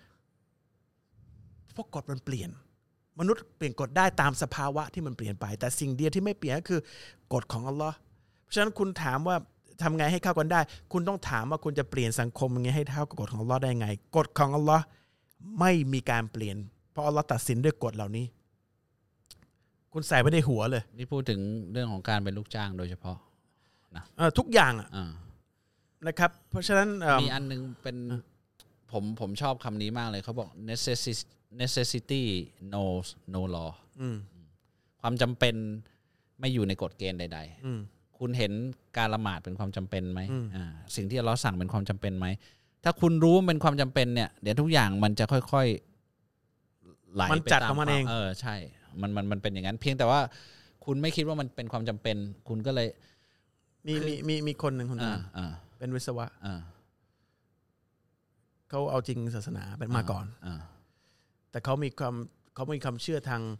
B: เพราะกฎมันเปลี่ยนมนุษย์เปลี่ยนกฎได้ตามสภาวะที่มันเปลี่ยนไปแต่สิ่งเดียวที่ไม่เปลี่ยนก็คือกฎของอัลลอฮ์เพราะฉะนั้นคุณถามว่าทำไงให้เข้ากันได้คุณต้องถามว่าคุณจะเปลี่ยนสังคมยังไงให้เท่ากับกฎของอัลลอฮ์ได้ไงกฎของอัลลอฮ์ไม่มีการเปลี่ยนเพราะอัลลอฮ์ตัดสินด้วยกฎเหล่านี้คุณใส่ไม่ได้หัวเลย
C: นี่พูดถึงเรื่องของการเป็นลูกจ้างโดยเฉพาะนะ
B: ทุกอย่างนะครับเพราะฉะนั้น
C: มีอันนึงเป็นผมชอบคำนี้มากเลยเขาบอก necessity knows no law ความจำเป็นไม่อยู่ในกฎเกณฑ์ใดๆคุณเห็นการละหมาดเป็นความจำเป็นไหมสิ่งที่อัลเลาะห์สั่งเป็นความจำเป็นไหมถ้าคุณรู้มันเป็นความจำเป็นเนี่ยเดี๋ยวทุกอย่างมันจะค่อยๆไหลไปตามมันเองใช่มันเป็นอย่างนั้นเพียงแต่ว่าคุณไม่คิดว่ามันเป็นความจำเป็นคุณก็เลย
B: มีคนหนึ่งคนนึงเป็นวิศวะเขาเอาจริงศาสนาเป็นมาก่อนแต่เขามีความเชื่อทาง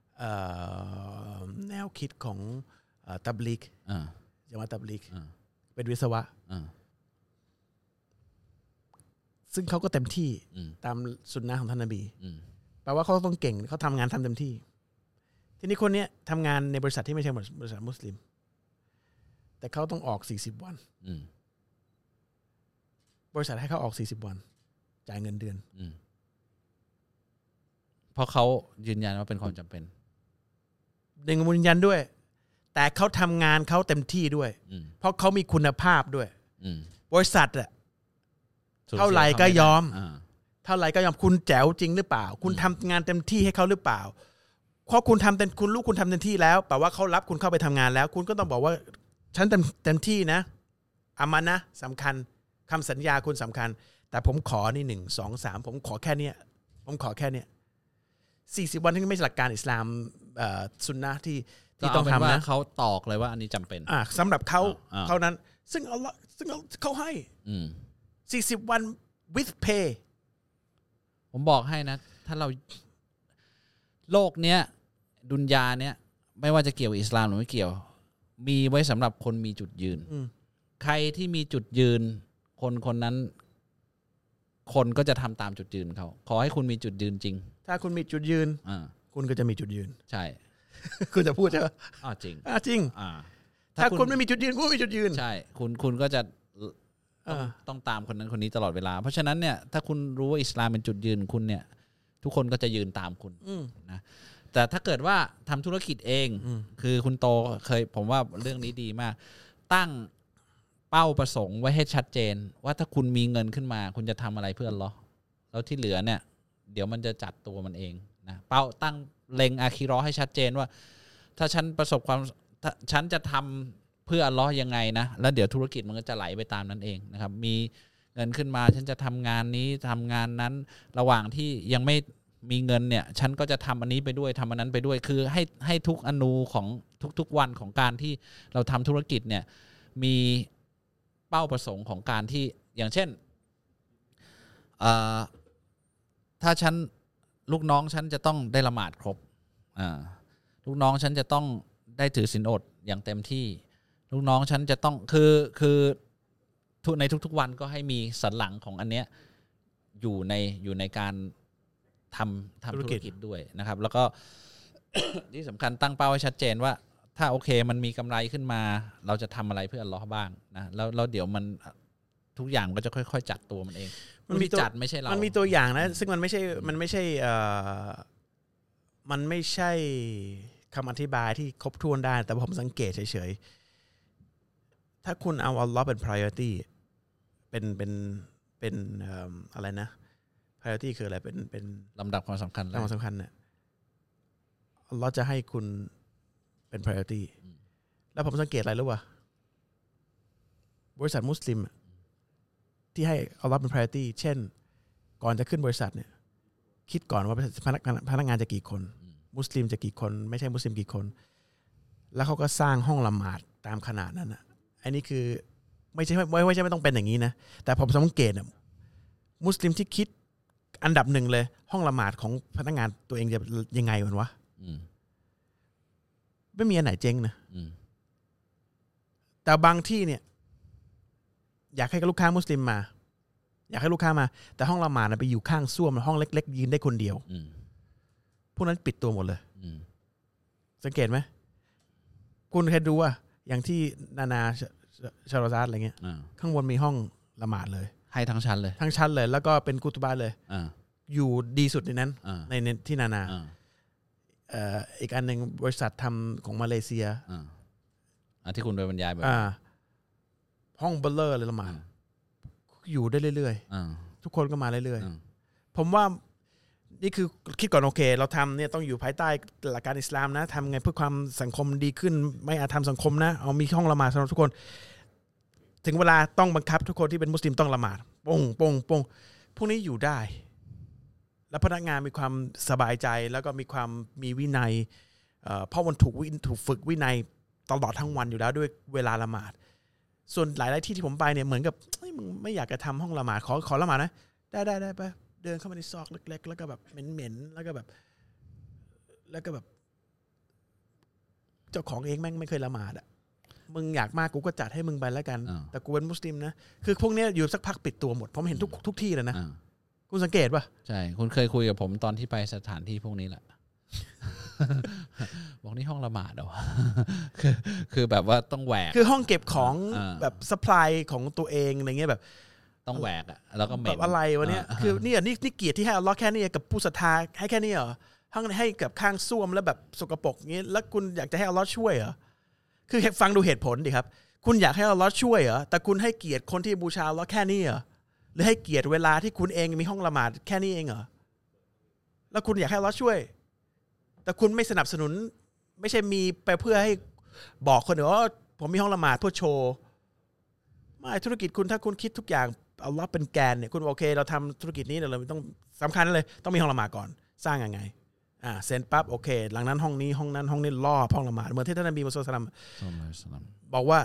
B: แนวคิดของตับลีกจะมาตับลีกเป็นวิศวะซึ่งเขาก็เต็มที่ตามสุนนะของท่านนบีแปลว่าเขาต้องเก่งเขาทำงานทำเต็มที่ทีนี้คนนี้ทำงานในบริษัทที่ไม่ใช่บริษัทมุสลิมแต่เขาต้องออก40วันบริษัทให้เขาออก40วันจ่ายเงินเดือน
C: เพราะเขายืนยันว่าเป็นความจำเป็น
B: ดึงยืนยันด้วยแต่เขาทำงานเขาเต็มที่ด้วยเพราะเขามีคุณภาพด้วยบริษัทอะเท่าไหร่ก็ยอมเท่าไหร่ก็ยอมคุณแจ๋วจริงหรือเปล่าคุณทำงานเต็มที่ให้เขาหรือเปล่าเพราะคุณทำคุณลูกคุณทำเต็มที่แล้วแปลว่าเขารับคุณเข้าไปทำงานแล้วคุณก็ต้องบอกว่าฉันเต็มที่นะอามานะสำคัญคำสัญญาคุณสำคัญแต่ผมขอนี่1 2 3ผมขอแค่เนี้ยผมขอแค่เนี้ย40วันที่ไม่ใช่หลักการอิสลามซุนนะที่ต้องทำนะ
C: เขาตอกเลยว่าอันนี้จำเป็น
B: สำหรับเขานั้นซึ่งเขาให้40วัน with pay
C: ผมบอกให้นะถ้าเราโลกเนี้ยดุนยาเนี้ยไม่ว่าจะเกี่ยวอิสลามหรือไม่เกี่ยวมีไว้สำหรับคนมีจุดยืนใครที่มีจุดยืนคนนั้นคนก็จะทำตามจุดยืนเขาขอให้คุณมีจุดยืนจริง
B: ถ้าคุณมีจุดยืนคุณก็จะมีจุดยืน
C: ใช่
B: คุณจะพูดใช่ไหม
C: จริง
B: จริงถ้าคุณไม่มีจุดยืนคุณไม่มีจุดยืน
C: ใช่คุณก็จะต้องตามคนนั้นคนนี้ตลอดเวลาเพราะฉะนั้นเนี่ยถ้าคุณรู้ว่าอิสลามเป็นจุดยืนคุณเนี่ยทุกคนก็จะยืนตามคุณนะแต่ถ้าเกิดว่าทำธุรกิจเองคือคุณโตผมว่าเรื่องนี้ดีมากตั้งเป้าประสงค์ไว้ให้ชัดเจนว่าถ้าคุณมีเงินขึ้นมาคุณจะทำอะไรเพื่ออัลเลาะห์แล้วที่เหลือเนี่ยเดี๋ยวมันจะจัดตัวมันเองนะเป้าตั้งเล็งอาคีเราะห์ให้ชัดเจนว่าถ้าฉันประสบความฉันจะทำเพื่ออัลเลาะห์ยังไงนะแล้วเดี๋ยวธุรกิจมันก็จะไหลไปตามนั้นเองนะครับมีเงินขึ้นมาฉันจะทำงานนี้ทำงานนั้นระหว่างที่ยังไม่มีเงินเนี่ยฉันก็จะทำอันนี้ไปด้วยทำอันนั้นไปด้วยคือให้ทุกอนูของทุกวันของการที่เราทำธุรกิจเนี่ยมีเป้าประสงค์ของการที่อย่างเช่นถ้าฉันลูกน้องฉันจะต้องได้ละหมาดครบลูกน้องฉันจะต้องได้ถือศีลอดอย่างเต็มที่ลูกน้องฉันจะต้องคือในทุกๆวันก็ให้มีสันหลังของอันเนี้ยอยู่ในการทำธุรกิจด้วยนะครับแล้วก็ ที่สำคัญตั้งเป้าให้ชัดเจนว่าถ้าโอเคมันมีกำไรขึ้นมาเราจะทำอะไรเพื่ออัลเลาะห์บ้างนะแล้วเดี๋ยวมันทุกอย่างก็จะค่อยๆจัดตัวมันเองมันมีจัดไม่ใช่เรา
B: มันมีตัวอย่างนะซึ่งมันไม่ใช่คำอธิบายที่ครบถ้วนได้แต่ผมสังเกตเฉยๆถ้าคุณเอาอัลลอฮ์เป็น priority เป็นอะไรนะ priority คืออะไรเป็น
C: ลำดับความสำคัญ
B: ลำดับความสำคัญเนี่ยอัลลอฮ์จะให้คุณเป็น priority แล้วผมสังเกตอะไรรู้ป่ะบริษัทมุสลิมที่ให้อัลลอฮ์เป็น priority เช่นก่อนจะขึ้นบริษัทเนี่ยคิดก่อนว่าพนักงานจะกี่คนมุสลิมจะกี่คนไม่ใช่มุสลิมกี่คนแล้วเขาก็สร้างห้องละหมาดตามขนาดนั้นนะอันนี้คือไม่ใช่ไม่ต้องเป็นอย่างนี้นะแต่ผมสังเกตนะมุสลิมที่คิดอันดับหนึ่งเลยห้องละหมาดของพนักงานตัวเองจะยังไงวะไม่มีอันไหนเจ๊งนะแต่บางที่เนี่ยอยากให้ลูกค้ามุสลิมมาอยากให้ลูกค้ามาแต่ห้องละหมาดไปอยู่ข้างส้วมห้องเล็กๆยืนได้คนเดียวพวกนั้นปิดตัวหมดเลยสังเกตไหมคุณเคยดูว่าอย่างที่นาชาโรซาดอะไรเงี้ยข้างบนมีห้องละหมาดเลย
C: ให้ทั้งชั้นเลย
B: แล้วก็เป็นกุตุบะเลยอยู่ดีสุดในนั้นในที่นาอีกอันหนึ่งบริษัททำของมาเลเซีย
C: ที่คุณไปบรรยายแบบ
B: ห้องเบลเลอร์เลยละหมาดอยู่ได้เรื่อยๆทุกคนก็มาเรื่อยๆผมว่านี่คือคิดก่อนโอเคเราทำเนี่ยต้องอยู่ภายใต้หลักการอิสลามนะทำไงเพื่อความสังคมดีขึ้นไม่อาจทำสังคมนะเอามีห้องละหมาดสำหรับทุกคนถึงเวลาต้องบังคับทุกคนที่เป็นมุสลิมต้องละหมาดป้งพวกนี้อยู่ได้แล้วพนักงานมีความสบายใจแล้วก็มีความมีวินัยเพราะมันถูกฝึกวินัยตลอดทั้งวันอยู่แล้วด้วยเวลาละหมาดส่วนหลายๆที่ผมไปเนี่ยเหมือนกับมึงไม่อยากจะทำห้องละหมาดขอละหมาดนะได้ไปเดินเข้ามาในซอกเล็กๆแล้วก็แบบเหม็นๆแล้วก็แบบเจ้าของเองแม่งไม่เคยละหมาดอ่ะมึงอยากมากกูก็จัดให้มึงไปแล้วกันแต่กูเป็นมุสลิมนะคือพวกนี้อยู่สักพักปิดตัวหมดผมเห็นทุกที่เลยนะคุณสังเกตป่ะ
C: ใช่คุณเคยคุยกับผมตอนที่ไปสถานที่พวกนี้แหละ บอกนี่ห้องละหมาดเหรอ คือแบบว่าต้องแหวก
B: คือห้องเก็บของแบบซัพพลายของตัวเองอะไรเงี้ยแบบ
C: ต้องแหวกอ่ะแล้วก็เหม็น
B: แบบอะไรวะเนี่ยคือนี่เกียรติที่ให้อัลเลาะห์แค่นี้กับผู้ศรัทธาให้แค่นี้เหรอให้กับข้างส้วมแล้วแบบสกปรกงี้แล้วคุณอยากจะให้อัลเลาะห์ช่วยเหรอคือฟังดูเหตุผลดิครับคุณอยากให้อัลเลาะห์ช่วยเหรอแต่คุณให้เกียรติคนที่บูชาอัลเลาะห์แค่นี้เหรอหรือให้เกียรติเวลาที่คุณเองมีห้องละหมาดแค่นี้เองเหรอแล้วคุณอยากให้อัลเลาะห์ช่วยแต่คุณไม่สนับสนุนไม่ใช่มีไปเพื่อให้บอกคนอื่นว่าผมมีห้องละหมาดเพื่อโชว์ไม่ธุรกิจคุณถ้าคุณคิดทุกอย่างอัลเลาะห์เป็นแกนเนี่ยคุณโอเคเราทำธุรกิจนี้เราต้องสำคัญเลยต้องมีห้องละหมาดก่อนสร้างยังไงเซ็นปั๊บโอเคหลังนั้นห้องนี้ห้องนั้นห้องนี้ล่อห้องละหมาดเหมือนที่ท่านนบีมุฮัมมัดศ็อลลัลลอฮุอะลัยฮิวะซัลลัมบอกว่า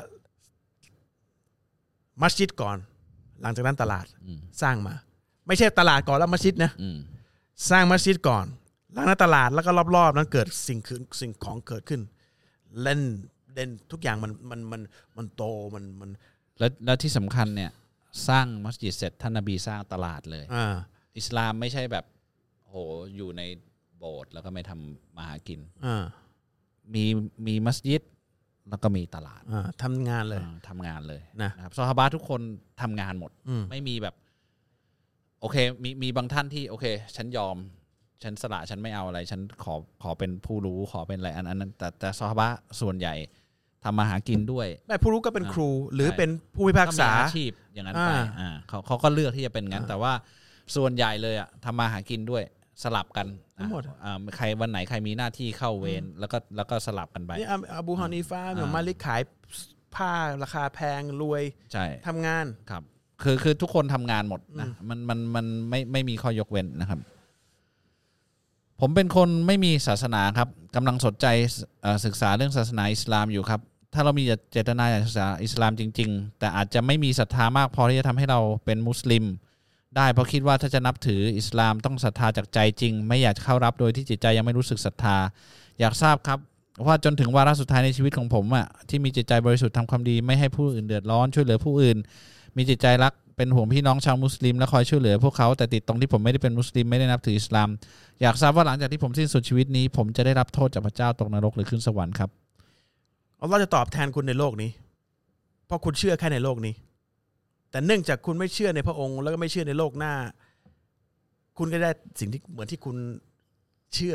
B: มัสยิดก่อนหลังจากนั้นตลาดสร้างมาไม่ใช่ตลาดก่อนแล้วมัสยิดนะสร้างมัสยิดก่อนหลังนั้นตลาดแล้วก็รอบๆนั้นเกิดสิ่งของเกิดขึ้นเล่นทุกอย่างมันโตมัน
C: แล้วที่สำคัญเนี่ยสร้างมัสยิดเสร็จท่านนบีสร้างตลาดเลยอิสลามไม่ใช่แบบโหอยู่ในโบสถ์แล้วก็ไม่ทำมาหากินมีมัสยิดแล้วก็มีตลาด
B: ทำงานเลย
C: นะครับซอฮาบะห์ทุกคนทำงานหมดไม่มีแบบโอเคมีบางท่านที่โอเคฉันยอมฉันสละฉันไม่เอาอะไรฉันขอเป็นผู้รู้ขอเป็นอะไรอันนั้นแต่ซอฮาบะห์ส่วนใหญ่ทำมาหากินด้วย
B: แม่ผู้รู้ก็เป็นครูหรือเป็นผู้พิพากษา
C: อาชีพอย่างนั้นไปเขาก็เลือกที่จะเป็นงั้นแต่ว่าส่วนใหญ่เลยทำมาหากินด้วยสลับกันใครวันไหนใครมีหน้าที่เข้าเวรแล้วก็สลับกันไป
B: นี่อบูฮานีฟะห์มาลิกขายผ้าราคาแพงรวย
C: ใช่
B: ทำงาน
C: ครับคือทุกคนทำงานหมดนะมันไม่มีข้อยกเว้นนะครับผมเป็นคนไม่มีศาสนาครับกำลังสนใจศึกษาเรื่องศาสนาอิสลามอยู่ครับถ้าเรามีเจตนาอยากศึกษาอิสลามจริงๆแต่อาจจะไม่มีศรัทธามากพอที่จะทำให้เราเป็นมุสลิมได้เพราะคิดว่าถ้าจะนับถืออิสลามต้องศรัทธาจากใจจริงไม่อยากเข้ารับโดยที่จิตใจยังไม่รู้สึกศรัทธาอยากทราบครับว่าจนถึงวาระสุดท้ายในชีวิตของผมที่มีจิตใจบริสุทธิ์ทำความดีไม่ให้ผู้อื่นเดือดร้อนช่วยเหลือผู้อื่นมีจิตใจรักเป็นห่วงพี่น้องชาวมุสลิมและคอยช่วยเหลือพวกเขาแต่ติดตรงที่ผมไม่ได้เป็นมุสลิมไม่ได้นับถืออิสลามอยากทราบว่าหลังจากที่ผมสิ้นสุดชีวิตนี้ผมจะได้รับโทษจากพระเจ้าตกนรกหรือขึ้นสวรรค์ครับ
B: อัลเลาะห์จะตอบแทนคุณในโลกนี้เพราะคุณเชื่อแค่ในโลกนี้แต่เนื่องจากคุณไม่เชื่อในพระองค์แล้วก็ไม่เชื่อในโลกหน้าคุณก็ได้สิ่งที่เหมือนที่คุณเชื่อ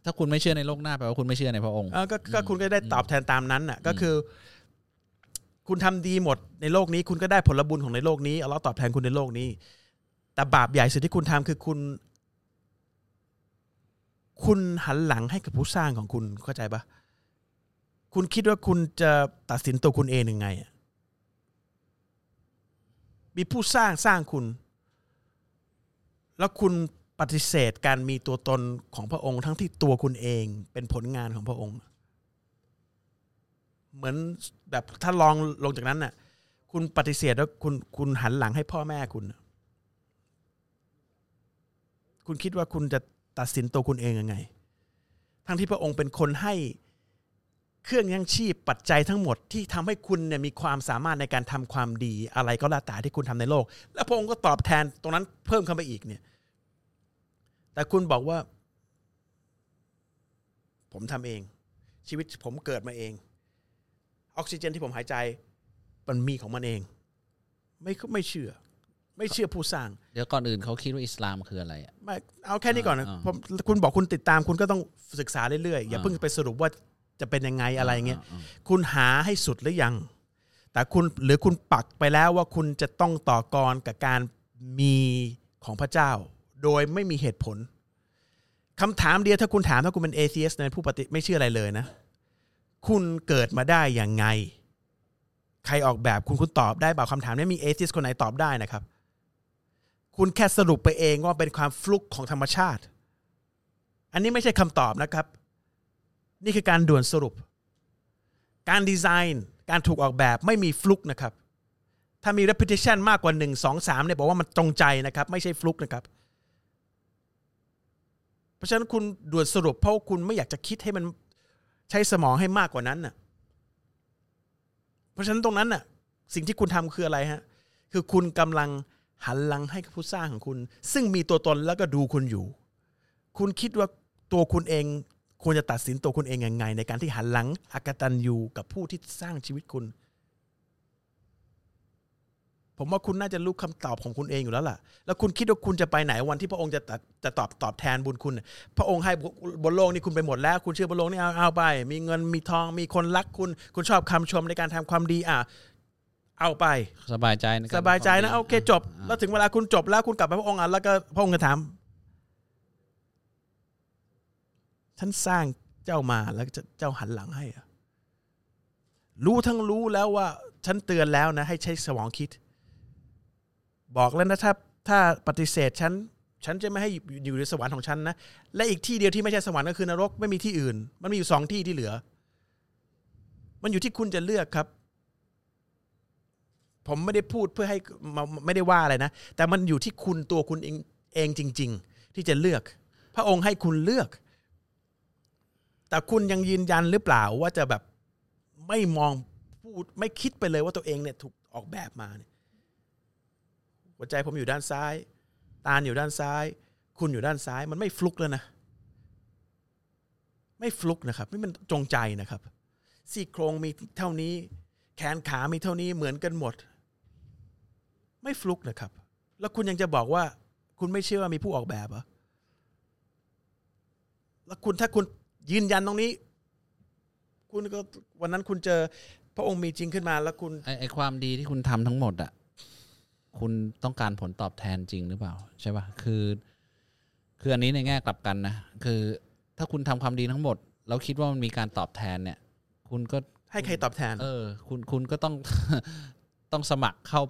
C: ถ้าคุณไม่เชื่อในโลกหน้าแปลว่าคุณไม่เชื่อในพระองค์
B: ก็คุณก็ได้ตอบแทนตามนั้นน่ะก็คือคุณทำดีหมดในโลกนี้คุณก็ได้ผลบุญของในโลกนี้อัลเลาะห์ตอบแทนคุณในโลกนี้แต่บาปใหญ่สุดที่คุณทำคือคุณหันหลังให้กับผู้สร้างของคุณเข้าใจปะคุณคิดว่าคุณจะตัดสินตัวคุณเองยังไงมีผู้สร้างคุณแล้วคุณปฏิเสธการมีตัวตนของพระองค์ทั้งที่ตัวคุณเองเป็นผลงานของพระองค์เหมือนแบบถ้าลองลงจากนั้นน่ะคุณปฏิเสธแล้วคุณหันหลังให้พ่อแม่คุณคิดว่าคุณจะตัดสินตัวคุณเองยังไงทั้งที่พระองค์เป็นคนให้เครื่องยังชีพปัจจัยทั้งหมดที่ทำให้คุณเนี่ยมีความสามารถในการทำความดีอะไรก็แล้วแต่ที่คุณทำในโลกแล้วพระองค์ก็ตอบแทนตรงนั้นเพิ่มเข้าไปอีกเนี่ยแต่คุณบอกว่าผมทำเองชีวิตผมเกิดมาเองออกซิเจนที่ผมหายใจมันมีของมันเองไม่เชื่อผู้สร้าง
C: เดี๋ยวก่อนอื่นเขาคิดว่าอิสลามคืออะไร
B: ไม่เอาแค่นี้ก่อนนะคุณบอกคุณติดตามคุณก็ต้องศึกษาเรื่อยๆอย่าเพิ่งไปสรุปว่าจะเป็นยังไงอะไรเงี้ยคุณหาให้สุดหรือยังแต่คุณปักไปแล้วว่าคุณจะต้องต่อกรกับการมีของพระเจ้าโดยไม่มีเหตุผลคำถามเดียวถ้าคุณถามถ้าคุณเป็นเอเธียสต์นะผู้ปฏิไม่เชื่ออะไรเลยนะคุณเกิดมาได้อย่างไงใครออกแบบคุณตอบได้เปล่าคำถามนี้มีเอเธียสต์คนไหนตอบได้นะครับคุณแค่สรุปไปเองว่าเป็นความฟลุกของธรรมชาติอันนี้ไม่ใช่คำตอบนะครับนี่คือการด่วนสรุปการดีไซน์การถูกออกแบบไม่มีฟลุกนะครับถ้ามี repetition มากกว่า1 2 3เนี่ยบอกว่ามันจงใจนะครับไม่ใช่ฟลุกนะครับเพราะฉะนั้นคุณด่วนสรุปเพราะคุณไม่อยากจะคิดให้มันใช้สมองให้มากกว่านั้นน่ะเพราะฉะนั้นตรงนั้นน่ะสิ่งที่คุณทำคืออะไรฮะคือคุณกำลังหันหลังให้กับผู้สร้างของคุณซึ่งมีตัวตนแล้วก็ดูคุณอยู่คุณคิดว่าตัวคุณเองควรจะตัดสินตัวคุณเองยังไงในการที่หันหลังอกตัญญูกับผู้ที่สร้างชีวิตคุณผมว่าคุณน่าจะรู้คำตอบของคุณเองอยู่แล้วล่ะแล้วคุณคิดว่าคุณจะไปไหนวันที่พระองค์จะตอบแทนบุญคุณพระองค์ให้บนโลกนี้คุณไปหมดแล้วคุณเชื่อบนโลกนี้เอาไปมีเงินมีทองมีคนรักคุณชอบคำชมในการทำความดีเอาไป
C: สบายใจ
B: นะโอเคจบแล้วถึงเวลาคุณจบแล้วคุณกลับไปพระองค์แล้วก็พระองค์จะถามฉันสร้างเจ้ามาแล้วเจ้าหันหลังให้รู้แล้วว่าฉันเตือนแล้วนะให้ใช้สมองคิดบอกแล้วนะถ้าปฏิเสธฉันจะไม่ให้อยู่ในสวรรค์ของฉันนะและอีกที่เดียวที่ไม่ใช่สวรรค์ก็คือนรกไม่มีที่อื่นมันมีอยู่2ที่ที่เหลือมันอยู่ที่คุณจะเลือกครับผมไม่ได้พูดเพื่อให้ไม่ได้ว่าอะไรนะแต่มันอยู่ที่คุณตัวคุณเองจริงๆที่จะเลือกพระองค์ให้คุณเลือกแต่คุณยังยืนยันหรือเปล่าว่าจะแบบไม่มองพูดไม่คิดไปเลยว่าตัวเองเนี่ยถูกออกแบบมาเนี่ยหัวใจผมอยู่ด้านซ้ายตาอยู่ด้านซ้ายคุณอยู่ด้านซ้ายมันไม่ฟลุกแล้วนะไม่ฟลุกนะครับไม่มันจงใจนะครับซี่โครงมีเท่านี้แขนขามีเท่านี้เหมือนกันหมดไม่ฟลุกนะครับแล้วคุณยังจะบอกว่าคุณไม่เชื่อว่ามีผู้ออกแบบเหรอแล้วถ้าคุณยืนยันตรงนี้คุณก็วันนั้นคุณเจอพระองค์มีจริงขึ้นมาแล้วคุณ
C: ไอความดีที่คุณทำทั้งหมดอ่ะคุณต้องการผลตอบแทนจริงหรือเปล่าใช่ป่ะคืออันนี้ในแง่กลับกันนะคือถ้าคุณทำความดีทั้งหมดแล้วคิดว่ามันมีการตอบแทนเนี่ยคุณก็
B: ให้ใครตอบแทน
C: คุณก็ต้องสมัครเข้า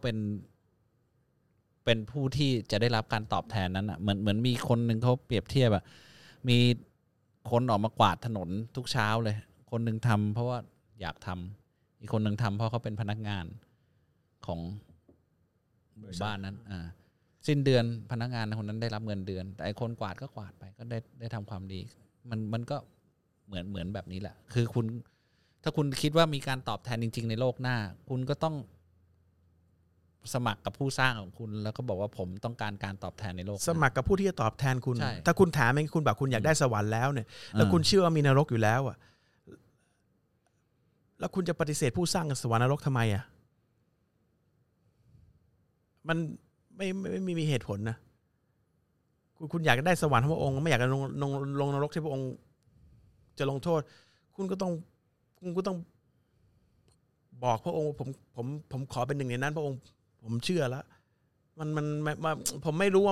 C: เป็นผู้ที่จะได้รับการตอบแทนนั้นอ่ะเหมือนมีคนนึงเขาเปรียบเทียบอ่ะมีคนออกมากวาดถนนทุกเช้าเลยคนนึงทำเพราะว่าอยากทำอีกคนนึงทำเพราะเขาเป็นพนักงานของหมู่บ้านนั้นสิ้นเดือนพนักงานคนนั้นได้รับเงินเดือนแต่ไอ้คนกวาดก็กวาดไปก็ได้ทำความดีมันก็เหมือนแบบนี้แหละคือคุณถ้าคุณคิดว่ามีการตอบแทนจริงๆในโลกหน้าคุณก็ต้องสมัครกับผู้สร้างของคุณแล้วก็บอกว่าผมต้องการตอบแทนในโลก
B: สมัครกับผู้ที่จะตอบแทนคุณถ้าคุณถามเองคุณบอกคุณอยากได้สวรรค์แล้วเนี่ยแล้วคุณเชื่อว่ามีนรกอยู่แล้วแล้วคุณจะปฏิเสธผู้สร้างสวรรค์นรกทำไมมันไม่มีเหตุผลนะคุณอยากได้สวรรค์พระองค์ไม่อยากลงนรกที่พระองค์จะลงโทษคุณก็ต้องบอกพระองค์ผมขอเป็นหนึ่งในนั้นพระองค์ผมเชื่อแล้วมันผมไม่รู้ว่า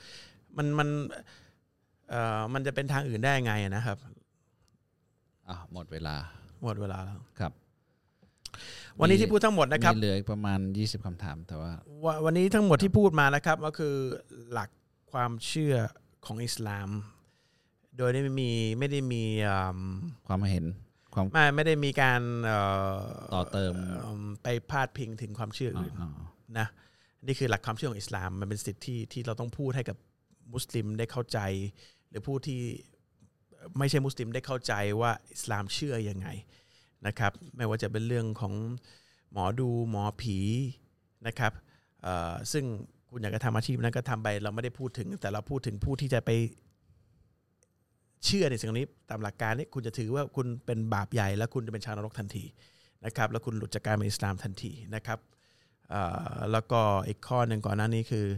B: มันจะเป็นทางอื่นได้ไงนะครับ
C: หมดเวลา
B: แล้ว
C: ครับ
B: วันนี้ที่พูดทั้งหมดนะครับ
C: มีเหลือประมาณ20คำถามแต่ว่า
B: วันนี้ทั้งหมดที่พูดมานะครับก็คือหลักความเชื่อของอิสลามโดยไม่ได้มี
C: ความเห็น
B: ไม่ได้มีการ
C: ต่อเติม
B: ไปพาดพิงถึงความเชื่ออื่นนะนี่คือหลักความเชื่อของอิสลามมันเป็นสิทธิที่เราต้องพูดให้กับมุสลิมได้เข้าใจหรือผู้ที่ไม่ใช่มุสลิมได้เข้าใจว่าอิสลามเชื่อยังไงนะครับไม่ว่าจะเป็นเรื่องของหมอดูหมอผีนะครับซึ่งคุณอยากจะทำอาชีพนั้นก็ทำไปเราไม่ได้พูดถึงแต่เราพูดถึงผู้ที่จะไปเชื่อในสิ่งนี้ตามหลักการนี้คุณจะถือว่าคุณเป็นบาปใหญ่แล้วคุณจะเป็นชาวนรกทันทีนะครับแล้วคุณหลุดจากการเป็นอิสลามทันทีนะครับแล้วก็อีกข้อหนึ่งก่อนหน้านี้คือ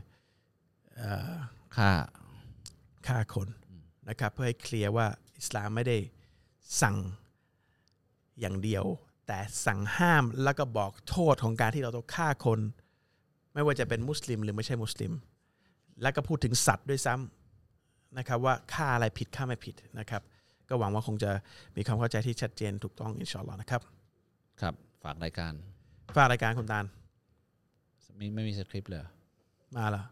B: ฆ่าคนนะครับเพื่อให้เคลียร์ว่าอิสลามไม่ได้สั่งอย่างเดียวแต่สั่งห้ามแล้วก็บอกโทษของการที่เราต้องฆ่าคนไม่ว่าจะเป็นมุสลิมหรือไม่ใช่มุสลิมแล้วก็พูดถึงสัตว์ด้วยซ้ำนะครับว่าฆ่าอะไรผิดฆ่าไม่ผิดนะครับก็หวังว่าคงจะมีความเข้าใจที่ชัดเจนถูกต้องอินชาอัลลอฮ์นะครับ
C: ครับฝากรายการ
B: คุณตาล
C: ไม่มีสคริปต์เลย
B: มาแล้ว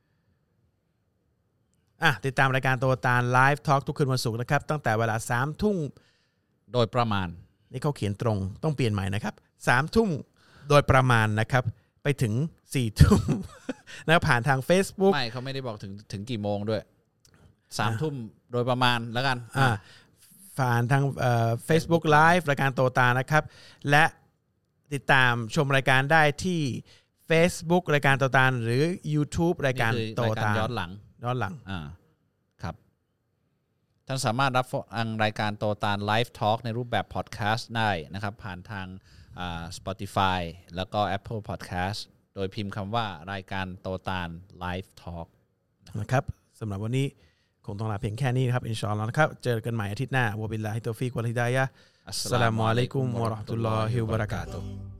B: ติดตามรายการโตตาลไลฟ์ทอล์กทุกคืนวันศุกร์นะครับตั้งแต่เวลา 3 ทุ่ม
C: โดยประมาณ
B: นี่เขาเขียนตรงต้องเปลี่ยนใหม่นะครับ 3 ทุ่มโดยประมาณนะครับไปถึง 4 ทุ่มนะผ่านทาง Facebook
C: ไม่เขาไม่ได้บอกถึงกี่โมงด้วย 3 ทุ่มโดยประมาณแล้วกัน
B: ผ่านทางFacebook Live รายการโตตานะครับและติดตามชมรายการได้ที่ Facebook รายการโตตาหรือ YouTube รายการโตตา
C: ย้อนหลังครับท่านสามารถรับฟังรายการโตตาไลฟ์ทอล์กในรูปแบบพอดแคสต์ได้นะครับผ่านทางSpotify แล้วก็ Apple Podcast โดยพิมพ์คำว่ารายการโตตาไลฟ์ทอล์ก
B: นะครับสำหรับวันนี้คงต้องลาเพียงแค่นี้นะครับอินชาอัลลอฮ์นะครับเจอกันใหม่อาทิตย์หน้าวะบิลลาฮิตตอฟิกวัลฮิดายะฮ์อัสสลามุอะลัยกุมวะเราะห์มะตุลลอฮิวะบะเราะกาตุฮ์